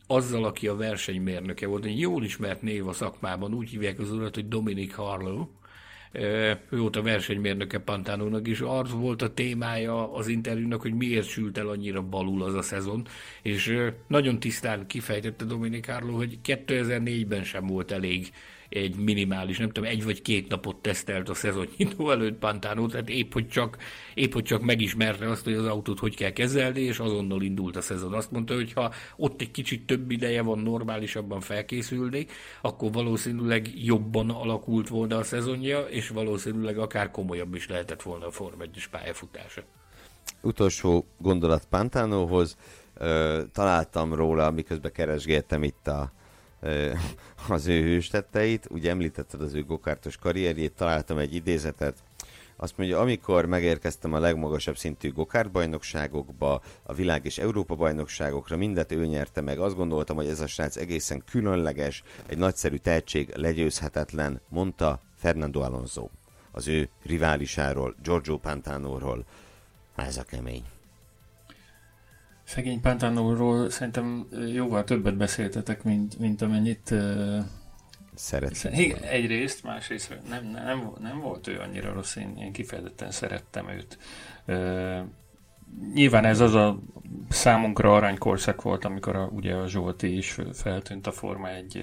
azzal, aki a versenymérnöke volt, egy jól ismert név a szakmában, úgy hívják az urat, hogy Dominic Harlow. Ő volt a versenymérnöke Pantanónak, és az volt a témája az interjúnak, hogy miért sült el annyira balul az a szezon, és nagyon tisztán kifejtette Dominic Harlow, hogy 2004-ben sem volt elég egy minimális, nem tudom, 1 vagy 2 napot tesztelt a szezonnyitó előtt Pantano, tehát épp hogy csak megismerte azt, hogy az autót hogy kell kezelni, és azonnal indult a szezon. Azt mondta, hogy ha ott egy kicsit több ideje van normálisabban felkészülni, akkor valószínűleg jobban alakult volna a szezonja, és valószínűleg akár komolyabb is lehetett volna a Forma 1-es pályafutása. Utolsó gondolat Pantanóhoz. Találtam róla, miközben keresgéltem itt az ő hőstetteit. Ugye említetted az ő gokártos karrierjét, találtam egy idézetet. Azt mondja, amikor megérkeztem a legmagasabb szintű gokártbajnokságokba, a világ és Európa bajnokságokra, mindet ő nyerte meg. Azt gondoltam, hogy ez a srác egészen különleges, egy nagyszerű tehetség, legyőzhetetlen, mondta Fernando Alonso az ő riválisáról, Giorgio Pantanóról. Ez a kemény. Szegény Pantanóról szerintem jóval többet beszéltetek, mint amennyit szeretem. Egyrészt, másrészt nem volt ő annyira rossz, én kifejezetten szerettem őt. Nyilván ez az a számunkra aranykorszak volt, amikor ugye a Zsolti is feltűnt a Forma 1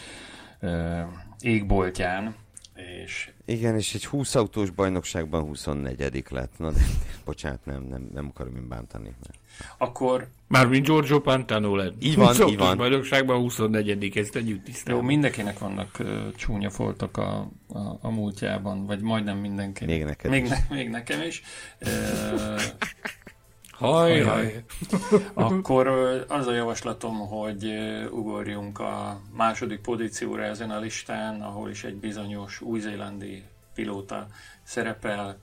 égboltján. És igen, és egy 20 autós bajnokságban 24. lett. Na, de bocsánat, nem akarom én bántani. Akkor... Mármint Giorgio Pantano lett. Így van, 20 így van. bajnokságban 24. ezt tegyük tisztában. Jó, mindenkinek vannak csúnya foltok a múltjában, vagy majdnem mindenkinek. Még neked még nekem is. Hajjaj. Akkor az a javaslatom, hogy ugorjunk a második pozícióra ezen a listán, ahol is egy bizonyos új-zélandi pilóta szerepel,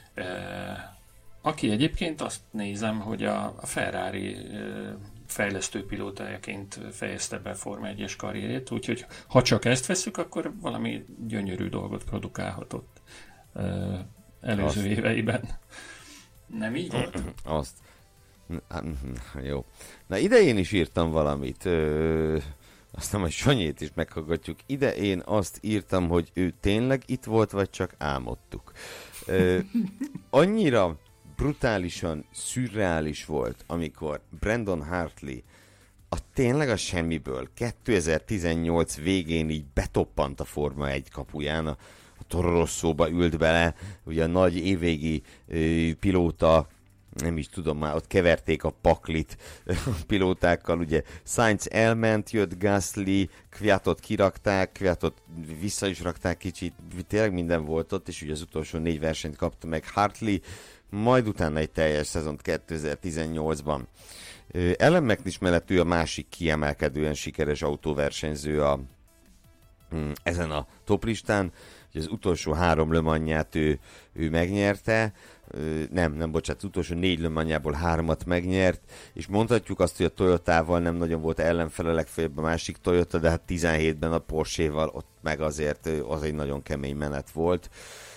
aki egyébként azt nézem, hogy a Ferrari fejlesztő pilótájaként fejezte be Forma 1-es karrierjét, úgyhogy ha csak ezt veszük, akkor valami gyönyörű dolgot produkálhatott előző éveiben. Nem így volt? Azt. Jó. Na ide én is írtam valamit. Aztán majd Sanyét is meghallgatjuk. Ide én azt írtam, hogy ő tényleg itt volt, vagy csak álmodtuk. Annyira brutálisan szürreális volt, amikor Brandon Hartley tényleg a semmiből 2018 végén így betoppant a Forma 1 kapuján, a Toro Rosszóba ült bele, ugye a nagy évvégi pilóta, nem is tudom már, ott keverték a paklit a pilótákkal, ugye Sainz elment, jött Gasly, Kviatot kirakták, Kviatot vissza is rakták kicsit, tényleg minden volt ott, és ugye az utolsó 4 versenyt kapta meg Hartley, majd utána egy teljes szezont 2018-ban. Ellen McNish mellett ő a másik kiemelkedően sikeres autóversenyző ezen a toplistán. Az utolsó 3 Le Mans-ját ő megnyerte, bocsánat, az utolsó 4 Le Mans-jából 3-at megnyert, és mondhatjuk azt, hogy a Toyotával nem nagyon volt ellenfele, legfeljebb a másik Toyota, de hát 17-ben a Porsche-val ott meg azért az egy nagyon kemény menet volt.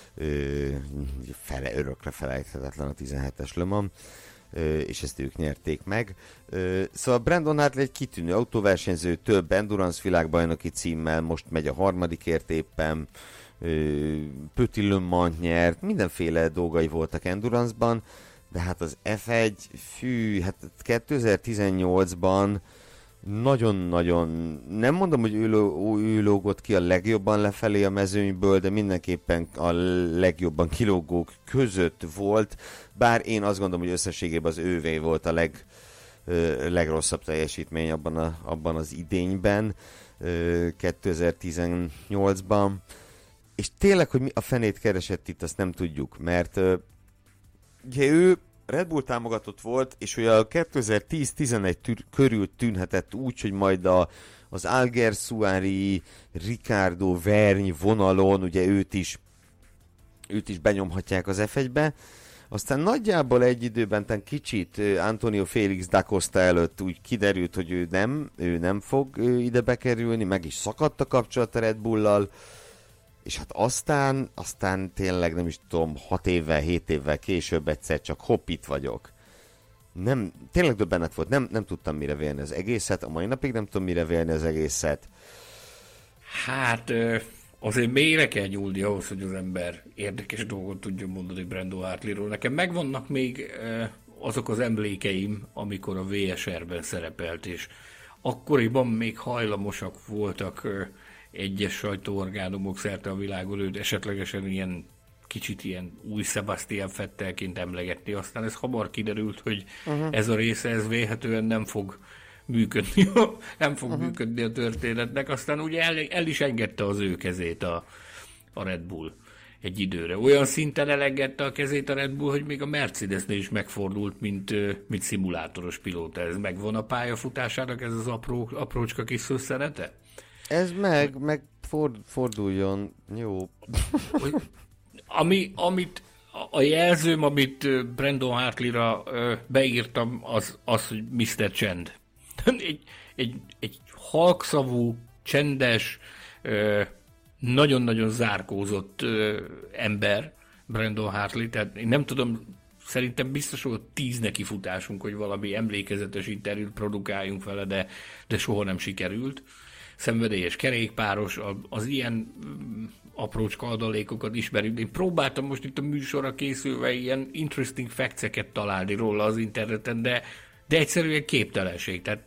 Örökre felejthetetlen a 17-es Le Mans, és ezt ők nyerték meg. Szóval Brandon Hartley egy kitűnő autóversenyző, több endurance világbajnoki címmel, most megy a 3. éppen, Petit Le Mans nyert, mindenféle dolgai voltak endurance-ban, de hát az F1, hát 2018-ban nagyon-nagyon, nem mondom, hogy ő lógott ki a legjobban lefelé a mezőnyből, de mindenképpen a legjobban kilógók között volt, bár én azt gondolom, hogy összességében az ővé volt a legrosszabb teljesítmény abban az idényben, 2018-ban. És tényleg, hogy mi a fenét keresett itt, azt nem tudjuk, mert ugye ő Red Bull támogatott volt, és hogy a 2010-11 körül tűnhetett úgy, hogy majd az Alguersuari, Ricardo Vergne vonalon, ugye őt is benyomhatják az F1-be. Aztán nagyjából egy időben kicsit Antonio Félix da Costa előtt úgy kiderült, hogy ő nem fog ide bekerülni, meg is szakadt a kapcsolat a Red Bullal, és hát aztán tényleg nem is tudom, 6 évvel, 7 évvel később egyszer csak hopp, itt vagyok. tényleg döbbenet volt, nem tudtam mire vélni az egészet, a mai napig nem tudom mire vélni az egészet. Hát azért mélyre kell nyúlni ahhoz, hogy az ember érdekes dolgot tudjon mondani Brandon Hartleyról. Nekem megvannak még azok az emlékeim, amikor a VSR-ben szerepelt, és akkoriban még hajlamosak voltak egyes sajtóorgánumok szerte a világon őt esetlegesen ilyen kicsit ilyen új Sebastian Vettelként emlegetni. Aztán ez hamar kiderült, hogy ez a része, ez vélhetően nem fog működni a történetnek. Aztán ugye el is engedte az ő kezét a Red Bull egy időre. Olyan szinten elengedte a kezét a Red Bull, hogy még a Mercedesnél is megfordult, mint szimulátoros pilóta. Ez megvan a pályafutásának, ez az aprócska kis szösszenete? Ez meg forduljon, jó. Amit a jelzőm, amit Brandon Hartleyra beírtam, az, hogy Mr. Csend. egy halkszavú, csendes, nagyon-nagyon zárkózott ember, Brandon Hartley, tehát én nem tudom, szerintem biztos volt 10 nekifutásunk, hogy valami emlékezetes interjút produkáljunk vele, de soha nem sikerült. Szenvedélyes kerékpáros, az ilyen aprócska adalékokat ismerjük. Én próbáltam most itt a műsorra készülve ilyen interesting facts-eket találni róla az interneten, de egyszerűen képtelenség. Tehát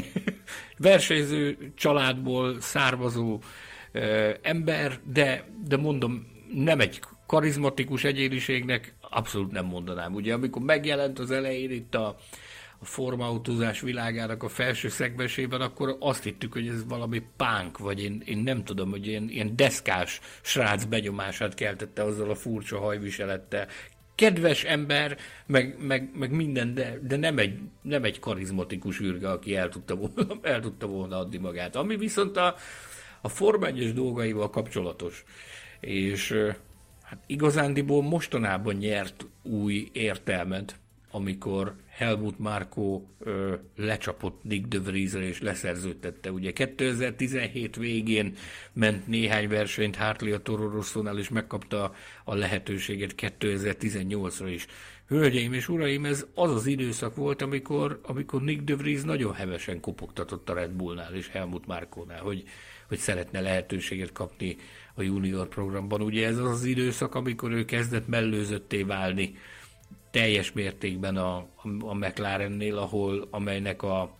versenyző családból származó ember, de mondom, nem egy karizmatikus egyéniségnek abszolút nem mondanám. Ugye amikor megjelent az elején itt a formautózás világának a felső szegmensében, akkor azt hittük, hogy ez valami punk, vagy én nem tudom, hogy ilyen deszkás srác benyomását keltette azzal a furcsa hajviselettel. Kedves ember, meg minden, de nem egy karizmatikus űrge, aki el tudta volna adni magát. Ami viszont a Forma 1-es dolgaival kapcsolatos. És hát igazándiból mostanában nyert új értelmet, amikor Helmut Marko lecsapott Nick de Vriesre és leszerződtette. Ugye 2017 végén ment néhány versenyt Hartley a Toro Rossónál, és megkapta a lehetőséget 2018-ra is. Hölgyeim és uraim, ez az az időszak volt, amikor Nick de Vries nagyon hevesen kopogtatott a Red Bullnál és Helmut Markónál, hogy szeretne lehetőséget kapni a junior programban. Ugye ez az időszak, amikor ő kezdett mellőzötté válni teljes mértékben a McLarennél, amelynek a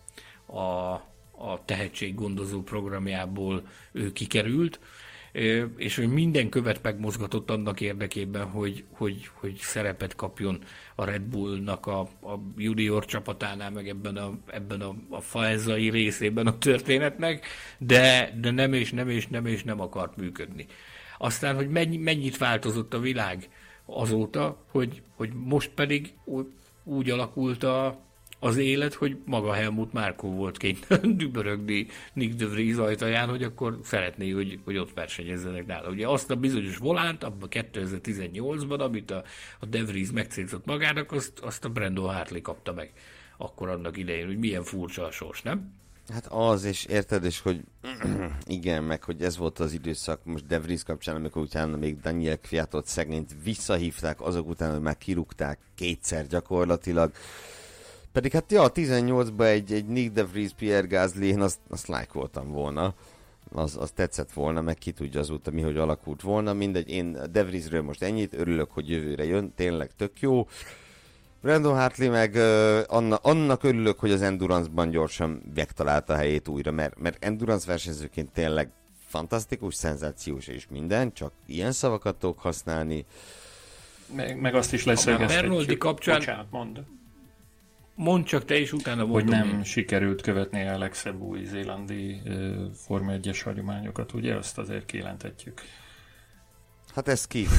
tehetséggondozó programjából ő kikerült, és hogy minden követ megmozgatott annak érdekében, hogy szerepet kapjon a Red Bullnak a junior csapatánál, meg ebben a faenzai részében a történetnek, de nem akart működni. Aztán, hogy mennyit változott a világ azóta, hogy most pedig úgy alakult az élet, hogy maga Helmut Marko volt kénytelen dübörögni Nick de Vries ajtaján, hogy akkor szeretné, hogy ott versenyezzenek nála. Ugye azt a bizonyos volánt, abban 2018-ban, amit a de Vries megcélzott magának, azt a Brandon Hartley kapta meg akkor annak idején, hogy milyen furcsa a sors, nem? Hát az, és érted, és hogy igen, meg hogy ez volt az időszak most De Vries kapcsán, amikor utána még Daniel Kviatot szegényt visszahívták, azok után, hogy már kirúgták kétszer gyakorlatilag. Pedig hát ja, 18-ban egy Nick De Vries, Pierre Gasly, én azt lájkoltam volna. Az tetszett volna, meg ki tudja azóta mi, hogy alakult volna. Mindegy, én De Vriesről most ennyit, örülök, hogy jövőre jön, tényleg tök jó. Brandon Hartley meg annak örülök, hogy az Endurance-ban gyorsan megtalálta a helyét újra, mert Endurance versenyzőként tényleg fantasztikus, szenzációs és minden, csak ilyen szavakat tudok használni. Meg azt is leszögezhetjük. Bernoldi kapcsán... Bocsánat, mondd csak te is, utána hogy nem én. sikerült követni a legszebb új-zélandi Forma 1-es hagyományokat, ugye? Azt azért kijelenthetjük. Hát ez ki?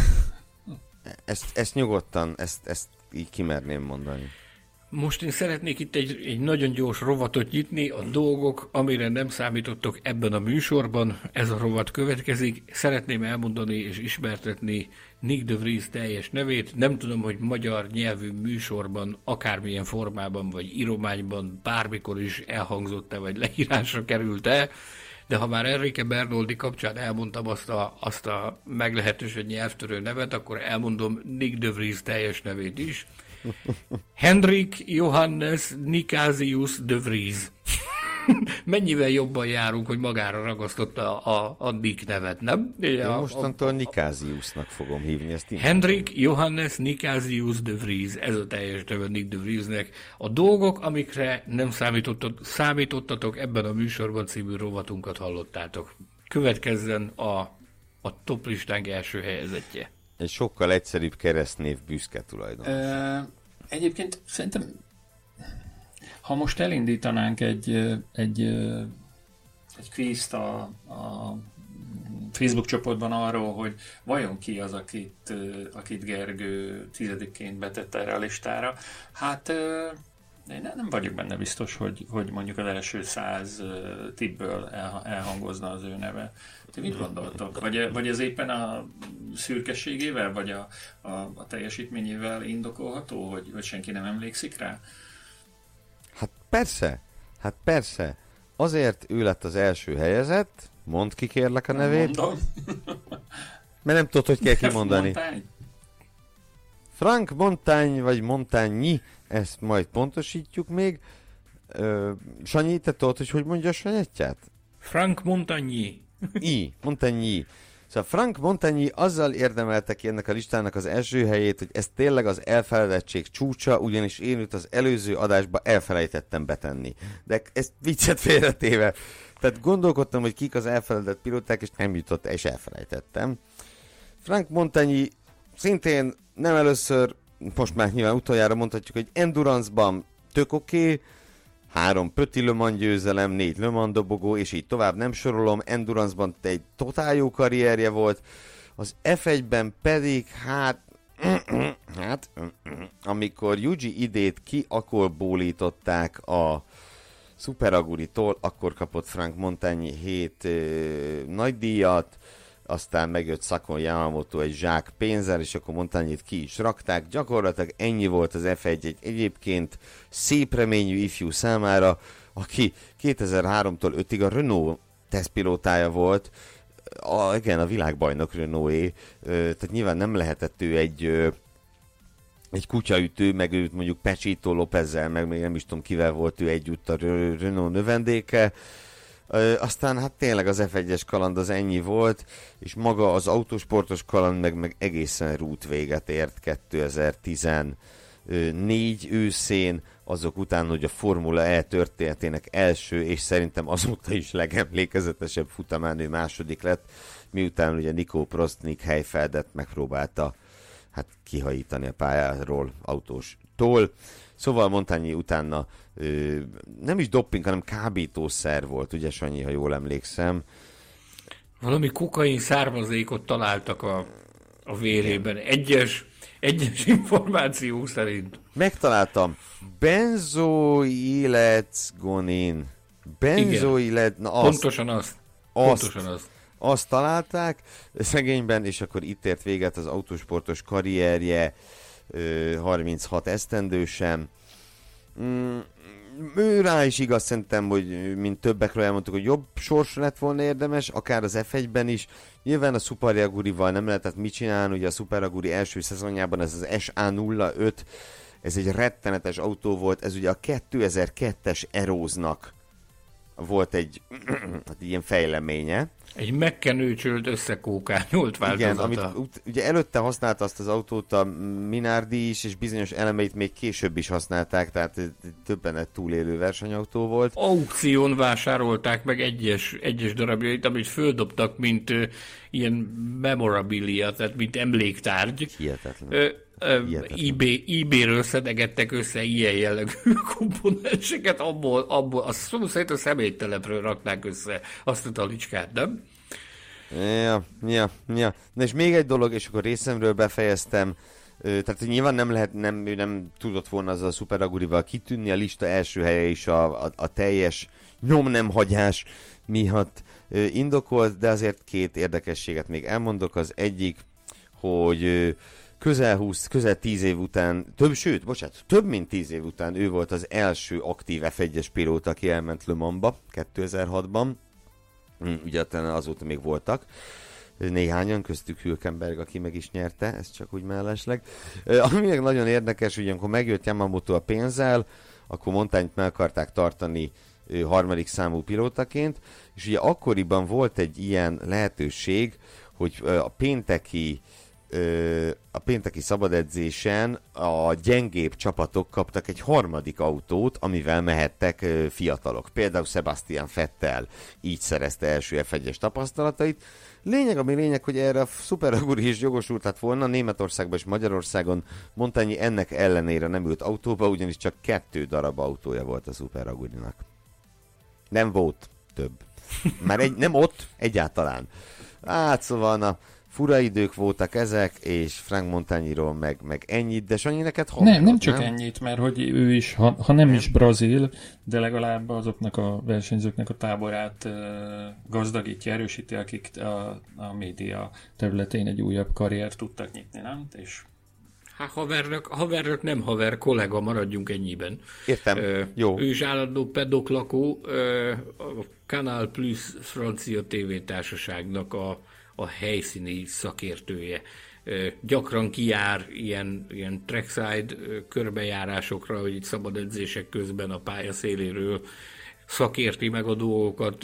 Ezt nyugodtan, ezt így kimerném mondani. Most én szeretnék itt egy nagyon gyors rovatot nyitni, a dolgok, amire nem számítottok ebben a műsorban. Ez a rovat következik. Szeretném elmondani és ismertetni Nick de Vries teljes nevét. Nem tudom, hogy magyar nyelvű műsorban, akármilyen formában vagy írományban bármikor is elhangzott-e, vagy leírásra került-e, de ha már Enrique Bernoldi kapcsán elmondtam azt a meglehetősen nyelvtörő nevet, akkor elmondom Nick de Vries teljes nevét is. Hendrik Johannes Nicasius de Vries. Mennyivel jobban járunk, hogy magára ragasztotta a Nick nevet, nem? Én mostantól Nicasiusnak fogom hívni. Ezt Hendrik Johannes Nicasius de Vries, ez a teljes neve Nick de Vriesnek. A dolgok, amikre nem számítottatok ebben a műsorban című rovatunkat hallottátok. Következzen a top listánk első helyezettje. Egy sokkal egyszerűbb keresztnév büszke tulajdonos. Egyébként szerintem, ha most elindítanánk egy kvízt a Facebook csoportban arról, hogy vajon ki az, akit Gergő 10-ként betett erre a listára, hát én nem vagyok benne biztos, hogy mondjuk az első 100 tippből elhangozna az ő neve. Ti mit gondoltok? Vagy ez éppen a szürkességével, vagy a teljesítményével indokolható, hogy senki nem emlékszik rá? Hát persze. Azért ő lett az első helyezett. Mondd ki, kérlek, a nevét. Mondom. Mert nem tudod, hogy kell kimondani. Montány? Frank Montagne, vagy Montagny, ezt majd pontosítjuk még. Sanyi, te tudod, hogy mondja a Sanyettját? Frank Montagny. Montagny. Szóval Frank Montagny azzal érdemelte ki ennek a listának az első helyét, hogy ez tényleg az elfeledettség csúcsa, ugyanis én őt az előző adásba elfelejtettem betenni. De ezt viccet félretéve. Tehát gondolkodtam, hogy kik az elfeledett pilóták, és nem jutott, és elfelejtettem. Frank Montagny szintén nem először, most már nyilván utoljára mondhatjuk, hogy endurance-ban tök oké, 3 Petit Le Mans győzelem, 4 Le Mans dobogó, és így tovább nem sorolom. Endurance-ban egy totál jó karrierje volt, az F1-ben pedig, amikor Yuji Idét kiakolbólították a Super Aguritól, akkor kapott Frank Montagny 7 nagydíjat, aztán megjött Sakon Yamamoto egy zsák pénzzel, és akkor Montagnyt ki is rakták. Gyakorlatilag ennyi volt az F1 egy egyébként szép reményű ifjú számára, aki 2003-tól 5-ig a Renault tesztpilótája volt, igen, a világbajnok Renault-é, tehát nyilván nem lehetett ő egy kutyaütő, meg őt mondjuk Pechito Lópezzel, meg még nem is tudom kivel volt ő együtt a Renault növendéke. Aztán hát tényleg az F1-es kaland az ennyi volt, és maga az autósportos kaland meg egészen rút véget ért 2014 őszén, azok után, hogy a Formula E történetének első, és szerintem azóta is legemlékezetesebb futamán ő második lett, miután ugye Nico Prost, Nick Heifeldet megpróbálta kihajítani a pályáról autóstól. Szóval Montagny utána nem is dopping, hanem kábítószer volt, ugye Sanyi, ha jól emlékszem. Valami kokain származékot találtak a vérében. Egyes információ szerint. Megtaláltam. Benzoiletsgonin. Pontosan azt. Azt találták szegényben, és akkor itt ért véget az autósportos karrierje, 36 esztendősen. Ő rá is igaz, szerintem, hogy mint többekről elmondtuk, hogy jobb sors lett volna érdemes, akár az F1-ben is. Nyilván a Super Agurival nem lehetett mit csinálni, ugye a Super Aguri első szezonjában ez az SA05, ez egy rettenetes autó volt, ez ugye a 2002-es Eróznak volt egy ilyen fejleménye. Egy megkenőcsölt, összekókányolt változata. Igen, amit ugye előtte használta azt az autót a Minardi is, és bizonyos elemeit még később is használták, tehát többenet túlélő versenyautó volt. Aukción vásárolták meg egyes darabjait, amit földobtak, mint ilyen memorabilia, tehát mint emléktárgy. Hihetetlen. eBay-ről szedegettek össze ilyen jellegű komponenseket, abból azt szerint a személytelepről raknák össze azt a talicskát, nem? Ja. Na és még egy dolog, és akkor részemről befejeztem, tehát nyilván ő nem tudott volna azzal a Super Agurival kitűnni, a lista első helye is a teljes nyomnemhagyás miatt indokolt, de azért 2 érdekességet még elmondok. Az egyik, hogy közel 10 év után, több mint 10 év után ő volt az első aktív F1-es pilóta, aki elment Le Mansba 2006-ban. Ugye azóta még voltak. néhányan, köztük Hülkenberg, aki meg is nyerte, ez csak úgy mellesleg. Ami még nagyon érdekes, hogy amikor megjött Yamamoto a pénzzel, akkor Montányt meg akarták tartani harmadik számú pilótaként, és ugye akkoriban volt egy ilyen lehetőség, hogy a pénteki szabadedzésen a gyengébb csapatok kaptak egy harmadik autót, amivel mehettek fiatalok. Például Sebastian Vettel így szerezte első F1-es tapasztalatait. Ami lényeg, hogy erre a Super Aguri is jogosult lett volna, Németországban és Magyarországon Montagny ennek ellenére nem ült autóba, ugyanis csak 2 darab autója volt a Super Agurinak. Nem volt több. Már nem ott, egyáltalán. Hát szóval na, fura idők voltak ezek, és Frank Montagnyról meg ennyit, de Sanyi, neked hallod, nem csak ennyit, mert hogy ő is, ha nem is brazil, de legalább azoknak a versenyzőknek a táborát gazdagítja, erősíti, akik a média területén egy újabb karriert tudtak nyitni, nem? És hát havernak nem haver, kollega, maradjunk ennyiben. Értem, jó. Ő is állandó pedoklakó, a Canal Plus francia tévétársaságnak a helyszíni szakértője. Gyakran kijár ilyen trackside körbejárásokra, hogy itt szabad edzések közben a pálya széléről szakérti meg a dolgokat,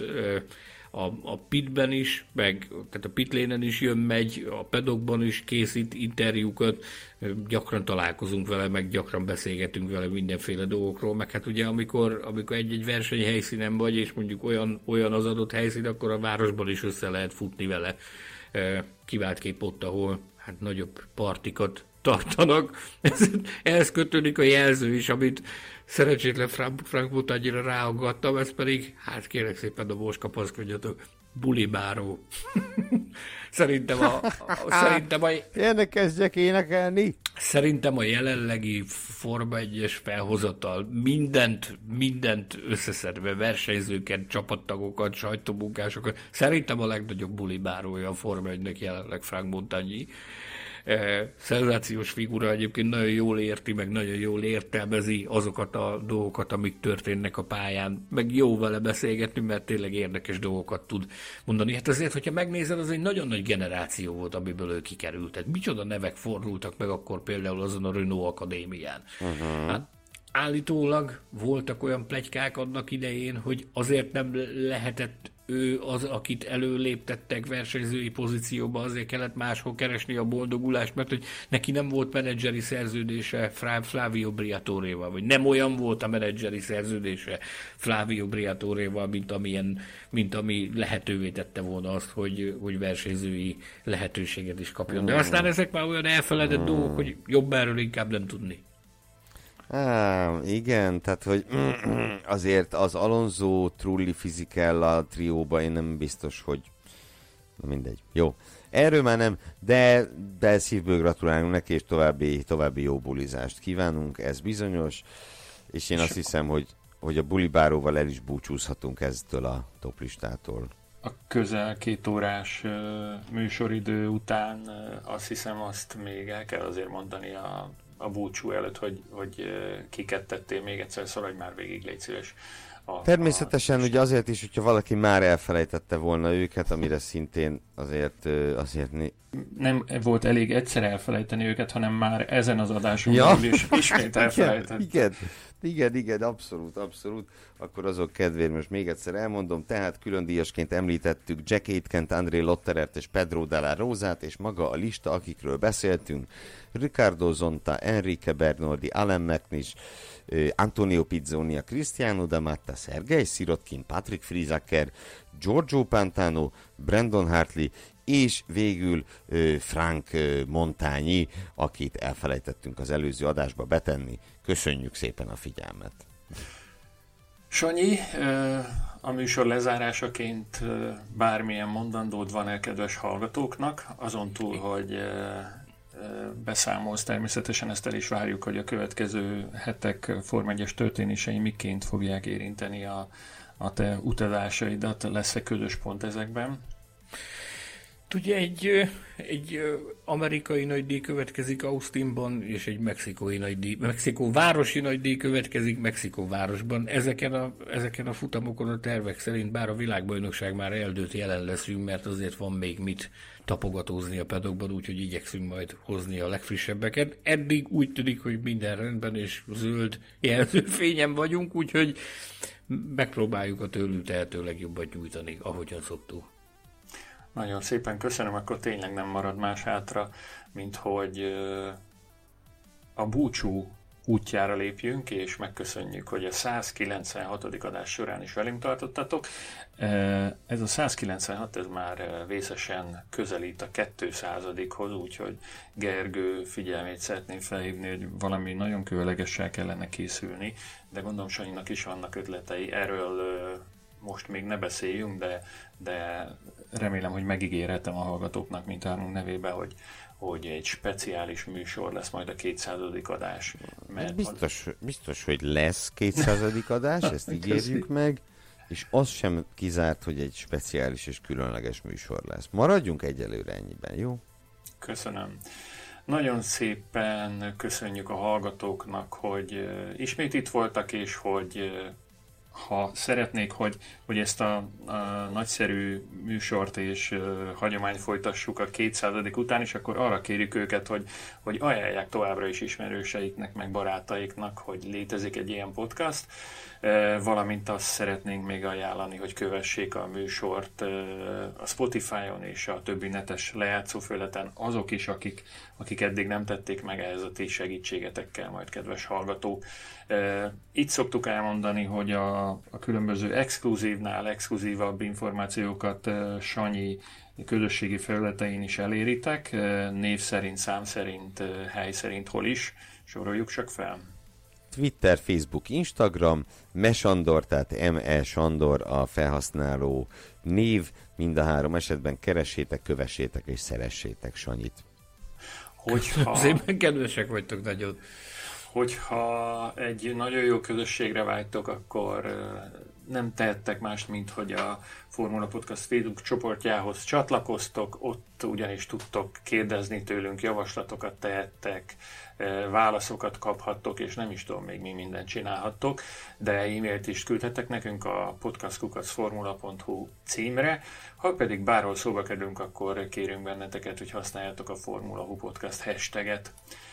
a pitben is, tehát a pitlénen is jön-megy, a pedokban is készít interjúkat, gyakran találkozunk vele, meg gyakran beszélgetünk vele mindenféle dolgokról, meg hát ugye amikor egy versenyhelyszínen vagy, és mondjuk olyan az adott helyszín, akkor a városban is össze lehet futni vele, kiváltképp ott, ahol hát nagyobb partikat tartanak. Ehhez kötődik a jelző is, amit szerencsétlen Frank Montagnyra ráaggattam, ez pedig, hát kérlek szépen, a most kapaszkodjatok, bulibáró. Szerintem Én ne kezdjek énekelni. Szerintem a jelenlegi Forma 1-es felhozatal mindent összeszedve, versenyzőket, csapattagokat, sajtómunkásokat, szerintem a legnagyobb bulibárója a Forma 1-nek jelenleg Frank Montagny. Szenzációs figura, egyébként nagyon jól érti, meg nagyon jól értelmezi azokat a dolgokat, amik történnek a pályán, meg jó vele beszélgetni, mert tényleg érdekes dolgokat tud mondani. Hát azért, hogyha megnézed, az egy nagyon nagy generáció volt, amiből ő kikerült. Tehát micsoda nevek fordultak meg akkor például azon a Renault Akadémián. Uh-huh. Hát állítólag voltak olyan pletykák annak idején, hogy azért nem lehetett ő az, akit előléptettek versenyzői pozícióba, azért kellett máshol keresni a boldogulást, mert hogy neki nem volt menedzseri szerződése Flavio Briatoréval, vagy nem olyan volt a menedzseri szerződése Flavio Briatoréval, mint ami lehetővé tette volna azt, hogy versenyzői lehetőséget is kapjon. De aztán ezek már olyan elfeledett dolgok, hogy jobb erről inkább nem tudni. Igen, tehát hogy azért az Alonso Trulli Fisichella trióba én nem biztos, hogy na mindegy. Jó. Erről már nem, de szívből gratulálunk neki, és további jó bulizást kívánunk, ez bizonyos, és én azt hiszem, hogy a bulibáróval el is búcsúzhatunk eztől a toplistától. A közel 2 órás műsoridő után azt hiszem, azt még el kell azért mondani a búcsú előtt, hogy kiket tettél még egyszer, szaladj már végig, légy szíves. Természetesen ugye azért is, hogyha valaki már elfelejtette volna őket, amire szintén azért nem volt elég egyszer elfelejteni őket, hanem már ezen az adáson is ismét elfelejtett. Igen, abszolút. Akkor azok kedvéért most még egyszer elmondom, tehát külön díjasként említettük Jack Aitken, André Lotterert és Pedro de la Rosát, és maga a lista, akikről beszéltünk, Riccardo Zonta, Enrique Bernardi, Alan McNish, Antonio Pizzonia, Cristiano D'Amatta, Sergej Sirotkin, Patrick Friesacker, Giorgio Pantano, Brandon Hartley, és végül Frank Montagny, akit elfelejtettünk az előző adásba betenni. Köszönjük szépen a figyelmet! Sanyi, a műsor lezárásaként bármilyen mondandód van-e kedves hallgatóknak, azon túl, hogy beszámolsz, természetesen ezt el is várjuk, hogy a következő hetek Forma 1-es történései miként fogják érinteni a te utazásaidat, lesz-e közös pont ezekben? Ugye egy amerikai nagydíj következik Austinban, és egy Mexikó városi nagydíj következik Mexikó városban. Ezeken a futamokon a tervek szerint, bár a világbajnokság már eldőlt, jelen leszünk, mert azért van még mit tapogatózni a pedokban, úgyhogy igyekszünk majd hozni a legfrissebbeket. Eddig úgy tűnik, hogy minden rendben, és zöld jelzőfényen vagyunk, úgyhogy megpróbáljuk a tőlünk tehető legjobbat nyújtani, ahogyan szoktuk. Nagyon szépen köszönöm, akkor tényleg nem marad más hátra, mint hogy a búcsú útjára lépjünk, és megköszönjük, hogy a 196. adás során is velünk tartottatok. Ez a 196, ez már vészesen közelít a 200-hoz, úgyhogy Gergő figyelmét szeretném felhívni, hogy valami nagyon különlegessel kellene készülni, de gondolom Sanyinak is vannak ötletei, erről most még ne beszéljünk, de remélem, hogy megígérhetem a hallgatóknak, mint állunk nevébe, hogy egy speciális műsor lesz majd a 200. adás. Mert biztos, hogy lesz 200. adás, ezt ígérjük meg, és az sem kizárt, hogy egy speciális és különleges műsor lesz. Maradjunk egyelőre ennyiben, jó? Köszönöm. Nagyon szépen köszönjük a hallgatóknak, hogy ismét itt voltak, és hogy ha szeretnék, hogy ezt a nagyszerű műsort és hagyományt folytassuk a 200. után is, akkor arra kérjük őket, hogy ajánlják továbbra is ismerőseiknek, meg barátaiknak, hogy létezik egy ilyen podcast, valamint azt szeretnénk még ajánlani, hogy kövessék a műsort a Spotify-on és a többi netes lejátszóföleten azok is, akik eddig nem tették meg, ehhez a ti segítségetekkel, majd kedves hallgatók. Itt szoktuk elmondani, hogy a különböző exkluzívnál exkluzívabb információkat Sanyi közösségi felületein is eléritek, név szerint, szám szerint, hely szerint, hol is, soroljuk csak fel. Twitter, Facebook, Instagram, Mesandor, tehát M.E. a felhasználó név, mind a három esetben keressétek, kövessétek és szeressétek Sanyit. Szépen kedvesek vagytok nagyon. Hogyha egy nagyon jó közösségre vágytok, akkor nem tehettek mást, mint hogy a Formula Podcast Facebook csoportjához csatlakoztok, ott ugyanis tudtok kérdezni tőlünk, javaslatokat tehettek, válaszokat kaphattok, és nem is tudom még mi mindent csinálhattok, de e-mailt is küldhettek nekünk a podcast@formula.hu címre. Ha pedig bárhol szóba kerülünk, akkor kérünk benneteket, hogy használjátok a Formula.hu Podcast hashtaget.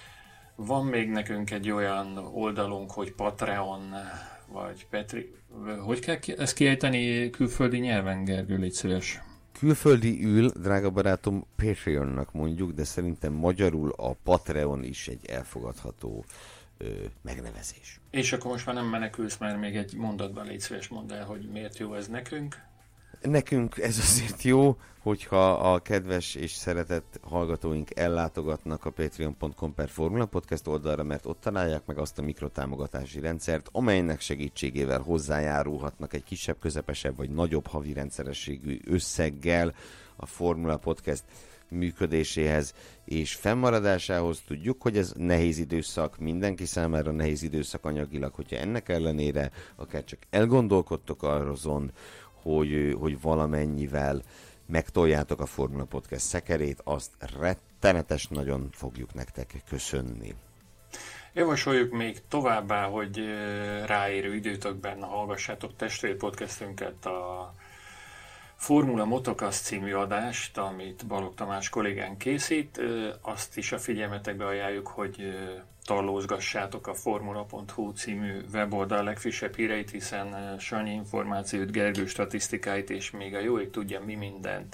Van még nekünk egy olyan oldalunk, hogy Patreon, vagy Petri... Hogy kell ezt kiejteni külföldi nyelven, Gergő, légy szíves? Külföldi drága barátom, Patreonnak mondjuk, de szerintem magyarul a Patreon is egy elfogadható megnevezés. És akkor most már nem menekülsz, mert még egy mondatban légy szíves, mondd el, hogy miért jó ez nekünk. Nekünk ez azért jó, hogyha a kedves és szeretett hallgatóink ellátogatnak a patreon.com/Formula Podcast oldalra, mert ott találják meg azt a mikrotámogatási rendszert, amelynek segítségével hozzájárulhatnak egy kisebb, közepesebb vagy nagyobb havi rendszerességű összeggel a Formula Podcast működéséhez és fennmaradásához. Tudjuk, hogy ez nehéz időszak, mindenki számára nehéz időszak anyagilag, hogyha ennek ellenére akár csak elgondolkodtok azon, hogy valamennyivel megtoljátok a Formula Podcast szekerét, azt rettenetes nagyon fogjuk nektek köszönni. Javasoljuk még továbbá, hogy ráérő időtökben hallgassátok testvérpodcastünket, a Formula Motocast című adást, amit Balogh Tamás kollégán készít. Azt is a figyelmetekbe ajánljuk, hogy tallózgassátok a formula.hu című weboldal legfrissebb híreit, hiszen Sanyi információt, Gergő statisztikáit és még a jó ég tudja mi mindent.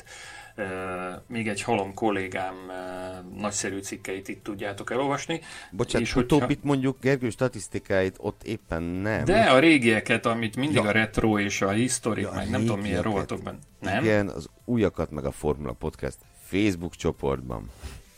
Még egy halom kollégám nagyszerű cikkeit itt tudjátok elolvasni. Bocsánat, utóbbit mondjuk Gergő statisztikáit ott éppen nem. De a régieket, amit mindig a retro és a historik, meg nem tudom milyen rovatokban. Nem? Igen, az újakat meg a Formula Podcast Facebook csoportban.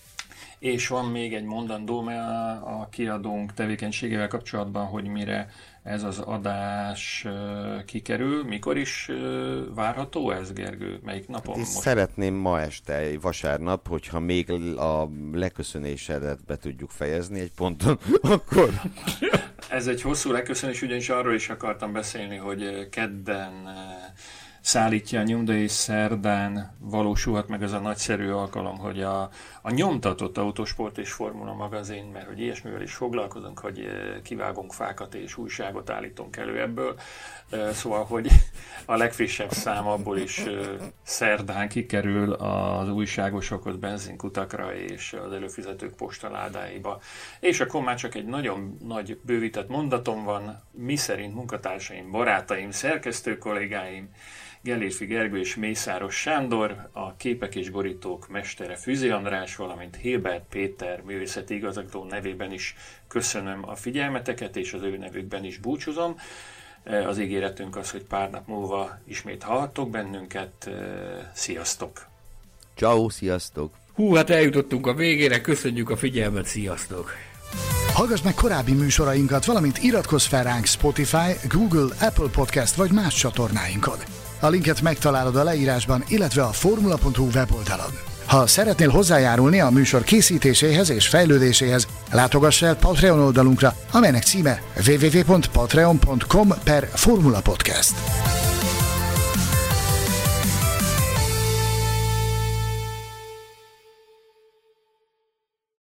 És van még egy mondandóm a kiadónk tevékenységével kapcsolatban, hogy mire ez az adás kikerül, mikor is várható ez, Gergő? Melyik napon? Most? Szeretném ma este, vasárnap, hogyha még a leköszönésedet be tudjuk fejezni egy ponton, akkor... Ez egy hosszú leköszönés, ugyanis arról is akartam beszélni, hogy kedden szállítja a nyomda, és szerdán valósulhat meg az a nagyszerű alkalom, hogy a nyomtatott Autósport és Formula magazin, mert hogy ilyesmivel is foglalkozunk, hogy kivágunk fákat és újságot állítunk elő ebből. Szóval, hogy a legfrissebb szám abból is szerdán kikerül az újságosokhoz, benzinkutakra és az előfizetők postaládáiba. És akkor már csak egy nagyon nagy bővített mondatom van, mi szerint munkatársaim, barátaim, szerkesztő kollégáim, Gellérfi Gergő és Mészáros Sándor, a képek és borítók mestere Füzi András, valamint Hilbert Péter művészeti igazgató nevében is köszönöm a figyelmeteket, és az ő nevükben is búcsúzom. Az ígéretünk az, hogy pár nap múlva ismét hallhattok bennünket. Sziasztok! Ciao, sziasztok! Hát eljutottunk a végére, köszönjük a figyelmet, sziasztok! Hallgass meg korábbi műsorainkat, valamint iratkozz fel ránk Spotify, Google, Apple Podcast vagy más csatornáinkon. A linket megtalálod a leírásban, illetve a formula.hu weboldalon. Ha szeretnél hozzájárulni a műsor készítéséhez és fejlődéséhez, látogass el Patreon oldalunkra, amelynek címe www.patreon.com/formulapodcast.